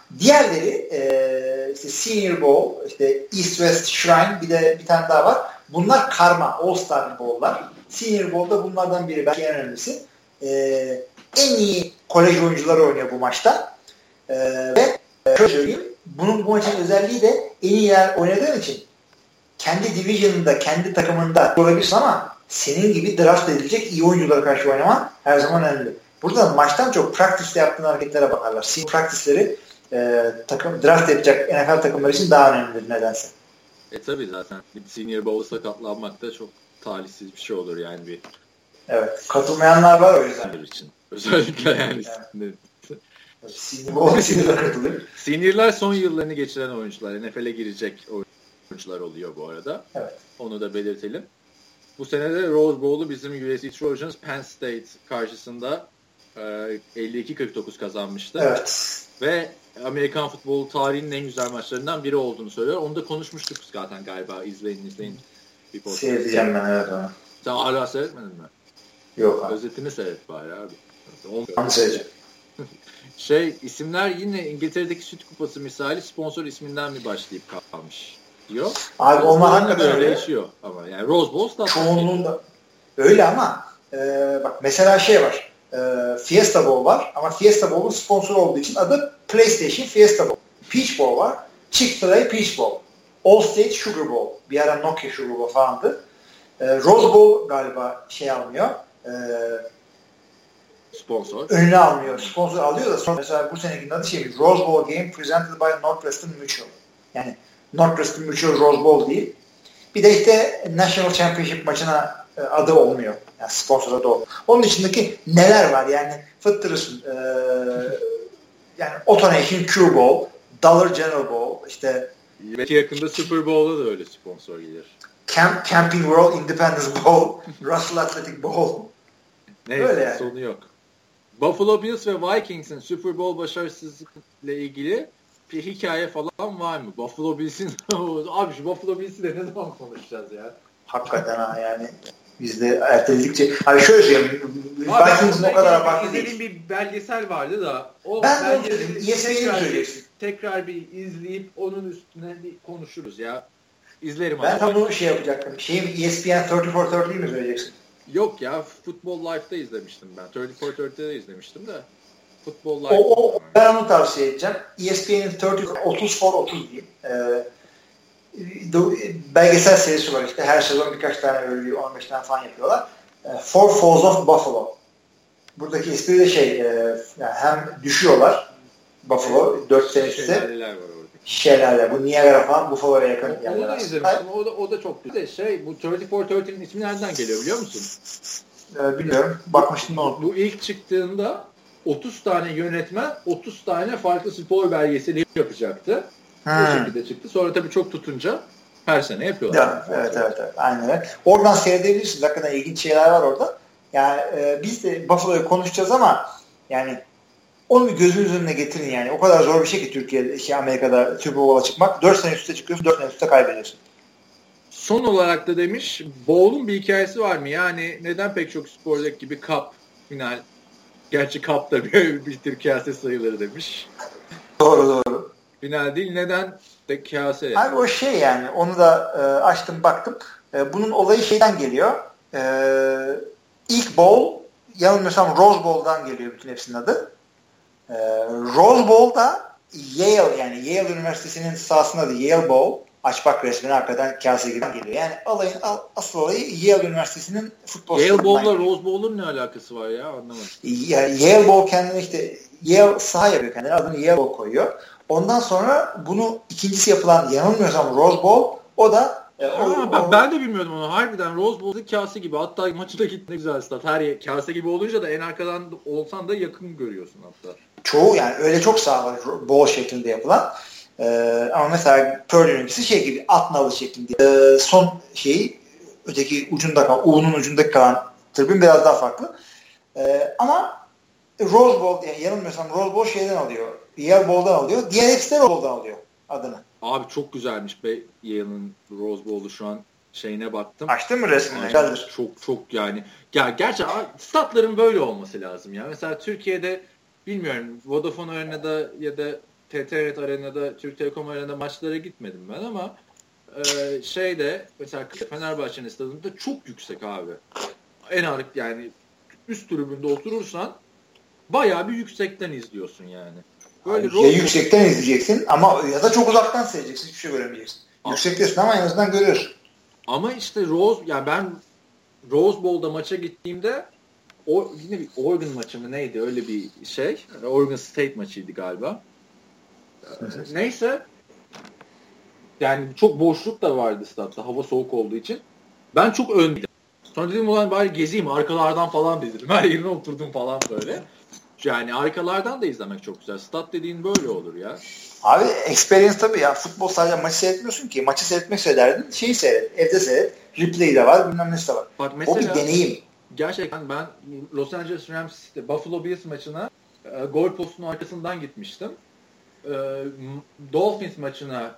Diğerleri e, işte Senior Bowl, işte East West Shrine, bir de bir tane daha var. Bunlar karma, All-Star Bowl'lar. Senior Bowl'da bunlardan biri belki en önemlisi. E, en iyi kolej oyuncuları oynuyor bu maçta. E, ve şöyle söyleyeyim, bunun bu maçın özelliği de en iyi yer oynadığın için kendi division'ında, kendi takımında olabilirsin ama senin gibi draft edilecek iyi oyunculara karşı oynaman her zaman önemli. Burada maçtan çok practice'de yaptığın hareketlere bakarlar. Senior practice'leri e, takım draft yapacak N F L takımları için daha önemlidir nedense. E tabi zaten Senior Bowl sakatlanmak da çok talihsiz bir şey olur yani bir. Evet. Katılmayanlar var o yüzden. Için. Özellikle yani. yani. Senior Bowl senior'lar katılıyor. Senior'lar son yıllarını geçiren oyuncular. N F L'e girecek oyuncular oluyor bu arada. Evet. Onu da belirtelim. Bu sene de Rose Bowl'u bizim U S C Trojans Penn State karşısında elli iki kırk dokuz kazanmıştı. Evet. Ve Amerikan futbolu tarihinin en güzel maçlarından biri olduğunu söylüyor. Onu da konuşmuştuk zaten galiba. İzleyin izleyin. Seyredeceğim ben evet onu. Sen hala seyretmedin mi? Yok abi. Özetini seyret bari abi. Onu seyredeceğim. Şey isimler yine İngiltere'deki Süt Kupası misali sponsor isminden mi başlayıp kalmış diyor. Abi onlar hakikaten öyle öyle. değişiyor ama yani Rose Bowl çoğunluğunda öyle ama e, bak mesela şey var. E, Fiesta Bowl var ama Fiesta Bowl'un sponsor olduğu için adı PlayStation Fiesta Bowl. Peach Bowl var. Chick-fil-A Peach Bowl. Allstate Sugar Bowl. Bir ara Nokia Sugar Bowl falandı. E, Rose Bowl galiba şey almıyor. E, sponsor. Önüne almıyor. Sponsor alıyor da sonra mesela bu senekinin adı şey Rose Bowl Game presented by Northwestern Mutual. Yani Northwestern Mutual Rose Bowl değil. Bir de işte National Championship maçına e, adı olmuyor. Yani sponsor adı olmuyor. Onun içindeki neler var yani fıttırırsın. E, yani Autonation Q Bowl, Dollar General Bowl, işte belki yakında Super Bowl'da da öyle sponsor gelir. Camp, Camping World Independence Bowl, Russell Athletic Bowl. Neyse öyle yani. Sonu yok. Buffalo Bills ve Vikings'in Super Bowl başarısızlıkla ilgili bir hikaye falan var mı? Buffalo Bills'in abi şu Buffalo Bills'i de ne zaman konuşacağız ya? Hakikaten ha yani biz de erteledikçe hani şöyle söyleyeyim Vikings'in o kadar abartı değil. İzlediğim bir belgesel vardı da o ben belgeseli tekrar, tekrar, tekrar bir izleyip onun üstüne bir konuşuruz ya. İzlerim ben ama. tam onu şey yapacaktım. Şeyim E S P N otuz dört otuz'u mi söyleyeceksin? Yok ya Football Life'da izlemiştim ben. otuz dört otuz'da izlemiştim de. Football Life. O, o, ben onu tavsiye edeceğim. E S P N'in otuz for otuz diyeyim. Ee, belgesel serisi var işte. Her sezon birkaç tane böyle on beş tane falan yapıyorlar. Four Falls of Buffalo. Buradaki espri de şey e, yani hem düşüyorlar Buffalo dört sene üstte. Şelaleler var orada. Şelale. Bu Niagara falan Buffalo'ya yakın yerler. Onu da izlemiştim. O da, o da çok güzel. Şey, bu otuz dört otuz'un ismi nereden geliyor biliyor musun? Ee, bilmiyorum. Bakmıştım onu. Bu ilk çıktığında otuz tane yönetmen otuz tane farklı spor belgeseli yapacaktı. Hmm. O şekilde çıktı. Sonra tabii çok tutunca her sene yapıyorlar. Ya, evet, evet evet. Aynen öyle. Oradan seyredebilirsiniz. Hakikaten ilginç şeyler var orada. Yani e, biz de Buffalo'yu konuşacağız ama yani onu bir gözünüz önüne getirin yani. O kadar zor bir şey ki Türkiye'de, şey, Amerika'da Super Bowl'a çıkmak. dört sene üstte çıkıyorsun, dört sene üstte kaybediyorsun. Son olarak da demiş, Bowl'un bir hikayesi var mı? Yani neden pek çok spordaki gibi Cup final, gerçi Cup da bir, bir tür kase sayılır demiş. Doğru doğru. Final değil, neden de kase? Abi o şey yani, onu da e, açtım baktım. E, bunun olayı şeyden geliyor. E, ilk bowl, yanılmıyorsam Rose Bowl'dan geliyor bütün hepsinin adı. E, Rose Bowl'da Yale yani Yale Üniversitesi'nin sahasında adı Yale Bowl. Açmak resmini hakikaten kase gibi geliyor. Yani olayın asıl olayı Yale Üniversitesi'nin futbol Yale Bowl'la Rose Bowl'un ne alakası var ya anlamadım. Yani Yale Bowl kendine işte Yale saha yapıyor kendine. Adını Yale Bowl koyuyor. Ondan sonra bunu ikincisi yapılan yanılmıyorsam Rose Bowl o da e, o, Aa, ben, o, ben de bilmiyordum onu. Harbiden Rose Bowl'da kase gibi. Hatta maçına gitti ne güzel stat. Her yer kase gibi olunca da en arkadan olsan da yakın görüyorsun hatta. Çoğu yani öyle çok saha var bowl şeklinde yapılan. Ee, ama mesela Purdue'nunkisi şey gibi at nalı şeklinde. Ee, son şeyi öteki ucunda kalan, U'nun ucundaki kalan tribün biraz daha farklı. Ee, ama Rose Bowl yani yanılmıyorsam Rose Bowl şeyden alıyor. Yale Bowl'dan alıyor. Diğer hepsi de Rose Bowl'dan alıyor adını. Abi çok güzelmiş be Yale'ın Rose Bowl'u şu an şeyine baktım. Açtın mı resmini? Güzeldir. Çok çok yani. Ya gerçi statların böyle olması lazım ya. Mesela Türkiye'de bilmiyorum Vodafone Arena'da ya da T T R Arena'da, Türk Telekom Arena'da maçlara gitmedim ben ama e, şeyde mesela Fenerbahçe'nin stadında çok yüksek abi. En ağır yani üst tribünde oturursan bayağı bir yüksekten izliyorsun yani. Böyle ya yüksekten izleyeceksin ama ya da çok uzaktan seyredeceksin. Hiçbir şey göremeyeceksin. Yüksektesin ama en azından görüyorsun. Ama işte Rose yani ben Rose Bowl'da maça gittiğimde o yine bir Oregon maçı mı neydi öyle bir şey. Oregon State maçıydı galiba. Neyse yani çok boşluk da vardı statta hava soğuk olduğu için. Ben çok öndeydim. Sonra dedim ulan bari gezeyim arkalardan falan dedim. Her yerine oturdum falan böyle. Yani arkalardan da izlemek çok güzel. Stat dediğin böyle olur ya. Abi experience tabii ya. Futbol sadece maçı seyretmiyorsun ki. Maçı seyretmek söylerdin. Şeyi seyret. Evde seyret. Replay de var. Bilmem nesi de var. Bak mesela, o bir deneyim. Gerçekten ben Los Angeles Rams işte Buffalo Bills maçına e, gol postunun arkasından gitmiştim. E, Dolphins maçına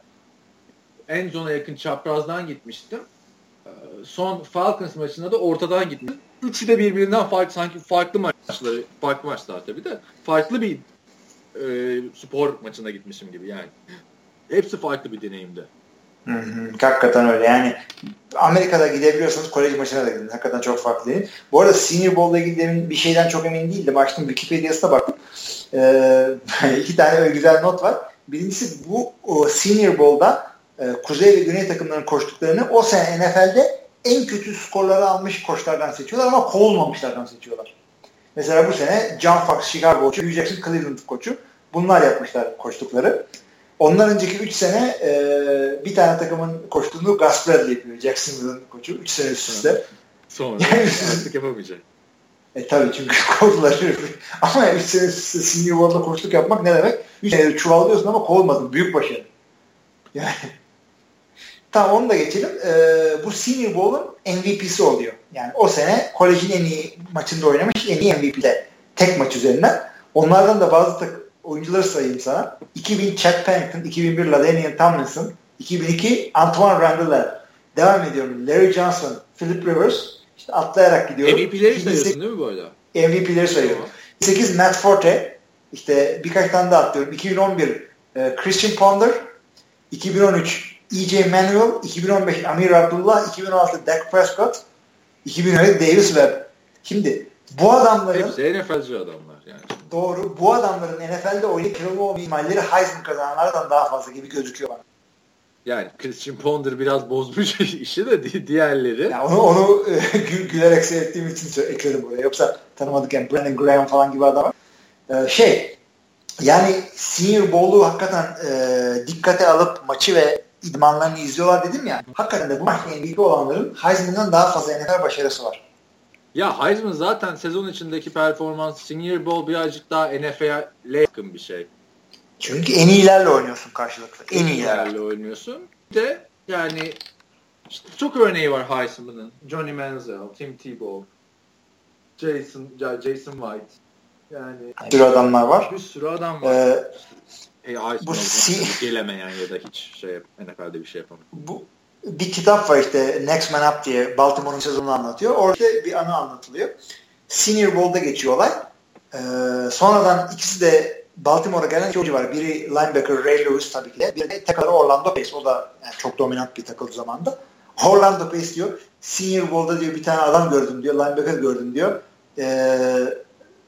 en zona yakın çaprazdan gitmiştim. E, son Falcons maçına da ortadan gitmiştim. Üçü de birbirinden farklı sanki farklı maçları, farklı maçlar tabii de farklı bir e, spor maçına gitmişim gibi yani. Hepsi farklı bir deneyimdi. Hı hı, hakikaten öyle yani Amerika'da gidebiliyorsanız kolej maçına da gidin. Hakikaten çok farklı değil. Bu arada Senior Bowl'la ilgili bir şeyden çok emin değildim. Açtım Wikipedia'sına baktım. Ee, iki tane öyle güzel not var. Birincisi bu o Senior Bowl'da e, Kuzey ve Güney takımlarının koştuklarını o sene N F L'de en kötü skorları almış koçlardan seçiyorlar ama kovulmamışlardan seçiyorlar. Mesela bu sene John Fox Chicago koçu, Hugh Jackson Cleveland koçu. Bunlar yapmışlar koçtukları. Ondan önceki üç sene e, bir tane takımın koştuğunu Gus Bradley yapıyor. Jacksonville'ın koçu. üç sene üst üste. Sonra yani, artık yapamayacak. E tabii çünkü kovdular. Ama üç sene üst üste Senior Bowl'da koçluk yapmak ne demek? üç sene çuvallıyorsun ama kovulmadın. Büyük başarı. Yani tamam onu da geçelim. Ee, bu Senior Bowl'un M V P'si oluyor. Yani o sene kolejin en iyi maçında oynamış en iyi M V P'de. Tek maç üzerinden. Onlardan da bazı tak oyuncuları sayayım sana. iki bin Chad Pennington, iki bin bir LaDainian Tomlinson, iki bin iki Antoine Randall. Devam ediyorum. Larry Johnson, Philip Rivers. İşte atlayarak gidiyorum. M V P'leri sayıyorsun değil mi bu arada? M V P'leri sayıyorum. iki bin sekiz Matt Forte. İşte birkaç tane daha atlıyorum. iki bin on bir e, Christian Ponder. iki bin on üç E J Manuel. iki bin on beş Amir Abdullah. iki bin on altı Dak Prescott. iki bin on yedi Davis Webb. Şimdi bu adamların hepsi N F L'ci adamlar yani. Doğru. Bu adamların N F L'de oynayıp kırılma olma ihtimalleri Heisman kazananlardan daha fazla gibi gözüküyor bana. Yani Christian Ponder biraz bozmuş işi de diğerleri. Ya onu onu e, gül, gülerek seyrettiğim için ekledim buraya. Yoksa tanımadık yani Brandon Graham falan gibi adam. Ee, şey yani Senior Bowl'u hakikaten e, dikkate alıp maçı ve idmanlarını izliyorlar dedim ya. Hakikaten de bu maçta M V P olanların Heisman'dan daha fazla N F L başarısı var. Ya Heisman zaten sezon içindeki performans Senior Bowl birazcık daha N F L'e yakın bir şey. Çünkü en iyilerle oynuyorsun karşılıklı. En iyilerle oynuyorsun. Bir de yani işte çok örneği var Heisman'ın. Johnny Manziel, Tim Tebow, Jason Jason White. Yani bir sürü adamlar var. Bir sürü adam var. Ee, e, bu si- gelemeyen ya da hiç şey N F L'de bir şey yapamayan. Bu bir kitap var işte Next Man Up diye Baltimore'un sezonunu anlatıyor. Orada bir anı anlatılıyor. Senior Bowl'da geçiyor olay. Ee, sonradan ikisi de Baltimore'a gelen iki oyuncu var. Biri linebacker Ray Lewis tabii ki de. Bir de tackle Orlando Pace. O da yani çok dominant bir tackle zamanda. Orlando Pace diyor. Senior Bowl'da diyor bir tane adam gördüm diyor. Linebacker gördüm diyor. Ee,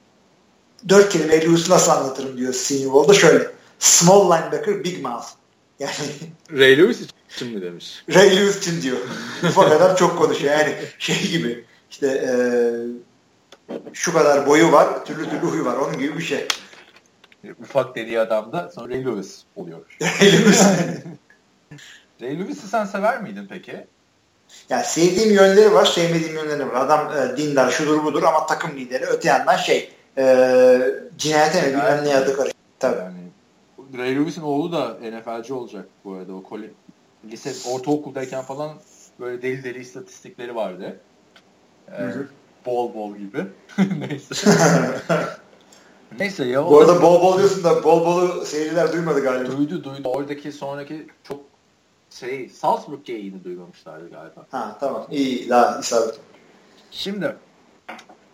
dört kelime Lewis'i nasıl anlatırım diyor Senior Bowl'da şöyle. Small linebacker, big mouth. Yani Ray Lewis için mi demiş? Ray Lewis için diyor. Ufak adam çok konuşuyor. Yani şey gibi işte e, şu kadar boyu var, türlü türlü huyu var. Onun gibi bir şey. Ufak dediği adam da sonra Ray Lewis oluyor. Ray Lewis. Ray Lewis'i sen sever miydin peki? Yani sevdiğim yönleri var, sevmediğim yönleri var. Adam e, dindar, şudur budur ama takım lideri. Öte yandan şey e, cinayete mi bilmem ne adı karışık. Tabii. Yani, Ray Lewis'in oğlu da N F L'ci olacak bu arada. O kole, lise, ortaokuldayken falan böyle deli deli istatistikleri vardı. Ee, bol bol gibi. Neyse. Neyse ya. Bu arada bol bol diyorsun da bol bolu seyirciler duymadı galiba. Duydu duydu. Oradaki sonraki çok şey Salzburg yayını duymamışlardı galiba. Ha tamam. İyi daha isabet. Şimdi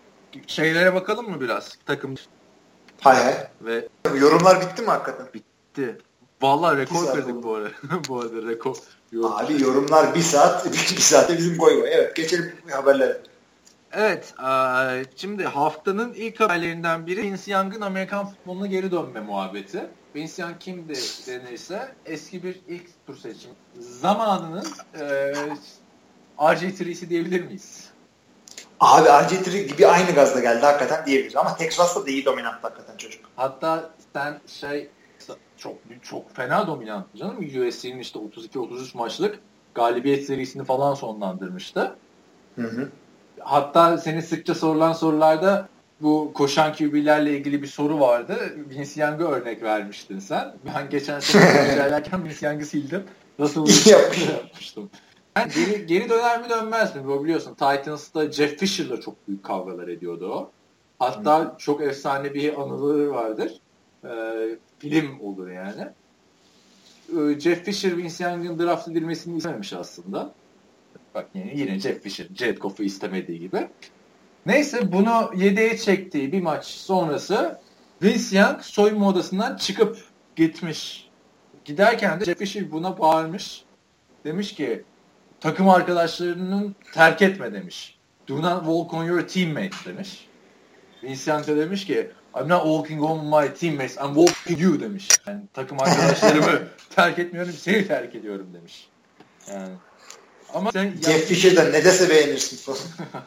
şeylere bakalım mı biraz? Takım hay hay. Ve yorumlar bitti mi hakikaten? Bitti bitti. Vallahi rekor saat kırdık oldu. bu arada. Bu arada rekor. Yorum. Abi yorumlar bir saat, bir saatte bizim goy goy. Evet, geçelim haberlere. Evet, eee, şimdi haftanın ilk haberlerinden biri Vince Young'ın Amerikan futboluna geri dönme muhabbeti. Vince Young kimdi denirse eski bir ilk tur seçim zamanının eee R G üç'si diyebilir miyiz? Abi R G üç gibi aynı gazla geldi hakikaten diyebiliriz. Ama Texas'ta da iyi dominant hakikaten çocuk. Hatta sen şey çok çok fena dominant canım. U S C'nin işte otuz iki otuz üç maçlık galibiyet serisini falan sonlandırmıştı. Hı hı. Hatta senin sıkça sorulan sorularda bu koşan Q B'lerle ilgili bir soru vardı. Vince Young'a örnek vermiştin sen. Ben geçen sene söylerken Vince Young'ı sildim. Nasıl İyi yapmış. yapmıştım. Yani geri, geri döner mi dönmez mi? Bu biliyorsun Titans'ta Jeff Fisher'la çok büyük kavgalar ediyordu o. Hatta hmm. çok efsane bir anıları vardır. Ee, film olur yani. Ee, Jeff Fisher Vince Young'ın draft edilmesini istememiş aslında. Bak yine, yine Jeff Fisher, Jared Goff'u istemediği gibi. Neyse bunu yedeğe çektiği bir maç sonrası Vince Young soyunma odasından çıkıp gitmiş. Giderken de Jeff Fisher buna bağırmış. Demiş ki takım arkadaşlarının terk etme demiş. Do not walk on your teammates demiş. Vince Young da demiş ki I'm not walking on my teammates, I'm walking you demiş. Yani takım arkadaşlarımı terk etmiyorum, seni terk ediyorum demiş. Yani ama sen Jeff Fisher'den ne dese beğenirsin falan.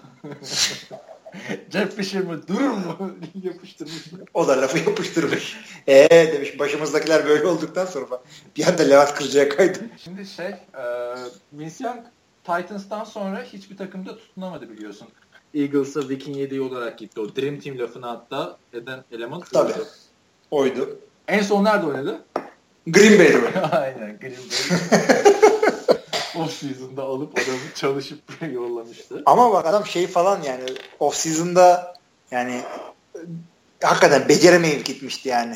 Jeff Fisher mı? Durur mu? Yapıştırmış. O da lafı yapıştırmış. Eee demiş başımızdakiler böyle olduktan sonra bir anda Levent Kırca'ya kaydı. Şimdi şey e, Vince Young Titans'tan sonra hiçbir takımda tutunamadı biliyorsun. Eagles'a Viking yediği olarak gitti. O Dream Team lafını hatta eden eleman. Tabii. Oydu. oydu. En son nerede oynadı? Green Bay'de oynadı. Aynen Green Bay. Off-season'da alıp adamı çalışıp yollamıştı. Ama bak adam şey falan yani off-season'da yani hakikaten beceremeyip gitmişti yani.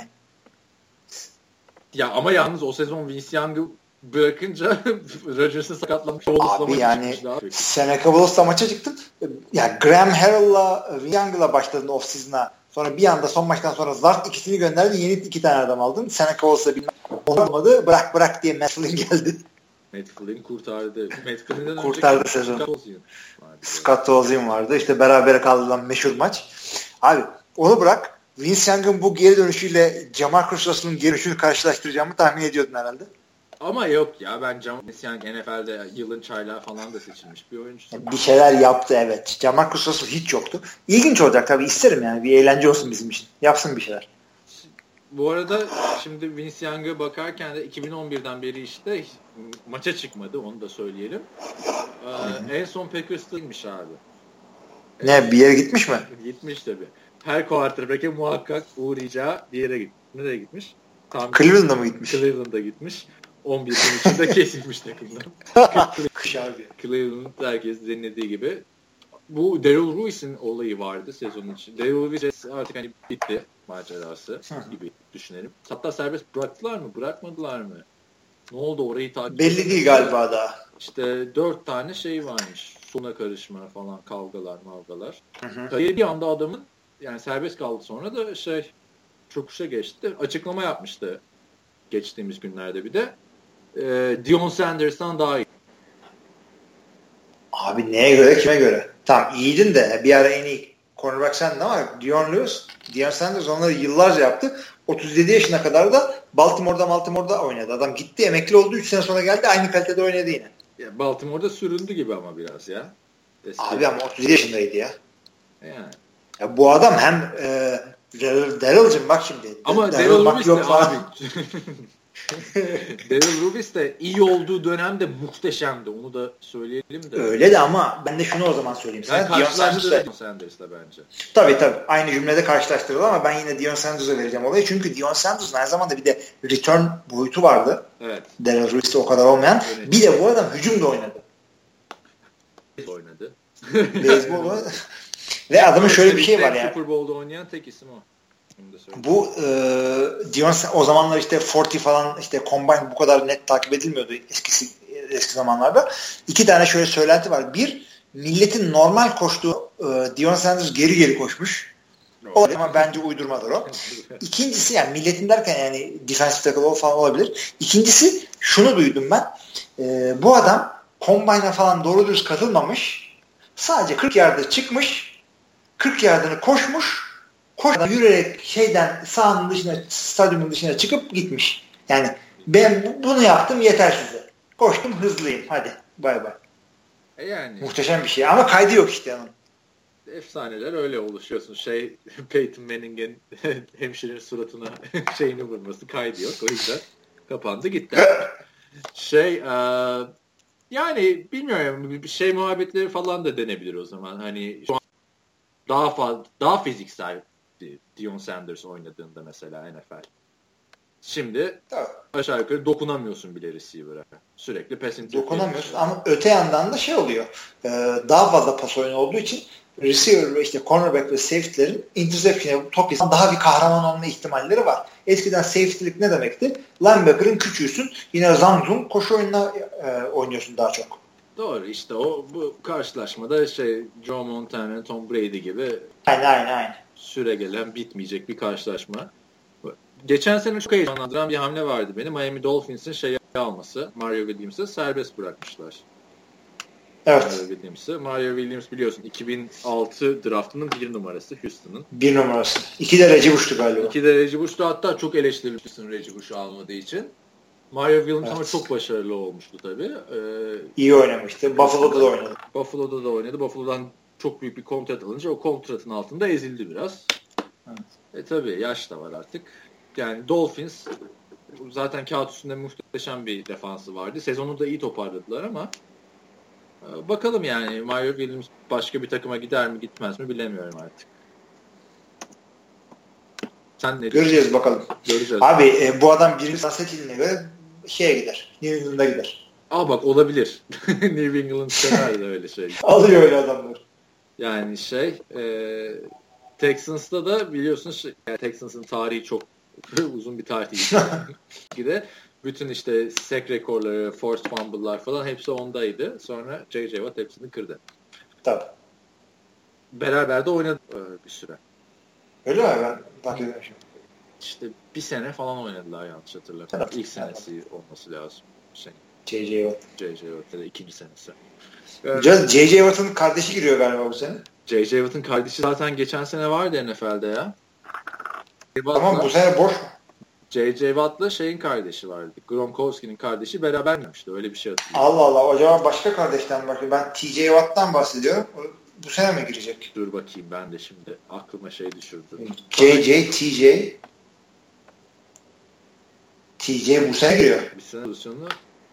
Ya ama yalnız o sezon Vince Young'ı bırakınca Rodgers'ın sakatlanmış oldu. Abi yani Seneca Bulls'la maça çıktın. Yani Graham Harrell'la Vince Young'la başladın off-season'a. Sonra bir anda son maçtan sonra zart ikisini gönderdi. Yeni iki tane adam aldın. Seneca Bulls'la bilmem olmadı. Bırak bırak diye Matt Flynn geldi. Matt Flynn kurtardı. Matt Flynn'den kurtardı sezon. Scott Tolzien vardı. İşte berabere kaldılan meşhur maç. Abi onu bırak. Vince Young'ın bu geri dönüşüyle Jamarcus Russell'ın geri dönüşünü karşılaştıracağımı tahmin ediyordun herhalde. Ama yok ya ben Jamarcus Young N F L'de yılın çaylağı falan da seçilmiş bir oyuncu. Bir şeyler yaptı evet. Jamarcus Russell hiç yoktu. İlginç olacak tabii isterim yani. Bir eğlence olsun bizim için. Yapsın bir şeyler. Bu arada şimdi Vince Young'a bakarken de iki bin on birden beri işte maça çıkmadı onu da söyleyelim. Ee, en son Packers'taymış abi. Ne bir yere gitmiş mi? Gitmiş tabii. Her quarterback'e muhakkak uğrayacağı bir yere gitmiş. Nereye gitmiş? Tam Cleveland'a mı gitmiş? Cleveland'a gitmiş. on bir gün içinde kesilmiş takımdan. Kış abi. Cleveland herkes dinlediği gibi. Bu Darrell Revis'in olayı vardı sezonun için. Darrell Revis artık hani bitti macerası gibi düşünelim. Hatta serbest bıraktılar mı? Bırakmadılar mı? Ne oldu orayı takip belli değil galiba daha. İşte dört tane şey varmış. Sona karışma falan kavgalar mavgalar. Kariyeri bir anda adamın yani serbest kaldı sonra da şey çöküşe geçti. Açıklama yapmıştı geçtiğimiz günlerde bir de. Ee, Deion Sanders'tan daha iyi. Abi neye göre kime göre? Tamam iyiydin de bir ara en iyi cornerback sendin ama Deion Lewis, Deion Sanders onları yıllarca yaptı. otuz yedi yaşına kadar da Baltimore'da Baltimore'da oynadı. Adam gitti emekli oldu. üç sene sonra geldi aynı kalitede oynadı yine. Ya Baltimore'da süründü gibi ama biraz ya. Eski abi ama otuz yedi yaşındaydı ya. Yani. Ya bu adam hem e, Darrell'cım bak şimdi. Ama Darrell Lewis de abi. Darrell Lewis de iyi olduğu dönemde muhteşemdi. Onu da söyleyelim de. Öyle de ama ben de şunu o zaman söyleyeyim. Yani karşılaştırdım Deion Sanders'la bence. Tabii tabii. Aynı cümlede karşılaştırılır ama ben yine Deion Sanders'a vereceğim olayı. Çünkü Deion Sanders'ın her zaman da bir de return boyutu vardı. Evet. Darrell Lewis'te o kadar olmayan. Evet. Bir de bu adam hücumda oynadı. Oynadı. Beyzbol oynadı. Ve adamın şöyle bir şey var yani. Super Bowl'da oynayan tek isim o. Bu e, Deion o zamanlar işte kırk falan işte combine bu kadar net takip edilmiyordu eskisi eski zamanlarda. İki tane şöyle söylenti var. Bir, milletin normal koştuğu e, Deion Sanders geri geri koşmuş. O ama bence uydurmadır o. İkincisi yani milletin derken yani defensive tackle falan olabilir. İkincisi şunu duydum ben. Ee, bu adam combine'a falan doğru düz katılmamış. Sadece kırk yarda çıkmış. kırk yardını koşmuş. Koşmadan yürüyerek şeyden sahanın dışına, stadyumun dışına çıkıp gitmiş. Yani ben bunu yaptım yeter size. Koştum hızlıyım. Hadi bay bay. E yani. Muhteşem bir şey ama kaydı yok işte onun. Efsaneler öyle oluşuyorsun. Şey Peyton Manning'in hemşirenin suratına şeyini vurması kaydı yok. O yüzden kapandı gitti. şey e, yani bilmiyorum bir şey muhabbetleri falan da denebilir o zaman. Hani şu an daha fazla daha fiziksel Deion Sanders oynadığında mesela N F L. Şimdi Tabii. aşağı yukarı dokunamıyorsun bile receiver'a. Sürekli pass interference. Dokunamıyorsun ama öte yandan da şey oluyor. E, daha fazla pas oyunu olduğu için receiver ve işte cornerback ve safety'lerin interception'a top yazan daha bir kahraman olma ihtimalleri var. Eskiden safety'lik ne demekti? Linebacker'ın küçüğüsün. Yine zamzum koşu oyununa e, oynuyorsun daha çok. Doğru işte o bu karşılaşmada şey Joe Montana, Tom Brady gibi Aynen aynen aynen. süre gelen bitmeyecek bir karşılaşma. Geçen sene çok heyecanlandıran bir hamle vardı benim. Miami Dolphins'in şeyi alması. Mario Williams'ı serbest bırakmışlar. Evet. Mario Williams'ı. Mario Williams biliyorsun iki bin altı draftının bir numarası Houston'ın. Bir numarası. İki de Reggie Bush'tu galiba. İki de Reggie Bush'tu. Hatta çok eleştirilmişsin Reggie Bush'u almadığı için. Mario Williams Evet. ama çok başarılı olmuştu tabii. Ee, İyi oynamıştı. Buffalo'da da oynadı. Buffalo'da da oynadı. Buffalo'dan çok büyük bir kontrat alınca o kontratın altında ezildi biraz. Evet. E tabii yaş da var artık. Yani Dolphins zaten kağıt üstünde muhteşem bir defansı vardı. Sezonu da iyi toparladılar ama e, bakalım yani Mario Williams başka bir takıma gider mi gitmez mi bilemiyorum artık. Sen ne Göreceğiz diyorsun? bakalım. Göreceğiz. Abi e, bu adam birinci seçildiğine göre şeye gider. New England'a gider. Aa bak olabilir. New England sever de öyle şey. Alıyor öyle adamları. Yani şey e, Texans'ta da biliyorsun şey, yani Texans'ın tarihi çok uzun bir tarih değil. Bütün işte sack rekorları, forced fumble'lar falan hepsi ondaydı. Sonra J J Watt hepsini kırdı. Tabii. Beraber de oynadı bir süre. Öyle mi? Ben takip ediyorum şimdi. İşte bir sene falan oynadılar yanlış hatırlamıyorum. Evet. İlk senesi olması lazım. Şey, J J Watt. J J Watt ya da ikinci senesi. J J Watt'ın kardeşi giriyor galiba bu sene. J J Watt'ın kardeşi zaten geçen sene vardı N F L'de ya. Tamam bu sene boş mu? J J Watt'la şeyin kardeşi vardı. Gronkowski'nin kardeşi beraber gelmişti. Öyle bir şey hatırlıyorum. Allah Allah. O zaman başka kardeşten bakıyor. Ben T J Watt'tan bahsediyorum. Bu sene mi girecek? Dur bakayım ben de şimdi aklıma şey düşürdü. J J, T J T J bu sene giriyor. Bir sene pozisyonunu.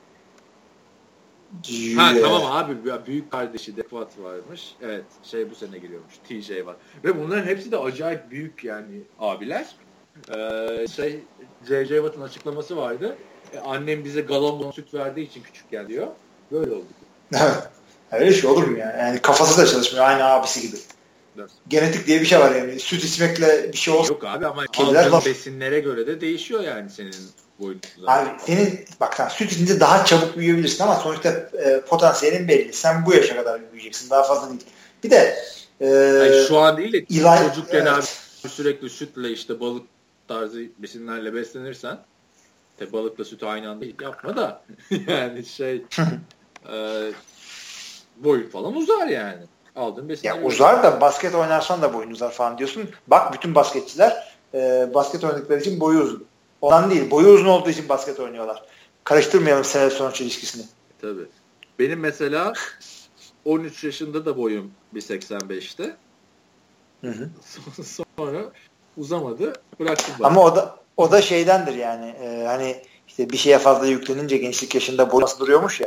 G- Ha tamam abi büyük kardeşi Dak Watt varmış. Evet şey bu sene giriyormuş. T J Watt. Ve bunların hepsi de acayip büyük yani abiler. Ee, şey J J Watt'ın açıklaması vardı. E, annem bize galon süt verdiği için küçükken diyor. Böyle oldu. Öyle şey olur mu ya? Yani kafası da çalışmıyor. Aynı abisi gibi. Nasıl? Genetik diye bir şey var yani. Süt içmekle bir şey olsun. Yok abi ama Kediler aldığın laf. besinlere göre de değişiyor yani senin boyun. Abi senin bak sen süt içince daha çabuk büyüyebilirsin ama sonuçta e, potansiyelin belli. Sen bu yaşa kadar büyüyeceksin. Daha fazla değil. Bir de e, yani şu an değil de İlay, çocukken evet. abi sürekli sütle işte balık tarzı besinlerle beslenirsen tabi balıkla sütü aynı anda yapma da yani şey e, boyun falan uzar yani. Aldığın besinler. Ya uzar da basket oynarsan da boyun uzar falan diyorsun. Bak bütün basketçiler e, basket oynadıkları için boyu uzun. Ondan değil. Boyu uzun olduğu için basket oynuyorlar. Karıştırmayalım sebep sonuç ilişkisini. Tabii. Benim mesela on üç yaşında da boyum bir seksen beşte. Hı hı. Sonra uzamadı. Bıraktım. Ama o da o da şeydendir yani. E, hani işte bir şeye fazla yüklenince gençlik yaşında boyu nasıl duruyormuş ya.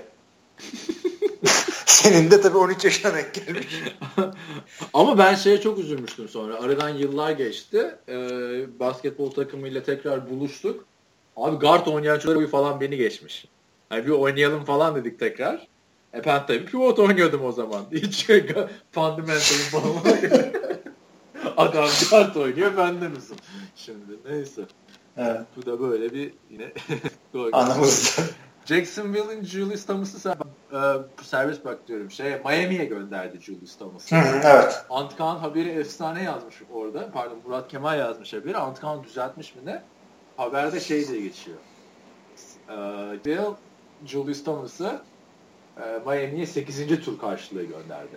Senin de tabii on üç yaşına denk gelmiş. Ama ben şeye çok üzülmüştüm sonra. Aradan yıllar geçti. Ee, basketbol takımıyla tekrar buluştuk. Abi guard oynayan çocuklar falan beni geçmiş. Yani bir oynayalım falan dedik tekrar. E ben tabii pivot oynuyordum o zaman. Hiç fundamental'ım falan. Adam guard oynuyor benden uzun. Şimdi neyse. Evet. Bu da böyle bir yine Anımızda. Jacksonville'in Julius Thomas'ı sen e, serbest bırak diyorum. Şey, Miami'ye gönderdi Julius Thomas'ı. Evet. Antkan haberi efsane yazmış orada. Pardon, Murat Kemal yazmış haberi. Antkan düzeltmiş mi ne? Haberde şey diye geçiyor. E, Bill Julius Thomas'ı e, Miami'ye sekizinci tur karşılığı gönderdi.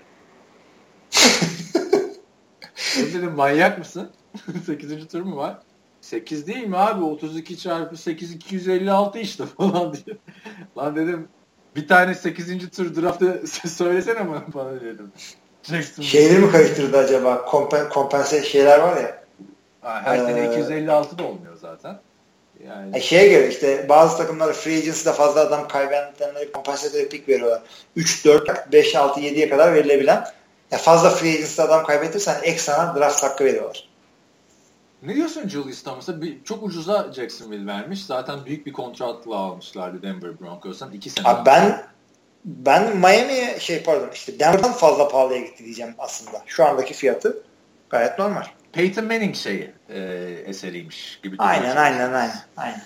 Ben dedim manyak mısın? sekizinci tur mu var? sekiz değil mi abi? otuz iki çarpı sekiz iki yüz elli altı işte falan diye. Lan dedim bir tane sekizinci tur draftı söylesene bana, bana dedim. Jackson Şeyleri mi karıştırdı acaba? Kompen, kompense şeyler var ya. Ha, her ee, sene iki yüz elli altı da olmuyor zaten. Yani... E şeye göre işte bazı takımlar free agency'de fazla adam kaybedenleri kompensatör pick veriyorlar. üç, dört, beş, altı, yediye kadar verilebilen. Ya fazla free agency'de adam kaybettirsen ekstra draft hakkı veriyorlar. Ne diyorsun Julius Thomas'a? Bir, çok ucuza Jacksonville vermiş. Zaten büyük bir kontratla almışlardı Denver Broncos'tan. iki sene. Abi ben ben Miami'ye şey pardon işte Denver'dan fazla pahalıya gitti diyeceğim aslında. Şu andaki fiyatı gayet normal. Peyton Manning şeyi e, eseriymiş gibi. Aynen aynen aynen aynen.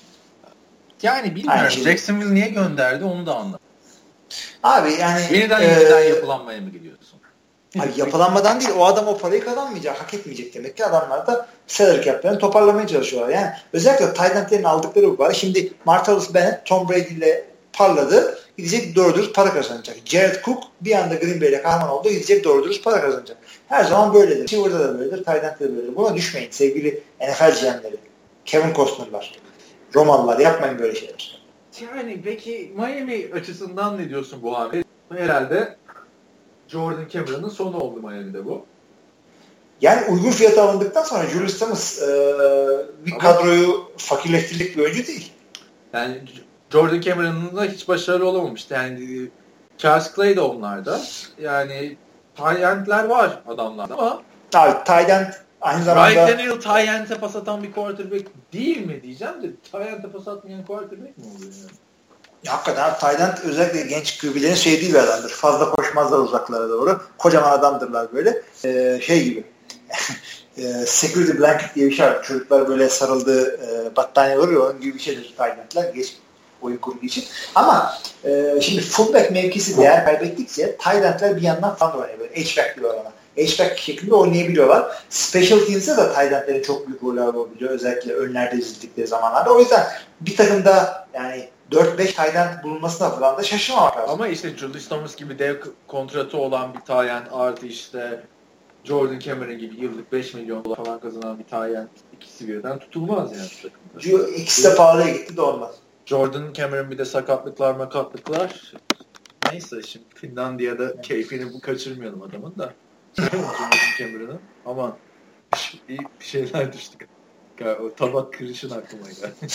Yani bilmiyorum. Aynen. Jacksonville niye gönderdi onu da anlamadım. Abi yani yeniden yeniden e, yapılanmaya mı gidiyorsun? Abi yapılanmadan değil, o adam o parayı kazanmayacak, hak etmeyecek demek ki. Adamlar da salary cap'lerini toparlamaya çalışıyorlar. Yani özellikle tight end'lerin aldıkları bu var. Şimdi Martellus Bennett Tom Brady ile parladı. Gidecek doğru dürüst para kazanacak. Jared Cook bir anda Green Bay'le kahraman oldu. Gidecek doğru dürüst para kazanacak. Her zaman böyledir. Chiver'da da böyledir. Tight end'de de böyledir. Buna düşmeyin sevgili N F L G M'leri. Kevin Costner'lar. Romalılar. Yapmayın böyle şeyler. Yani peki Miami açısından ne diyorsun bu hamle? Herhalde Jordan Cameron'ın sonu oldu Miami'de bu. Yani uygun fiyata alındıktan sonra Julius Thomas e, bir Ama, kadroyu fakirleştirecek bir oyuncu değil. Yani Jordan Cameron'ın da hiç başarılı olamamıştı. Yani Charles Clay de onlarda. Yani tight end'ler var adamlarda ama abi tight end aynı zamanda Ryan Tannehill tight end'e pas atan bir quarterback değil mi diyeceğim de tight end'e pas atmayan quarterback mi oluyor yani? Ya hakikaten tight end özellikle genç Q B'lerin sevdiği bir adamdır. Fazla koşmazlar uzaklara doğru. Kocaman adamdırlar böyle. Ee, şey gibi. Security blanket diye bir şey var. Çocuklar böyle sarıldığı e, battaniye olur ya, onun gibi bir şeydir tight end'ler. Geç oyun kurduğu için. Ama e, şimdi fullback mevkisi değer kaybettikçe tight end'ler bir yandan falan oynuyor. Böyle H-back diyorlar ona. H-back şeklinde oynayabiliyorlar. Special teams'e de tight end'lerin çok büyük rolü olabiliyor. Özellikle önlerde dizildikleri zamanlarda. O yüzden bir takımda yani dört beş tight end bulunmasına falan da şaşırmamak lazım. Ama işte Julius Thomas gibi dev kontratı olan bir tight end artı işte Jordan Cameron gibi yıllık beş milyon dolar falan kazanan bir tight end ikisi birden tutulmaz yani takımda. İkisi de pahalıya gitti de olmaz. Jordan Cameron bir de sakatlıklar makatlıklar. Neyse şimdi Finlandiya'da keyfini bu kaçırmayalım adamın da. Jordan Cameron'ın. Aman iyi bir şeyler düştük. O tabak kırışın aklıma geldi.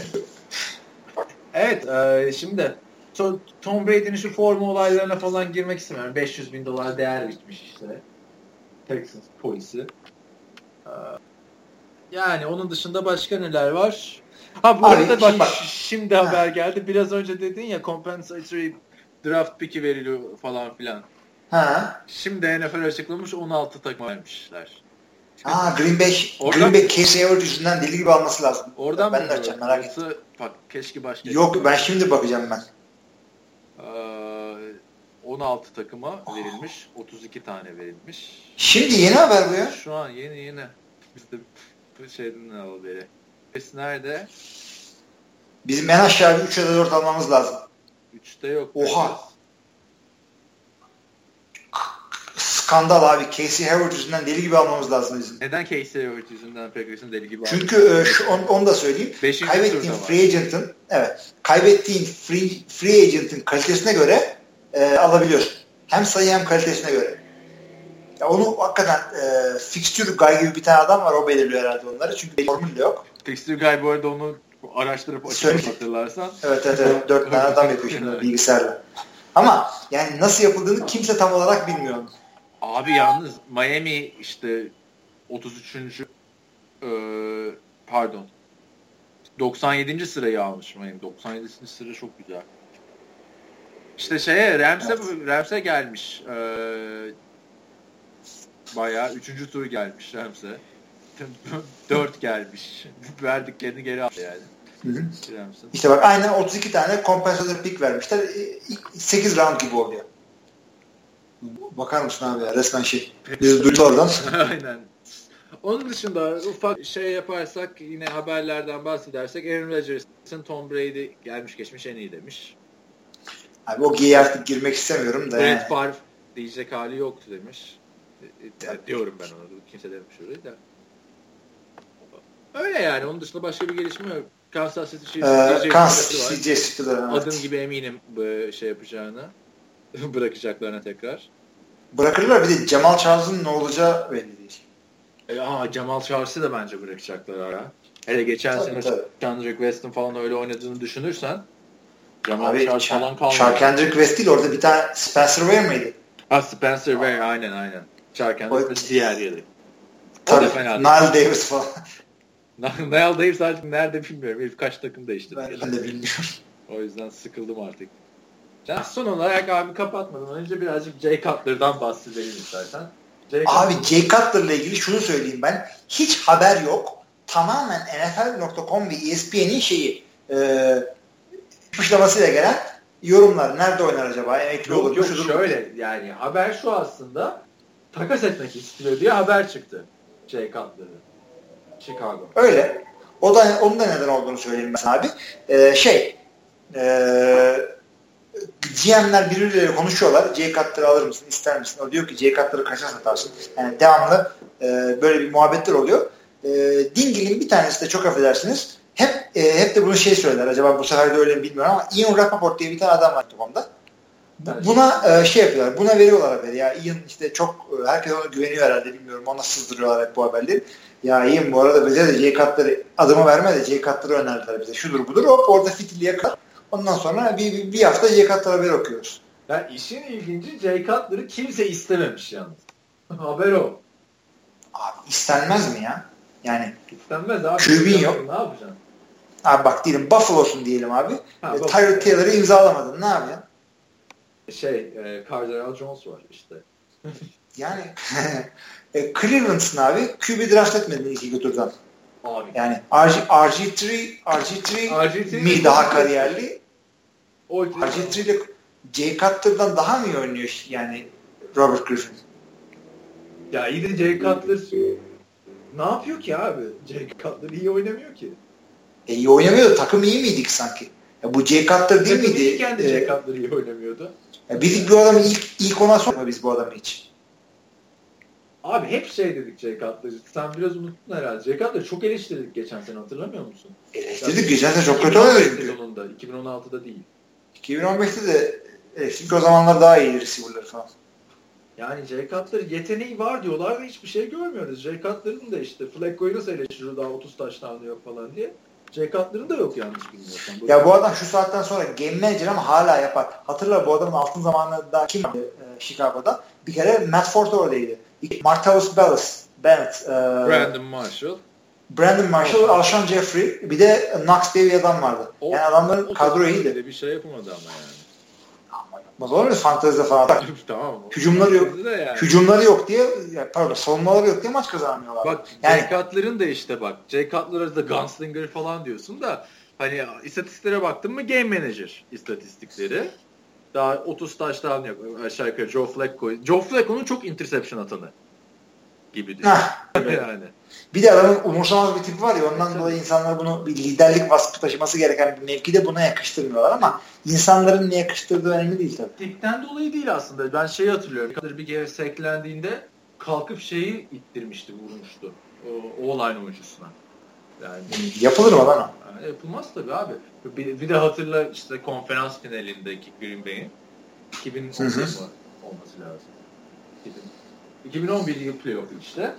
Evet e, şimdi Tom Brady'nin şu forma olaylarına falan girmek istemiyorum. beş yüz bin dolar değer bitmiş işte. Texans polisi. E, yani onun dışında başka neler var? Ha bu arada bak, bak şimdi ha. haber geldi. Biraz önce dedin ya compensatory draft pick'i veriliyor falan filan. Ha. Şimdi N F L açıklamış on altı takım vermişler. Aa Green Bay Green Bay Casey Hayward yüzünden deli gibi alması lazım. Oradan ben de açacağım merak ettim. Bak keşke başka. Yok ben şimdi bakacağım ben. Ee, on altı takıma verilmiş. otuz iki tane verilmiş. Şimdi yeni haber bu ya. Şu an yeni yeni. Biz de bu şeyden haberi. Biz nerede? Bizim en aşağı bir üç ya da dört almamız lazım. üçte yok. Oha. Skandal abi. Casey Hayward yüzünden deli gibi almamız lazım bizim. Neden Casey Hayward yüzünden Packers'ın deli gibi almamız? Çünkü e, şu, on, onu da söyleyeyim. Beşinci kaybettiğin free agent'ın evet, kaybettiğin free, free agent'ın kalitesine göre e, alabiliyorsun. Hem sayı hem kalitesine göre. Ya onu hakikaten e, fixture guy gibi bir tane adam var. O belirliyor herhalde onları. Çünkü formül de yok. Fixture guy bu arada onu araştırıp açıp hatırlarsan. Evet evet. evet. Dört tane adam yapıyor şimdi bilgisayarla. Ama yani nasıl yapıldığını kimse tam olarak bilmiyor. Abi yalnız Miami işte otuz üçüncü E, pardon doksan yedinci sırayı almış Miami. doksan yedinci sıra çok güzel. İşte şeye Rams'e evet. Rams'e gelmiş. E, bayağı üçüncü tur gelmiş Rams'e. dört gelmiş. Verdiklerini geri aldı yani. Hı hı. İşte bak aynen otuz iki tane kompensatör pick vermişler. sekiz round gibi oluyor. Bakar mısın abi ya? Resmen şey. Duydu oradan. Aynen. Onun dışında ufak şey yaparsak yine haberlerden bahsedersek Aaron Rodgers'ın Tom Brady gelmiş geçmiş en iyi demiş. Abi o giye artık girmek istemiyorum da. Brett Favre diyecek hali yoktu demiş. Yani diyorum ben ona. Kimse demiş öyle de. Öyle yani. Onun dışında başka bir gelişme yok. Kansas City Chiefs ee, Kansas City Chiefs'te adım gibi eminim bu şey yapacağını. Bırakacaklarına tekrar. Bırakırlar. Bir de Jamal Charles'ın ne olacağı belli değil. E, aa, Jamal Charles'ı da bence bırakacaklar ara. Hele geçen tabii, sene Kendrick West'in falan öyle oynadığını düşünürsen Jamal abi, Charles Ch- falan kalmıyor. Kendrick West değil orada bir tane Spencer Ware mıydı? Ha Spencer Ware aynen aynen. Kendrick West diğer yeri. Tabii. Niall Davis falan. Niall Davis artık nerede bilmiyorum. Herif kaç takım değiştirdi. Ben, ben de bilmiyorum. O yüzden sıkıldım artık. Yani son olarak abi kapatmadan önce birazcık Jay Cutler'dan bahsedelim istersen. Jay abi Jay Cutler'la ilgili şunu söyleyeyim ben. Hiç haber yok. Tamamen N F L nokta com ve E S P N'in şeyi e, puşlamasıyla gelen yorumlar. Nerede oynar acaba? Emekli yok olur. yok şudur şöyle mu? Yani haber şu aslında takas etmek istiyor diye haber çıktı. Jay Cutler'ı. Chicago. Öyle. O da onun da neden olduğunu söyleyeyim ben abi. Ee, şey eee G M'ler birbirleriyle konuşuyorlar. Jay Cutler'ı alır mısın, ister misin? O diyor ki Jay Cutler'ı kaça satarsın? Yani devamlı e, böyle bir muhabbetler oluyor. E, Dingil'in bir tanesi de çok affedersiniz. Hep e, hep de bunu şey söyler. Acaba bu sefer de öyle mi bilmiyorum ama Ian Rappaport diye bir tane adam var Tom'da. Buna e, şey yapıyorlar. Buna veriyorlar haberi. Ya Ian işte çok herkes ona güveniyor herhalde bilmiyorum. Ona sızdırıyorlar hep bu haberleri. Ya Ian bu arada bize de Jay Cutler'ı adımı verme de Jay Cutler'ı önerdiler bize. Şudur budur. Hop orada fitiliye kadar. Ondan sonra bir, bir, bir hafta Jay Cutler haberi okuyoruz. Ya işin ilginci Jay Cutler'ı kimse istememiş yalnız. Haber o. Abi istenmez mi ya? Yani İstenmez abi. Q B'in yok. Ne yapacaksın? Abi bak diyelim Buffalo'sun diyelim abi. E, Tyrod Taylor'ı imzalamadın. Ne yapacaksın? Şey, e, Cardinal Jones var işte. Yani e, Cleveland'sın abi. Q B draft etmedin ilk iki turdan. Abi. Yani R G üç R G üç mi daha kariyerli? R G üç ile Jay Cutler'dan daha mı iyi oynuyor yani Robert Griffin? Ya iyi de Jay Cutler ne yapıyor ki abi? Jay Cutler iyi oynamıyor ki. E iyi oynamıyordu. Takım iyi miydik sanki? Ya bu Jay Cutler değil takım miydi? Kendi ee, Jay Cutler iyi oynamıyordu. Ya biz bu adamı ilk, ilk ona sokma biz bu adamı hiç. Abi hep şey dedik Jay Cutler'ı. Sen biraz unuttun herhalde. Jay Cutler'ı çok eleştirdik geçen sene hatırlamıyor musun? Eleştirdik geçen sene çok kötü oynadı. Sezonunda, iki bin on altıda değil. iki bin on beşte de eleştirdik o zamanlar daha iyi receiver'ları falan. Yani Jay Cutler yeteneği var diyorlar ve hiçbir şey görmüyoruz. Jay Cutler'ın da işte Flacco'yu nasıl eleştiriyor daha otuz taştan yok falan diye. Jay Cutler'ın da yok yanlış bilmiyorsam. Böyle ya bu adam şu saatten sonra game manager ama hala yapar. Hatırla bu adamın altın zamanında kim vardı e, Chicago'da? Bir kere Matt Forte oradaydı. Martellus Bellis, Bennett, e, Brandon Marshall. Brandon Marshall, Alshon Jeffrey, bir de Knox diye bir adam vardı. O, yani adamların kadro iyiydi. Bir şey yapamadı ama yani. Yapmaz olur mu? Fantezide falan. Tamam. Hücumları yok. Yani. Hücumları yok diye, pardon, savunmaları yok diye maç kazanmıyorlar. Bak yani, Jay Cutler'ın da işte bak. Jay Cutler'a da gunslinger falan diyorsun da hani istatistiklere baktın mı game manager istatistikleri. Daha otuz taştan yok. Aşağı yukarı Joe Flacco. Joe Flacco'nun çok interception atanı gibi düşün. Yani. Bir de adamın umursamaz bir tipi var ya ondan dolayı insanlar bunu bir liderlik vasfı taşıması gereken bir mevkide buna yakıştırmıyorlar ama insanların ne yakıştırdığı önemli değil tabii. Tipten dolayı değil aslında. Ben şeyi hatırlıyorum. Kadar bir kere seklendiğinde kalkıp şeyi ittirmişti, vurmuştu. O O-line oyuncusuna. Yani yapılır mı lan o? Yani yapılmaz tabii abi. Bir, bir de hatırla işte konferans finalindeki Green Bay'in iki bin on bir olması lazım. iki bin on bir yıl playoff'u işte.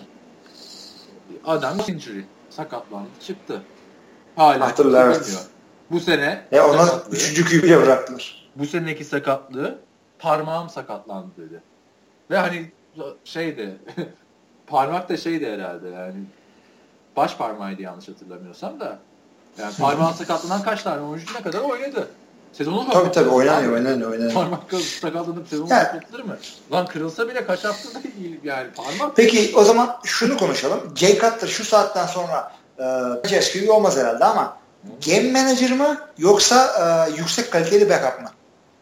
Adam injury, sakatlandı, çıktı. Hala hatırlarsın. Bu sene ya ona üçüncü kübüye bıraktılar. Bu seneki sakatlığı parmağım sakatlandı dedi. Ve hani şeydi parmak da şeydi herhalde yani baş parmağıydı yanlış hatırlamıyorsam da yani parmağın sakatlanan kaç tane oyuncu ne kadar oynadı. Sezonu tabii tabii oynanıyor oynanıyor oynanıyor. Parmak sakatlanıp sezonu yani, kapatılır mı? Lan kırılsa bile kaç haftada değil yani parmak. Peki o zaman şunu konuşalım. Jay Cutler şu saatten sonra e, Jazz gibi olmaz herhalde ama game manager mı yoksa e, yüksek kaliteli backup mı?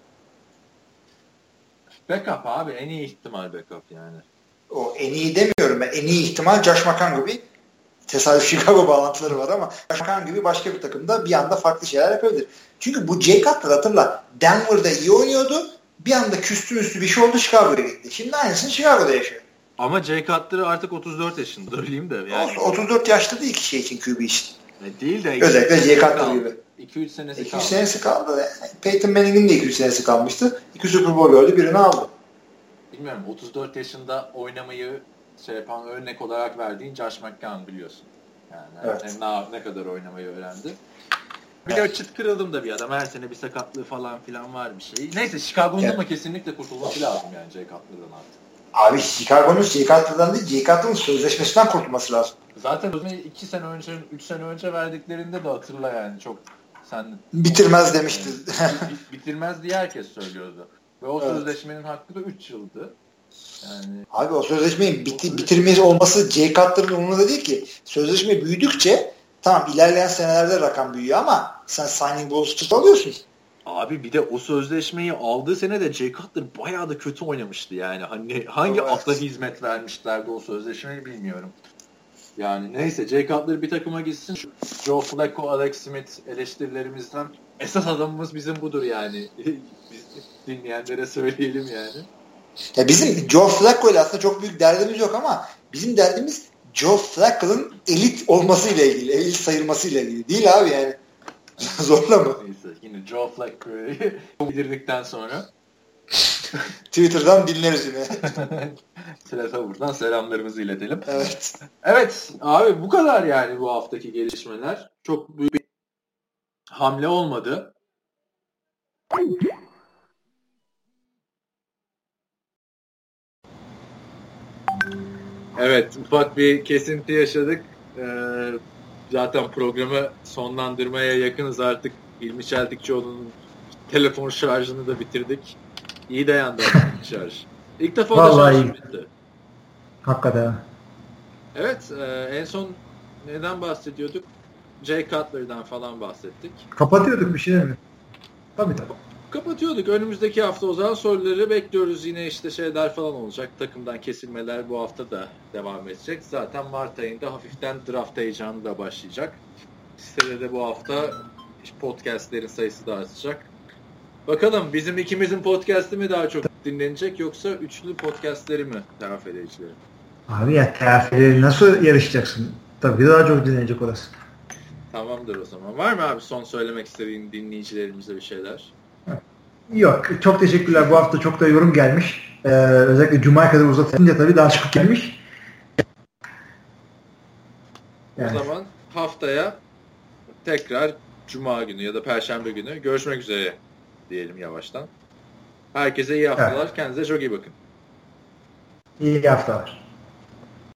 Backup abi. En iyi ihtimal backup yani. O en iyi demiyorum ben. En iyi ihtimal Josh McCown gibi, tesadüf Chicago bağlantıları var ama Josh McCown gibi başka bir takımda bir anda farklı şeyler yapabilir. Çünkü bu Jay Cutler hatırla Denver'da iyi oynuyordu. Bir anda küstü üstü bir şey oldu, Chicago'ya gitti. Şimdi aynısını Chicago'da yaşıyor. Ama Jay Cutler artık otuz dört yaşında öyleyim de. Yani. otuz dört yaşta değil ki şey için Q B için. Ne değil de. Özellikle Jay Cutler gibi. iki üç senesi kaldı. iki üç senesi kaldı. Peyton Manning'in de iki üç senesi kalmıştı. iki Super Bowl gördü, birini aldı. Bilmiyorum, otuz dört yaşında oynamayı şey yapan örnek olarak verdiğin Josh McCown biliyorsun. Yani evet. ne, ne kadar oynamayı öğrendi. Bir evet. de çıt kırıldım da bir adam. Her sene bir sakatlığı falan filan var bir şey. Neyse Chicago'nun evet. ama kesinlikle kurtulması lazım yani Jay Cutler'dan artık. Abi Chicago'nun Jay Cutler'dan değil, Jay Cutler'ın sözleşmesinden kurtulması lazım. Zaten iki sene önce, üç sene önce verdiklerinde de hatırla yani çok sen bitirmez demişti. Bitirmez diye herkes söylüyordu. Ve o evet. sözleşmenin hakkı da üç yıldı. Yani abi o sözleşmeyi biti, bitirmesi olması Jay Cutler'ın umurunda değil ki. Sözleşme büyüdükçe tamam ilerleyen senelerde rakam büyüyor ama sen signing bonus alıyorsun. Abi bir de o sözleşmeyi aldığı sene de Jay Cutler bayağı da kötü oynamıştı yani. Hani hangi evet. akla hizmet vermişlerdi o sözleşmeyi bilmiyorum. Yani neyse Jay Cutler bir takıma gitsin. Joe Flacco, Alex Smith eleştirilerimizden esas adamımız bizim budur yani. Biz dinleyenlere söyleyelim yani. Ya bizim Joe Flacco ile aslında çok büyük derdimiz yok ama bizim derdimiz Joe Flacco'nun elit olmasıyla ilgili, elit sayılmasıyla ilgili. Değil abi yani. Zorla mı? Neyse yine Joe Flacco'yu bildirdikten sonra Twitter'dan dinleriz yine. Silete buradan selamlarımızı iletelim. Evet. Evet abi bu kadar yani bu haftaki gelişmeler. Çok büyük bir hamle olmadı. Evet ufak bir kesinti yaşadık. Ee, zaten programı sonlandırmaya yakınız artık. İlmi Çeltikçioğlu'nun telefon şarjını da bitirdik. İyi dayandı şarj. İlk defa vallahi da şarj bitti. Hakikaten. Evet e, en son neden bahsediyorduk? Jay Cutler'dan falan bahsettik. Kapatıyorduk bir şey mi? Tabii tabii. Kapatıyorduk. Önümüzdeki hafta o zaman soruları bekliyoruz. Yine işte şeyler falan olacak. Takımdan kesilmeler bu hafta da devam edecek. Zaten Mart ayında hafiften draft heyecanı da başlayacak. Sitede de bu hafta podcastlerin sayısı da artacak. Bakalım bizim ikimizin podcast'i mi daha çok dinlenecek yoksa üçlü podcastleri mi taraf edicileri? Abi ya tarafları nasıl yarışacaksın? Tabii daha çok dinlenecek orası. Tamamdır o zaman. Var mı abi son söylemek istediğin dinleyicilerimize bir şeyler? Yok. Çok teşekkürler. Bu hafta çok da yorum gelmiş. Ee, özellikle Cuma'ya kadar uzatınca tabii daha çok gelmiş. Yani. O zaman haftaya tekrar Cuma günü ya da Perşembe günü görüşmek üzere diyelim yavaştan. Herkese iyi haftalar. Evet. Kendinize çok iyi bakın. İyi haftalar.